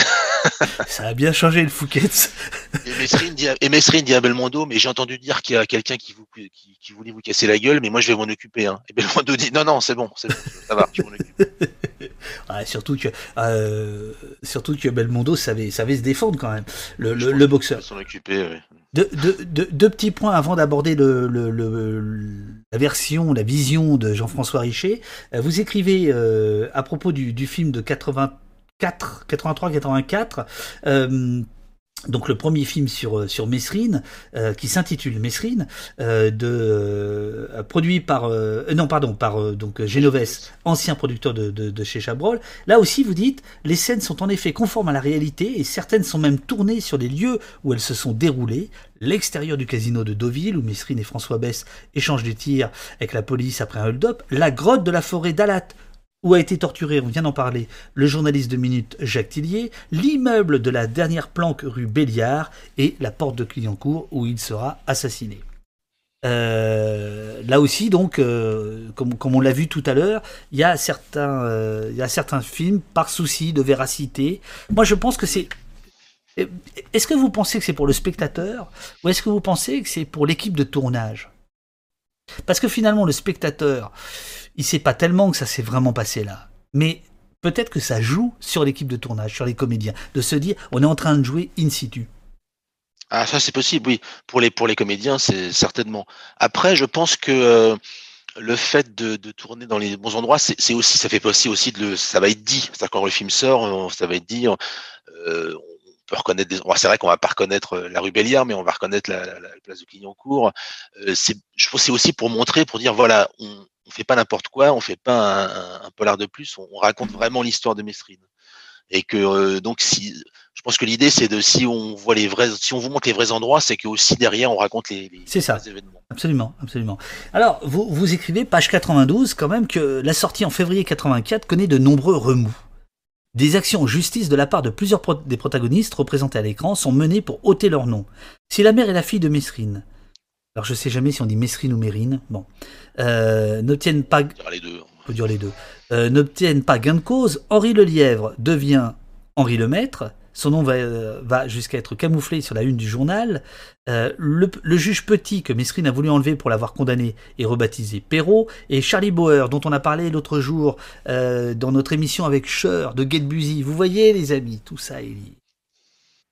Ça a bien changé le Fouquet's. Et Mesrine dit, et Mesrine dit à Belmondo, mais j'ai entendu dire qu'il y a quelqu'un qui, vous, qui, qui voulait vous casser la gueule, mais moi je vais m'en occuper. Hein. Et Belmondo dit, non, non, c'est bon, c'est bon, ça va, je m'en occupe. Ouais, surtout que, euh, surtout que Belmondo savait, savait se défendre quand même, le, le, le boxeur. S'en occuper, oui. Deux, deux, deux, deux petits points avant d'aborder le, le, le, la version, la vision de Jean-François Richer. Vous écrivez euh, à propos du, du film de quatre-vingt-quatre, quatre-vingt-trois quatre-vingt-quatre, euh, donc le premier film sur sur Mesrine, euh, qui s'intitule Mesrine, euh, de euh, produit par euh, non pardon par euh, donc Genovès, ancien producteur de, de de chez Chabrol. Là aussi vous dites les scènes sont en effet conformes à la réalité et certaines sont même tournées sur les lieux où elles se sont déroulées. L'extérieur du casino de Deauville où Mesrine et François Besse échangent des tirs avec la police après un hold-up, la grotte de la forêt d'Alat où a été torturé, on vient d'en parler, le journaliste de Minute Jacques Tillier, l'immeuble de la dernière planque rue Béliard et la porte de Clignancourt où il sera assassiné. Euh, là aussi, donc, euh, comme, comme on l'a vu tout à l'heure, il y a certains, euh, il y a certains films par souci de véracité. Moi, je pense que c'est... Est-ce que vous pensez que c'est pour le spectateur ou est-ce que vous pensez que c'est pour l'équipe de tournage ? Parce que finalement, le spectateur, il sait pas tellement que ça s'est vraiment passé là. Mais peut-être que ça joue sur l'équipe de tournage, sur les comédiens, de se dire, on est en train de jouer in situ. Ah, ça c'est possible, oui. Pour les, pour les comédiens, c'est certainement. Après, je pense que euh, le fait de, de tourner dans les bons endroits, c'est, c'est aussi, ça fait partie aussi de le, ça va être dit. C'est-à-dire quand le film sort, ça va être dit. Euh, on peut reconnaître des. C'est vrai qu'on va pas reconnaître la rue Béliard, mais on va reconnaître la, la, la place de Clignancourt. Euh, c'est, je pense que c'est aussi pour montrer, pour dire voilà, on, on fait pas n'importe quoi, on fait pas un, un, un polar de plus, on, on raconte vraiment l'histoire de Mesrine. Et que euh, donc si, je pense que l'idée c'est de si on voit les vrais, si on vous montre les vrais endroits, c'est que aussi derrière on raconte les, les, c'est ça. les événements. Absolument, absolument. Alors vous vous écrivez page quatre-vingt-douze quand même que la sortie en février quatre-vingt-quatre connaît de nombreux remous. Des actions en justice de la part de plusieurs pro- des protagonistes représentés à l'écran sont menées pour ôter leur nom. Si la mère et la fille de Mesrine, alors je sais jamais si on dit Mesrine ou Mérine, bon, euh, n'obtiennent pas, on peut dire les deux, on peut dire les deux, euh, n'obtiennent pas gain de cause, Henri Lelièvre devient Henri Lemaître. Son nom va, euh, va jusqu'à être camouflé sur la une du journal. Euh, le, le juge Petit, que Mesrine a voulu enlever pour l'avoir condamné, est rebaptisé Perrault. Et Charlie Bauer, dont on a parlé l'autre jour euh, dans notre émission avec Scheur de Get Busy. Vous voyez, les amis, tout ça est lié.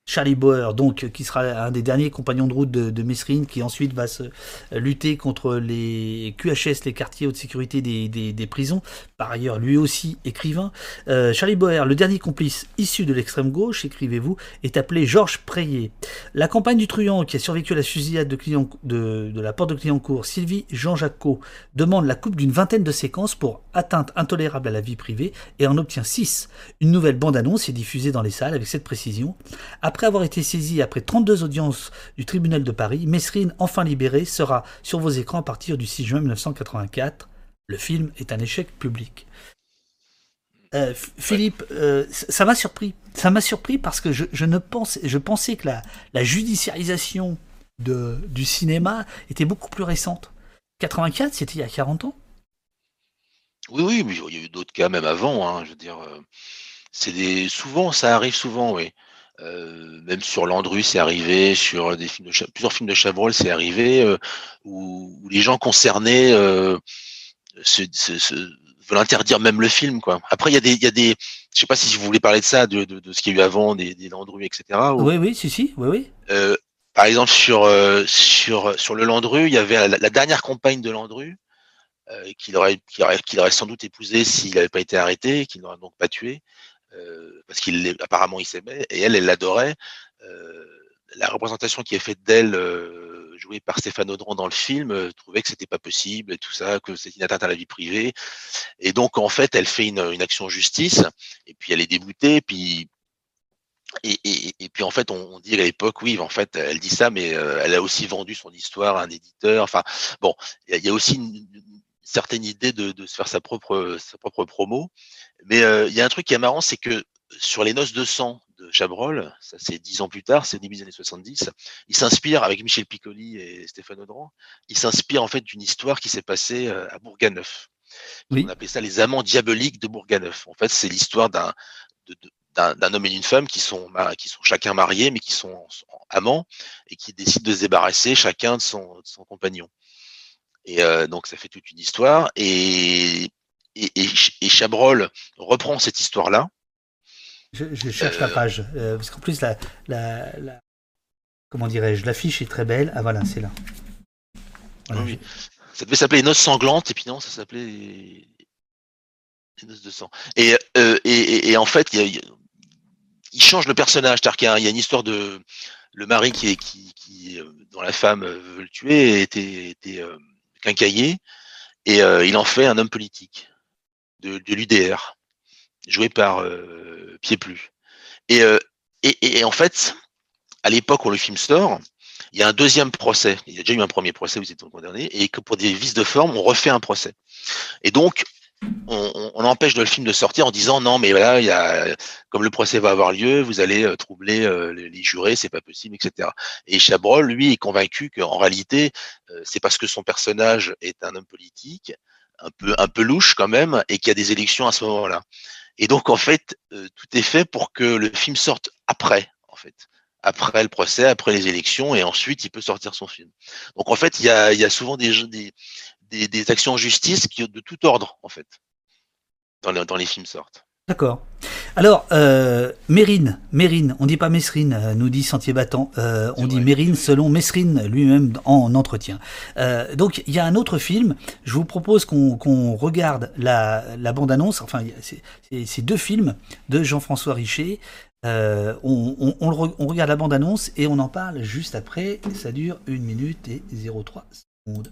Charlie Bauer, donc, qui sera un des derniers compagnons de route de, de Mesrine, qui ensuite va se lutter contre les Q H S, les quartiers haute sécurité des, des, des prisons. Par ailleurs, lui aussi écrivain. Euh, Charlie Bauer, le dernier complice issu de l'extrême gauche, écrivez-vous, est appelé Georges Preyer. La campagne du truand qui a survécu à la fusillade de, Clignanc- de, de la porte de Clignancourt, Sylvie Jean-Jacquot, demande la coupe d'une vingtaine de séquences pour atteinte intolérable à la vie privée et en obtient six. Une nouvelle bande-annonce est diffusée dans les salles avec cette précision. Après avoir été saisi après trente-deux audiences du tribunal de Paris, Mesrine, enfin libéré, sera sur vos écrans à partir du six juin mille neuf cent quatre-vingt-quatre. Le film est un échec public. Euh, F- Philippe, euh, ça m'a surpris. Ça m'a surpris parce que je, je, ne pense, je pensais que la, la judiciarisation de, du cinéma était beaucoup plus récente. quatre-vingt-quatre, c'était il y a quarante ans. Oui, oui, mais il y a eu d'autres cas même avant. Hein, je veux dire, euh, c'est des souvent, ça arrive souvent, oui. Euh, même sur Landru, c'est arrivé, sur des films de Cha- plusieurs films de Chabrol, c'est arrivé, euh, où, où les gens concernés euh, se, se, se, veulent interdire même le film, quoi. Après, il y a des, il y a des, je sais pas si vous voulez parler de ça, de, de, de ce qu'il y a eu avant, des, des Landru, et cetera. Ou, Oui, oui, si, si, oui, oui. euh, par exemple, sur euh, sur sur le Landru, il y avait la, la dernière compagne de Landru, euh, qu'il aurait, qu'il aurait, qu'il aurait sans doute épousé s'il n'avait pas été arrêté, qu'il n'aurait donc pas tué. Euh, parce qu'il apparemment il s'aimait et elle elle l'adorait. Euh, la représentation qui est faite d'elle euh, jouée par Stéphane Audran dans le film euh, trouvait que c'était pas possible et tout ça, que c'était une atteinte à la vie privée, et donc en fait elle fait une, une action en justice et puis elle est déboutée, puis et, et, et puis en fait on, on dit à l'époque oui en fait elle dit ça, mais euh, elle a aussi vendu son histoire à un éditeur. Enfin bon, il y, y a aussi une, une certaine idée de, de se faire sa propre sa propre promo. Mais il euh, y a un truc qui est marrant, c'est que sur Les Noces de sang de Chabrol, ça c'est dix ans plus tard, c'est au début des années soixante-dix, il s'inspire, avec Michel Piccoli et Stéphane Audran, il s'inspire en fait d'une histoire qui s'est passée euh, à Bourganeuf. Oui. On appelait ça les amants diaboliques de Bourganeuf. En fait, c'est l'histoire d'un, de, de, d'un, d'un homme et d'une femme qui sont, qui sont chacun mariés, mais qui sont amants et qui décident de se débarrasser chacun de son, de son compagnon. Et euh, donc ça fait toute une histoire. Et Et, et, et Chabrol reprend cette histoire-là. Je, je cherche euh, la page, euh, parce qu'en plus, la, la, la, comment dirais-je, l'affiche est très belle. Ah voilà, c'est là. Voilà, oui. Ça devait s'appeler Les Noces sanglantes, et puis non, ça s'appelait Les, les Noces de sang. Et, euh, et, et, et en fait, il, y a, il change le personnage, c'est-à-dire qu'il y a, il y a une histoire de le mari qui est, qui, qui, dont la femme veut le tuer, était, était euh, quincaillé, et euh, il en fait un homme politique. De, de l'U D R, joué par euh, Pieplu. Et, euh, et, et en fait, à l'époque où le film sort, il y a un deuxième procès. Il y a déjà eu un premier procès où ils étaient condamnés, et que pour des vices de forme, on refait un procès. Et donc, on, on, on empêche le film de sortir en disant non, mais voilà, il y a, comme le procès va avoir lieu, vous allez euh, troubler euh, les, les jurés, c'est pas possible, et cetera. Et Chabrol, lui, est convaincu qu'en réalité, euh, c'est parce que son personnage est un homme politique, un peu un peu louche quand même, et qu'il y a des élections à ce moment-là. Et donc en fait, euh, tout est fait pour que le film sorte après, en fait, après le procès, après les élections, et ensuite il peut sortir son film. Donc en fait, il y a il y a souvent des des des, des actions en justice qui de tout ordre en fait dans les dans les films sortent. D'accord. Alors, euh, Mérine, Mérine, on dit pas Mesrine, euh, nous dit Sentier Battant, euh, on dit Mérine selon Mesrine lui-même en entretien. Euh, donc, il y a un autre film, je vous propose qu'on, qu'on regarde la, la bande-annonce, enfin, c'est, c'est, c'est deux films de Jean-François Richer, euh, on, on, on, le, on regarde la bande-annonce et on en parle juste après, ça dure une minute et zéro trois secondes.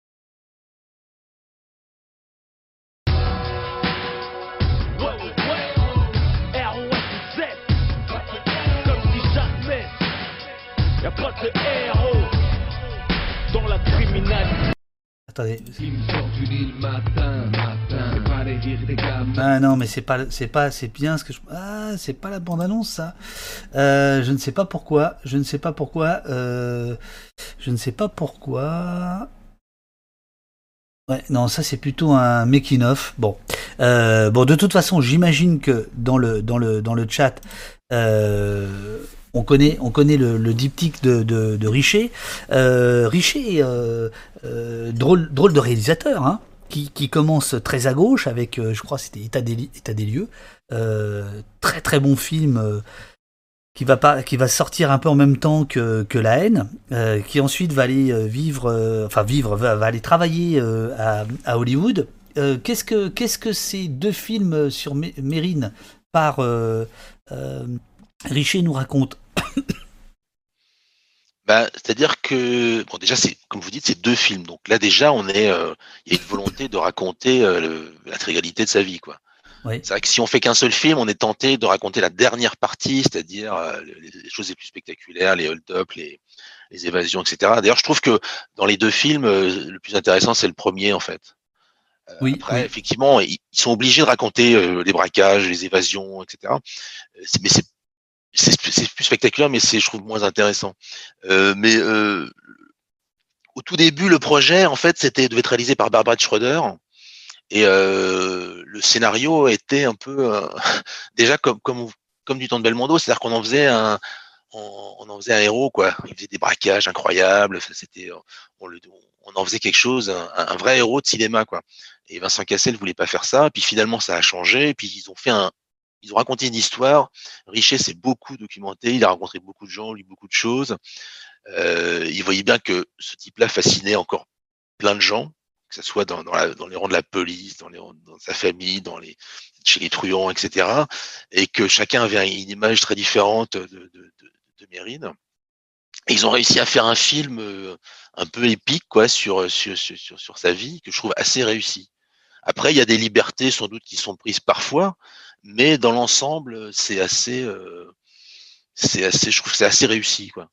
Y'a pas de héros dans la criminalité. Attendez. Ah non, mais c'est pas, c'est pas, c'est bien ce que je. Ah, c'est pas la bande-annonce ça. Euh, je ne sais pas pourquoi. Je ne sais pas pourquoi. Euh, je ne sais pas pourquoi. Ouais, non, ça c'est plutôt un making of. Bon, euh, bon, de toute façon, j'imagine que dans le dans le dans le chat. Euh, On connaît, on connaît le, le diptyque de, de, de Richer. Euh, Richer, euh, euh, drôle, drôle de réalisateur, hein, qui, qui commence très à gauche avec, euh, je crois, c'était État des, État des lieux. Euh, très très bon film, euh, qui va pas, qui va sortir un peu en même temps que que La Haine, euh, qui ensuite va aller euh, vivre, euh, enfin vivre, va, va aller travailler euh, à, à Hollywood. Euh, qu'est-ce que qu'est-ce que ces deux films sur Mé- Mérine par euh, euh, Richer nous racontent? Bah, c'est-à-dire que bon, déjà, c'est comme vous dites, c'est deux films. Donc là, déjà, on est, euh, il y a une volonté de raconter euh, le, l'intégralité de sa vie, quoi. Oui. C'est vrai que si on fait qu'un seul film, on est tenté de raconter la dernière partie, c'est-à-dire euh, les, les choses les plus spectaculaires, les hold-up, les, les évasions, et cetera. D'ailleurs, je trouve que dans les deux films, euh, le plus intéressant, c'est le premier, en fait. Euh, Oui, après, oui. effectivement, ils, ils sont obligés de raconter euh, les braquages, les évasions, et cetera. Euh, c'est- mais c'est c'est c'est plus spectaculaire, mais c'est, je trouve, moins intéressant. Euh, mais euh, au tout début, le projet, en fait, c'était devait être réalisé par Barbara Schroeder. Et euh, le scénario était un peu euh, déjà comme comme comme du temps de Belmondo, c'est-à-dire qu'on en faisait un on, on en faisait un héros, quoi. Il faisait des braquages incroyables. Enfin, c'était on, le, on en faisait quelque chose, un, un vrai héros de cinéma, quoi. Et Vincent Cassel voulait pas faire ça. Puis finalement, ça a changé. Puis ils ont fait un ils ont raconté une histoire. Richer s'est beaucoup documenté. Il a rencontré beaucoup de gens, lu beaucoup de choses. Euh, il voyait bien que ce type-là fascinait encore plein de gens, que ce soit dans, dans, la, dans les rangs de la police, dans, les, dans sa famille, dans les, chez les truands, et cetera. Et que chacun avait une image très différente de, de, de, de Mérine. Et ils ont réussi à faire un film euh, un peu épique, quoi, sur, sur, sur, sur sa vie, que je trouve assez réussi. Après, il y a des libertés sans doute qui sont prises parfois, mais dans l'ensemble, c'est assez, euh, c'est assez, je trouve que c'est assez réussi, quoi.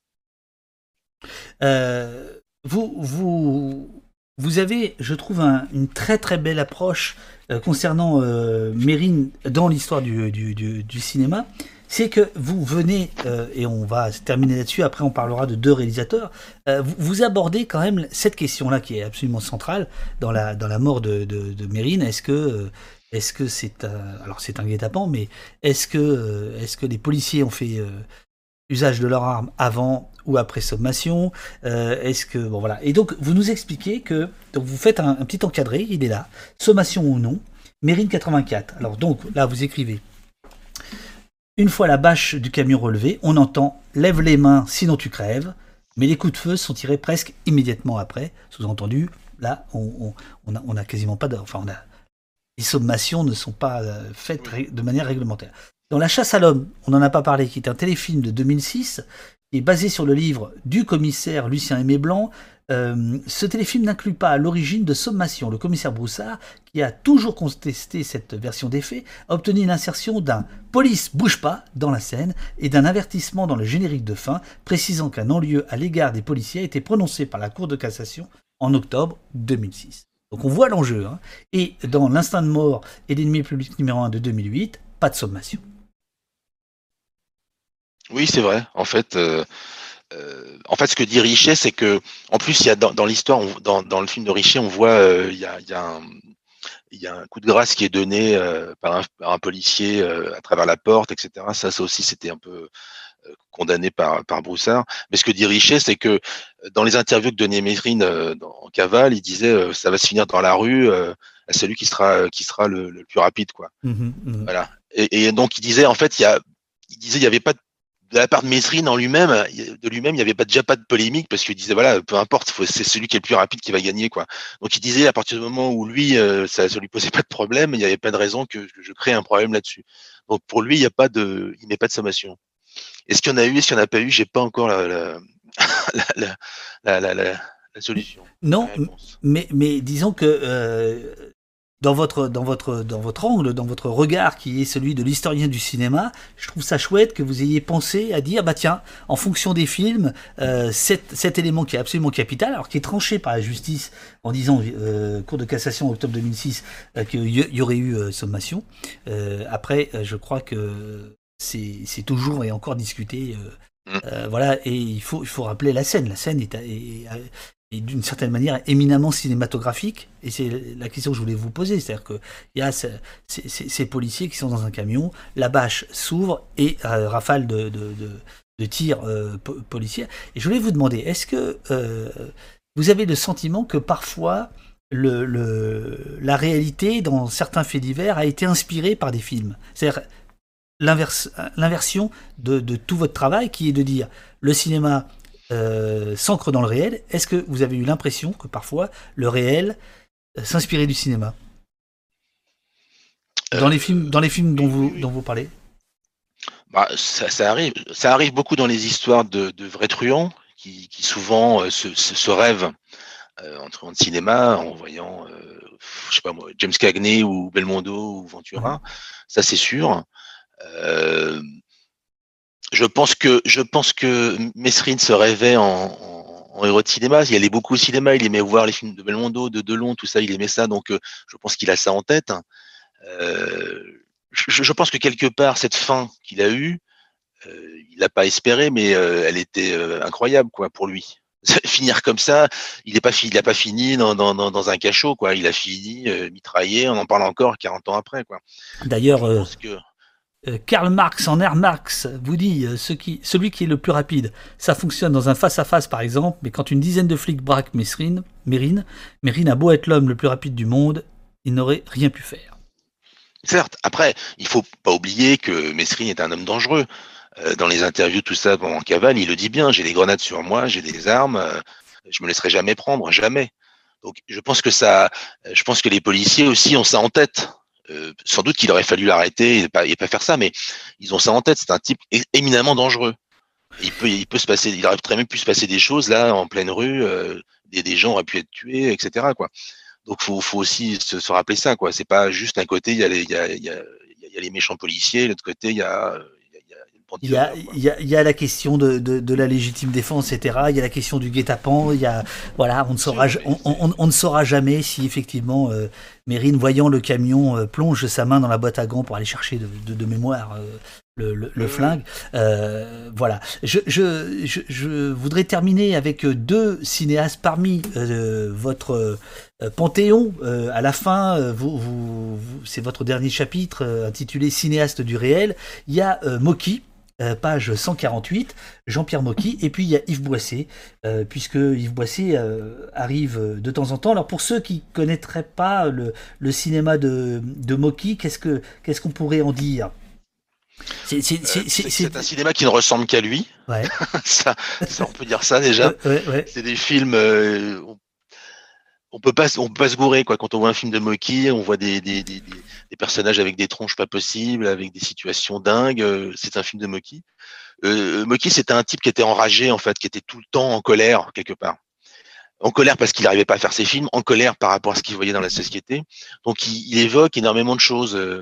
Euh, vous, vous, vous avez, je trouve, un, une très très belle approche euh, concernant euh, Mérine dans l'histoire du, du, du, du cinéma. C'est que vous venez, euh, et on va se terminer là-dessus, après on parlera de deux réalisateurs, euh, vous, vous abordez quand même cette question-là qui est absolument centrale dans la, dans la mort de, de, de Mérine. Est-ce que, euh, est-ce que c'est un, alors c'est un guet-apens, mais est-ce que, euh, est-ce que les policiers ont fait euh, usage de leurs armes avant ou après sommation, euh, est-ce que bon voilà. Et donc vous nous expliquez que donc vous faites un, un petit encadré, il est là, sommation ou non, Mérine quatre-vingt-quatre. Alors donc là vous écrivez: une fois la bâche du camion relevée, on entend lève les mains sinon tu crèves, mais les coups de feu sont tirés presque immédiatement après. Sous-entendu, là on on, on, a, on a quasiment pas de, enfin on a les sommations ne sont pas euh, faites ré, de manière réglementaire. Dans La chasse à l'homme, on n'en a pas parlé, qui est un téléfilm de deux mille six, qui est basé sur le livre du commissaire Lucien Aimé Blanc. Euh, ce téléfilm n'inclut pas à l'origine de sommation. Le commissaire Broussard, qui a toujours contesté cette version des faits, a obtenu l'insertion d'un « police bouge pas » dans la scène et d'un avertissement dans le générique de fin, précisant qu'un non-lieu à l'égard des policiers a été prononcé par la Cour de cassation en octobre deux mille six. Donc on voit l'enjeu. Hein. Et dans L'instinct de mort et l'ennemi public numéro un de deux mille huit, pas de sommation. Oui, c'est vrai. En fait, euh, euh, en fait, ce que dit Richer, c'est que, en plus, il y a dans, dans l'histoire, on, dans, dans le film de Richer, on voit, euh, il y a, il y a un, il y a un coup de grâce qui est donné euh, par, un, par un policier euh, à travers la porte, et cetera. Ça, ça aussi, c'était un peu euh, condamné par, par Broussard. Mais ce que dit Richer, c'est que dans les interviews que donnait Mérine euh, en cavale, il disait, euh, ça va se finir dans la rue. Euh, à celui qui sera qui sera le, le plus rapide, quoi. Mmh, mmh. Voilà. Et, et donc il disait, en fait, il y a, il disait, il y avait pas de de la part de Mérine en lui-même, de lui-même, il n'y avait pas déjà pas de polémique parce qu'il disait voilà, peu importe, faut, c'est celui qui est le plus rapide qui va gagner, quoi. Donc il disait à partir du moment où lui, euh, ça, ça lui posait pas de problème, il n'y avait pas de raison que, que je crée un problème là-dessus. Donc pour lui, il n'y a pas de, il met pas de sommation. Est-ce qu'il y en a eu, est-ce qu'il n'y en a pas eu, j'ai pas encore la la la, la, la, la, la, la solution. Non, mais mais disons que euh, dans votre dans votre dans votre angle, dans votre regard qui est celui de l'historien du cinéma, je trouve ça chouette que vous ayez pensé à dire bah tiens, en fonction des films, euh, cet, cet élément qui est absolument capital, alors qui est tranché par la justice en disant euh, Cour de cassation octobre deux mille six euh, qu'il y, y aurait eu euh, sommation. Euh, après, euh, je crois que c'est c'est toujours et encore discuté. Euh, euh, voilà, et il faut il faut rappeler la scène. La scène est, est, est et d'une certaine manière éminemment cinématographique, et c'est la question que je voulais vous poser, c'est-à-dire qu'il y a ces, ces, ces policiers qui sont dans un camion, la bâche s'ouvre et euh, rafale de, de, de, de tirs euh, po- policiers, et je voulais vous demander, est-ce que euh, vous avez le sentiment que parfois le, le, la réalité dans certains faits divers a été inspirée par des films, c'est-à-dire l'inverse, l'inversion de, de tout votre travail, qui est de dire le cinéma euh, s'ancre dans le réel. Est-ce que vous avez eu l'impression que parfois le réel euh, s'inspirait du cinéma dans euh, les films, dans les films dont vous dont vous parlez? Bah, ça, ça arrive, ça arrive beaucoup dans les histoires de, de vrais truands qui, qui souvent euh, se, se, se rêvent euh, en truand de cinéma en voyant, euh, je sais pas moi, James Cagney ou Belmondo ou Ventura. Mmh. Ça c'est sûr. Euh, je pense que je pense que Mesrine se rêvait en, en, en héros de cinéma. Il allait beaucoup au cinéma, il aimait voir les films de Belmondo, de Delon, tout ça, il aimait ça. Donc euh, je pense qu'il a ça en tête. Euh, je, je pense que quelque part cette fin qu'il a eue, euh, il l'a pas espérée, mais euh, elle était euh, incroyable quoi pour lui. Finir comme ça, il est pas il a pas fini dans, dans, dans un cachot quoi. Il a fini euh, mitraillé. On en parle encore quarante ans après quoi. D'ailleurs. Je pense que Karl Marx en Air Marx vous dit euh, ce qui, celui qui est le plus rapide, ça fonctionne dans un face-à-face par exemple, mais quand une dizaine de flics braquent Mesrine, Mérine, Mérine a beau être l'homme le plus rapide du monde, il n'aurait rien pu faire. Certes, après, il faut pas oublier que Mesrine est un homme dangereux. Euh, dans les interviews, tout ça, pendant cavale, il le dit bien, j'ai des grenades sur moi, j'ai des armes, euh, je me laisserai jamais prendre, jamais. Donc je pense que ça, je pense que les policiers aussi ont ça en tête. Euh, sans doute qu'il aurait fallu l'arrêter et pas, et pas faire ça, mais ils ont ça en tête. C'est un type éminemment dangereux. Il peut, il peut se passer, il aurait très même pu se passer des choses là en pleine rue. Euh, des, des gens auraient pu être tués, et cetera. Quoi. Donc faut, faut aussi se, se rappeler ça. Quoi. C'est pas juste d'un côté il y a les, il y a, il y a, il y a les méchants policiers, de l'autre côté il y a Il y, a, il, y a, il y a la question de, de, de la légitime défense, et cetera. Il y a la question du guet-apens. Il y a, voilà, on ne saura, on, on, on ne saura jamais si effectivement euh, Mérine, voyant le camion, euh, plonge sa main dans la boîte à gants pour aller chercher de, de, de mémoire euh, le, le, le flingue. Euh, voilà. Je, je, je, je voudrais terminer avec deux cinéastes parmi euh, votre euh, panthéon. Euh, à la fin, euh, vous, vous, vous, c'est votre dernier chapitre euh, intitulé Cinéaste du réel. Il y a euh, Mocky. Euh, page cent quarante-huit, Jean-Pierre Mocky, et puis il y a Yves Boisset, euh, puisque Yves Boisset euh, arrive de temps en temps. Alors pour ceux qui ne connaîtraient pas le, le cinéma de, de Mocky, qu'est-ce, que, qu'est-ce qu'on pourrait en dire? c'est, c'est, c'est, euh, c'est, c'est, c'est un cinéma qui ne ressemble qu'à lui. Ouais. ça, ça, on peut dire ça déjà. Ouais, ouais, ouais. C'est des films... Euh, on... On peut pas, on peut pas se gourer quoi. Quand on voit un film de Mocky, on voit des, des, des, des personnages avec des tronches pas possibles, avec des situations dingues. C'est un film de Mocky. Euh, Mocky, c'était un type qui était enragé en fait, qui était tout le temps en colère quelque part. En colère parce qu'il n'arrivait pas à faire ses films, en colère par rapport à ce qu'il voyait dans la société. Donc il, il évoque énormément de choses, euh,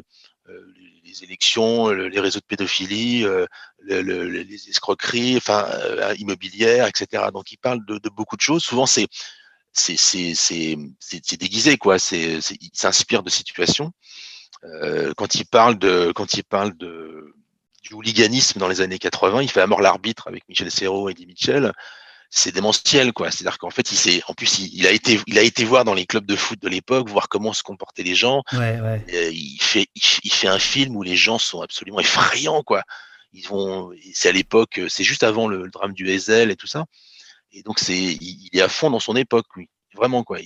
les élections, les réseaux de pédophilie, euh, le, le, les escroqueries, enfin euh, immobilières, et cetera. Donc il parle de, de beaucoup de choses. Souvent c'est c'est c'est c'est c'est déguisé quoi, c'est il s'inspire de situations. Euh, quand il parle de quand il parle de du hooliganisme dans les années quatre-vingts, il fait à mort l'arbitre avec Michel Serrault et Eddie Mitchell. C'est démentiel quoi, c'est-à-dire qu'en fait il s'est en plus il, il a été il a été voir dans les clubs de foot de l'époque, voir comment se comportaient les gens. Ouais, ouais. Euh, il fait il, il fait un film où les gens sont absolument effrayants quoi. Ils vont c'est à l'époque, c'est juste avant le, le drame du Heysel et tout ça. Et donc c'est, il, il est à fond dans son époque, lui, vraiment quoi. Il,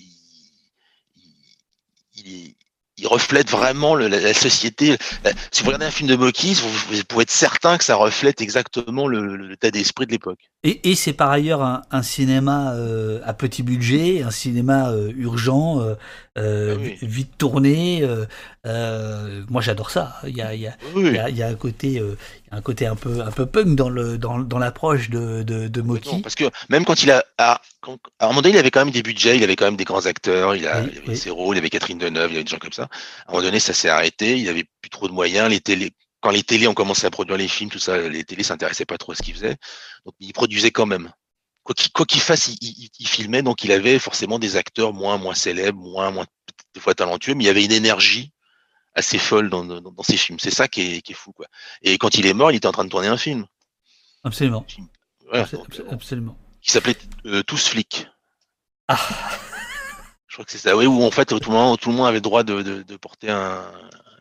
il, il, il reflète vraiment le, la, la société. La, si vous regardez un film de Mocky, vous, vous pouvez être certain que ça reflète exactement le, le, le tas d'esprit de l'époque. Et, et c'est par ailleurs un, un cinéma euh, à petit budget, un cinéma euh, urgent, euh, euh, ah oui. vite tourné. Euh, euh, moi, j'adore ça. Il y a, il y a, oui. il y a, il y a un côté, euh, un côté un peu, un peu punk dans le, dans, dans l'approche de, de, de Mocky. Non, parce que même quand il a, à, quand, à un moment donné, il avait quand même des budgets, il avait quand même des grands acteurs. Il, a, oui, il avait oui. Serrault, il avait Catherine Deneuve, il y avait des gens comme ça. À un moment donné, ça s'est arrêté. Il avait plus trop de moyens. Les télé, quand les télés ont commencé à produire les films, tout ça, les télés s'intéressaient pas trop à ce qu'ils faisaient. Donc, il produisait quand même. Quoi qu'il, quoi qu'il fasse, il, il, il filmait. Donc, il avait forcément des acteurs moins, moins célèbres, moins, moins des fois talentueux, mais il y avait une énergie assez folle dans, dans, dans ses films. C'est ça qui est, qui est fou, quoi. Et quand il est mort, il était en train de tourner un film. Absolument. Voilà, Absol- donc, absolument. Qui s'appelait euh, Tous flics. Ah. Je crois que c'est ça. Oui, où en fait tout le monde, tout le monde avait le droit de, de, de porter un,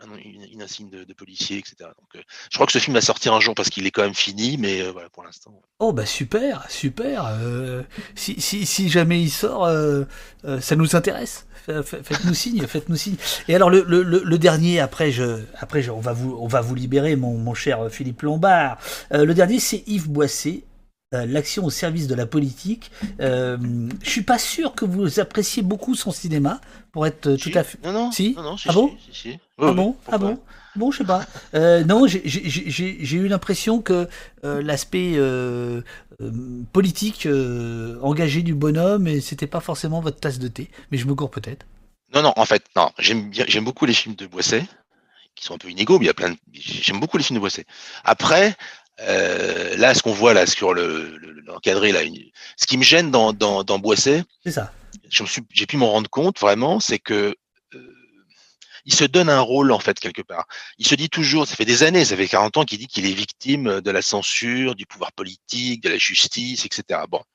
une, une insigne de, de policier, et cetera. Donc, euh, je crois que ce film va sortir un jour parce qu'il est quand même fini, mais euh, voilà, pour l'instant. Oh bah super, super. Euh, si, si, si jamais il sort, euh, euh, ça nous intéresse. Faites-nous signe, faites-nous signe. Et alors le, le, le dernier, après, je, après je, on va vous, on va vous libérer, mon, mon cher Philippe Lombard. Euh, le dernier, c'est Yves Boisset. Euh, l'action au service de la politique. Euh, je suis pas sûr que vous appréciez beaucoup son cinéma, pour être si. tout à fait. Non, non. Si. Non, non, si, ah bon si, si, si. Ah Oui, bon oui, Ah bon Bon, je sais pas. Euh, non, j'ai, j'ai, j'ai, j'ai eu l'impression que euh, l'aspect euh, euh, politique euh, engagé du bonhomme, et c'était pas forcément votre tasse de thé. Mais je me cours peut-être. Non, non. En fait, non. J'aime bien, j'aime beaucoup les films de Boisset, qui sont un peu inégaux, mais il y a plein de. J'aime beaucoup les films de Boisset. Après. Euh, là, ce qu'on voit là sur le, le, l'encadré là, une... ce qui me gêne dans, dans, dans Boisset, c'est ça. Je me suis, j'ai pu m'en rendre compte vraiment, c'est que euh, il se donne un rôle en fait quelque part. Il se dit toujours, ça fait des années, ça fait quarante ans qu'il dit qu'il est victime de la censure, du pouvoir politique, de la justice, et cetera. Bon,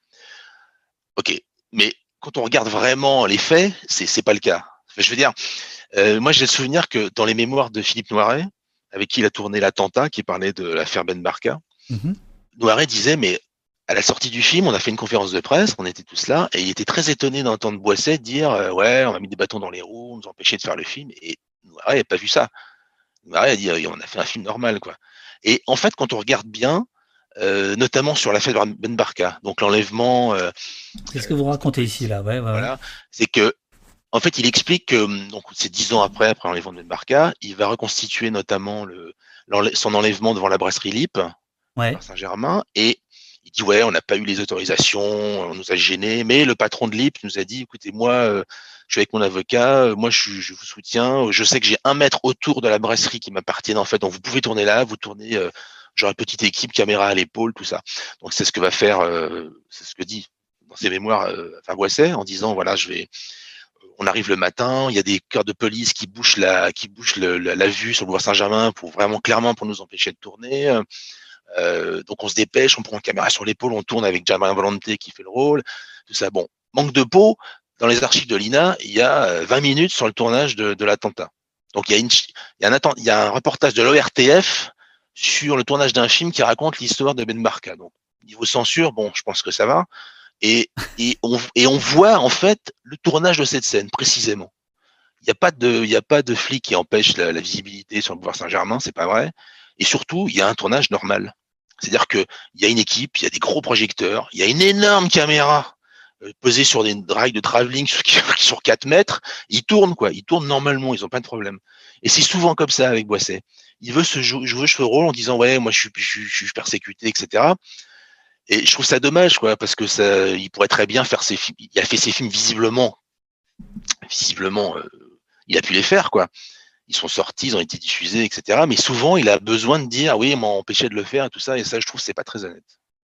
ok, mais quand on regarde vraiment les faits, c'est c'est pas le cas. Je veux dire, euh, moi j'ai le souvenir que dans les mémoires de Philippe Noiret, avec qui il a tourné l'attentat, qui parlait de l'affaire Ben Barka, mm-hmm. Noiret disait, mais à la sortie du film, on a fait une conférence de presse, on était tous là, et il était très étonné d'entendre Boisset dire, euh, ouais, on a mis des bâtons dans les roues, on nous empêchait de faire le film, et Noiret n'a pas vu ça. Noiret a dit, on a fait un film normal, quoi. Et en fait, quand on regarde bien, euh, notamment sur l'affaire Ben Barka, donc l'enlèvement... Euh, c'est ce que vous racontez ici, là, ouais, ouais. Voilà, c'est que en fait, il explique que donc c'est dix ans après, après l'enlèvement de Ben Barka, il va reconstituer notamment le, son enlèvement devant la brasserie Lippe, ouais. à Saint-Germain, et il dit ouais, on n'a pas eu les autorisations, on nous a gênés, mais le patron de Lippe nous a dit, écoutez, moi, euh, je suis avec mon avocat, euh, moi, je, je vous soutiens, je sais que j'ai un mètre autour de la brasserie qui m'appartient en fait, donc vous pouvez tourner là, vous tournez, euh, genre une petite équipe, caméra à l'épaule, tout ça. Donc c'est ce que va faire, euh, c'est ce que dit dans ses mémoires, euh, enfin Boisset, en disant voilà, je vais on arrive le matin, il y a des cœurs de police qui bouchent la, qui bouchent le, la, la vue sur le boulevard Saint-Germain pour vraiment clairement pour nous empêcher de tourner. Euh, donc on se dépêche, on prend une caméra sur l'épaule, on tourne avec Germain Volonté qui fait le rôle, tout ça. Bon, manque de peau. Dans les archives de l'I N A, il y a vingt minutes sur le tournage de, de l'attentat. Donc il y a une, il y a un attent, il y a un reportage de l'O R T F sur le tournage d'un film qui raconte l'histoire de Ben Barka. Donc niveau censure, bon, je pense que ça va. Et, et, on, et on voit en fait le tournage de cette scène précisément. Il n'y a pas de, il y a pas de flic qui empêche la, la visibilité sur le boulevard Saint-Germain, c'est pas vrai. Et surtout, il y a un tournage normal. C'est-à-dire que il y a une équipe, il y a des gros projecteurs, il y a une énorme caméra euh, posée sur des rails de travelling sur, sur quatre mètres. Ils tournent quoi, ils tournent normalement, ils ont pas de problème. Et c'est souvent comme ça avec Boisset. Il veut se jouer, jouer ce rôle en disant ouais, moi je suis, je suis, je suis persécuté, et cetera. Et je trouve ça dommage, quoi, parce que ça, il pourrait très bien faire ses films. Il a fait ses films visiblement, visiblement, euh, il a pu les faire, quoi. Ils sont sortis, ils ont été diffusés, et cetera. Mais souvent, il a besoin de dire, oui, on m'a empêché de le faire et tout ça. Et ça, je trouve, c'est pas très honnête.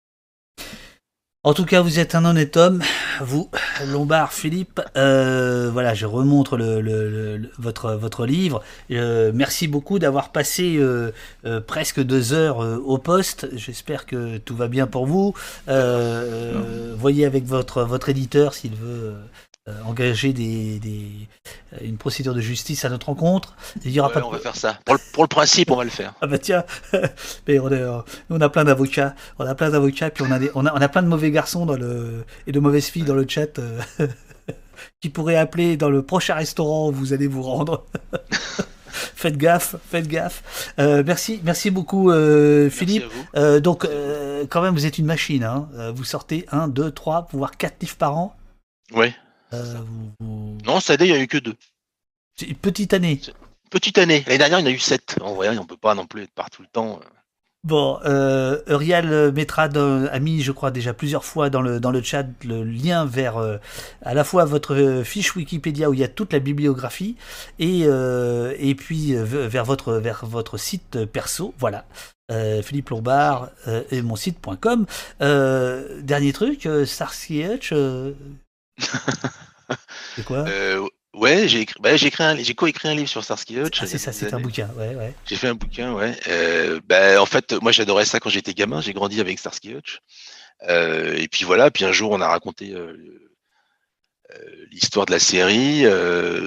En tout cas, vous êtes un honnête homme, vous, Lombard Philippe. Euh, voilà, je remontre le, le, le, votre, votre livre. Euh, merci beaucoup d'avoir passé euh, euh, presque deux heures euh, au poste. J'espère que tout va bien pour vous. Euh, voyez avec votre, votre éditeur s'il veut euh, engager des, des, une procédure de justice à notre rencontre. Il y aura ouais, pas de... on va faire ça. Pour le, pour le principe, on va le faire. Ah bah tiens, mais on, est, on a plein d'avocats, on a plein d'avocats, puis on a, des, on a, on a plein de mauvais garçons dans le, et de mauvaises filles dans le chat euh, qui pourraient appeler dans le prochain restaurant où vous allez vous rendre. Faites gaffe, faites gaffe. Euh, merci, merci beaucoup euh, Philippe. Merci euh, donc euh, quand même vous êtes une machine, hein. Vous sortez un, deux, trois, voire quatre livres par an. Oui. Euh, vous, vous... Non, cette année il n'y a eu que deux. C'est une petite année. Petite année. L'année dernière il y en a eu sept. En vrai, on peut pas non plus être partout le temps. Bon, euh, Eurial mettra dans, a mis, je crois déjà plusieurs fois dans le dans le chat le lien vers euh, à la fois votre fiche Wikipédia où il y a toute la bibliographie et euh, et puis euh, vers votre vers votre site perso, voilà. Euh, Philippe Lombard euh, et mon site point com. Euh, dernier truc, euh, Starsky Hutch. Euh... C'est quoi? euh, Ouais, j'ai écrit, bah, j'ai écrit un, j'ai co-écrit un livre sur Starsky Hutch. Ah, c'est ça, c'est un bouquin, ouais, ouais. J'ai fait un bouquin, ouais. Euh, bah, en fait, moi, j'adorais ça quand j'étais gamin. J'ai grandi avec Starsky Hutch. Euh, et puis voilà. Puis un jour, on a raconté euh, euh, l'histoire de la série. Euh,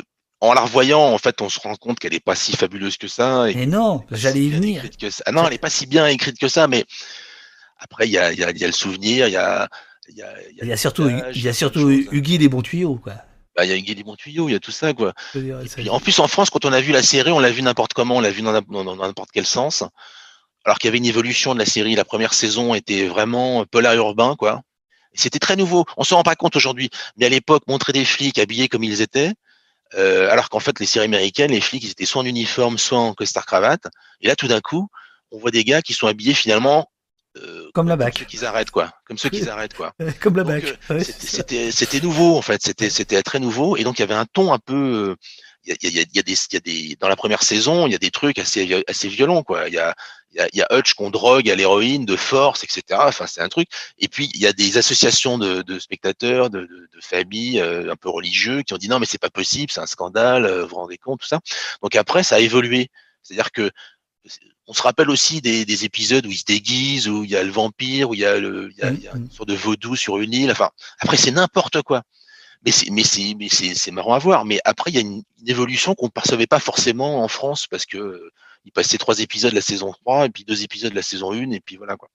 en la revoyant, en fait, on se rend compte qu'elle est pas si fabuleuse que ça. Et, et non, j'allais y venir. Que ça. Ah non, elle est pas si bien écrite que ça, mais après, il y a, y, a, y a le souvenir, il y a, il y a, y a, il y a surtout, il y a surtout Huggy des bons tuyaux, quoi. Bah, il y a Huggy des bons tuyaux, il y a tout ça, quoi. Dire, et puis, en plus, en France, quand on a vu la série, on l'a vu n'importe comment, on l'a vu dans, dans, dans n'importe quel sens. Alors qu'il y avait une évolution de la série. La première saison était vraiment polar urbain, quoi. Et c'était très nouveau. On se rend pas compte aujourd'hui. Mais à l'époque, montrer des flics habillés comme ils étaient, euh, alors qu'en fait, les séries américaines, les flics, ils étaient soit en uniforme, soit en costard cravate. Et là, tout d'un coup, on voit des gars qui sont habillés finalement euh, comme la B A C. Comme ceux qu'ils arrêtent, quoi. Comme ceux qu'ils arrêtent, quoi. Comme la B A C. Donc, euh, ouais, c'était, c'était, c'était nouveau, en fait. C'était, c'était très nouveau. Et donc, il y avait un ton un peu. Il y a, y, a, y, a des, y a des. Dans la première saison, il y a des trucs assez, assez violents, quoi. Il y a. Il y a, y a Hutch qu'on drogue à l'héroïne, de force, et cetera. Enfin, c'est un truc. Et puis, il y a des associations de, de spectateurs, de, de, de familles euh, un peu religieux qui ont dit non, mais c'est pas possible, c'est un scandale, euh, vous vous rendez compte, tout ça. Donc après, ça a évolué. C'est-à-dire que on se rappelle aussi des, des épisodes où ils se déguisent, où il y a le vampire, où il y a, le, il y a, il y a une sorte de vaudou sur une île. Enfin, après, c'est n'importe quoi. Mais c'est, mais c'est, mais c'est, c'est marrant à voir. Mais après, il y a une, une évolution qu'on ne percevait pas forcément en France parce que euh, il passait trois épisodes de la saison trois et puis deux épisodes de la saison un et puis voilà, quoi.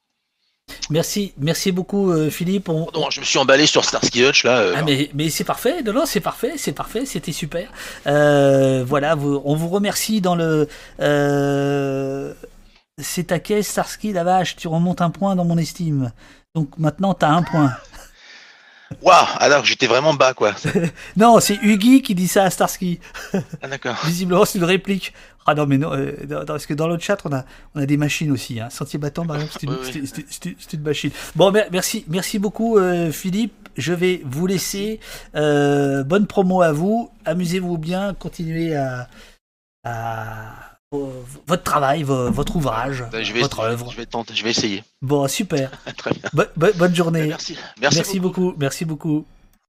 Merci, merci beaucoup euh, Philippe. On... Pardon, je me suis emballé sur Starsky Hutch là. Euh, ah mais, mais c'est parfait, non, non c'est parfait, c'est parfait, c'était super. Euh, voilà, vous, on vous remercie dans le. Euh, c'est ta caisse Starsky, la vache, tu remontes un point dans mon estime. Donc maintenant t'as un point. Waouh, alors j'étais vraiment bas quoi. Non, c'est Huggy qui dit ça à Starsky. Ah d'accord. Visiblement c'est une réplique. Ah non mais non, euh, non, parce que dans l'autre chat on a on a des machines aussi. Hein. Sentier battant par exemple, c'est une, oui, oui. c'est, c'est, c'est une machine. Bon merci merci beaucoup euh, Philippe. Je vais vous laisser. Euh, bonne promo à vous. Amusez-vous bien. Continuez à à votre travail, votre ouvrage, je vais, votre œuvre. Je vais tenter, je vais essayer. Bon super. Très bien. Bo- bo- bonne journée. Merci. Merci, merci beaucoup. beaucoup. Merci beaucoup.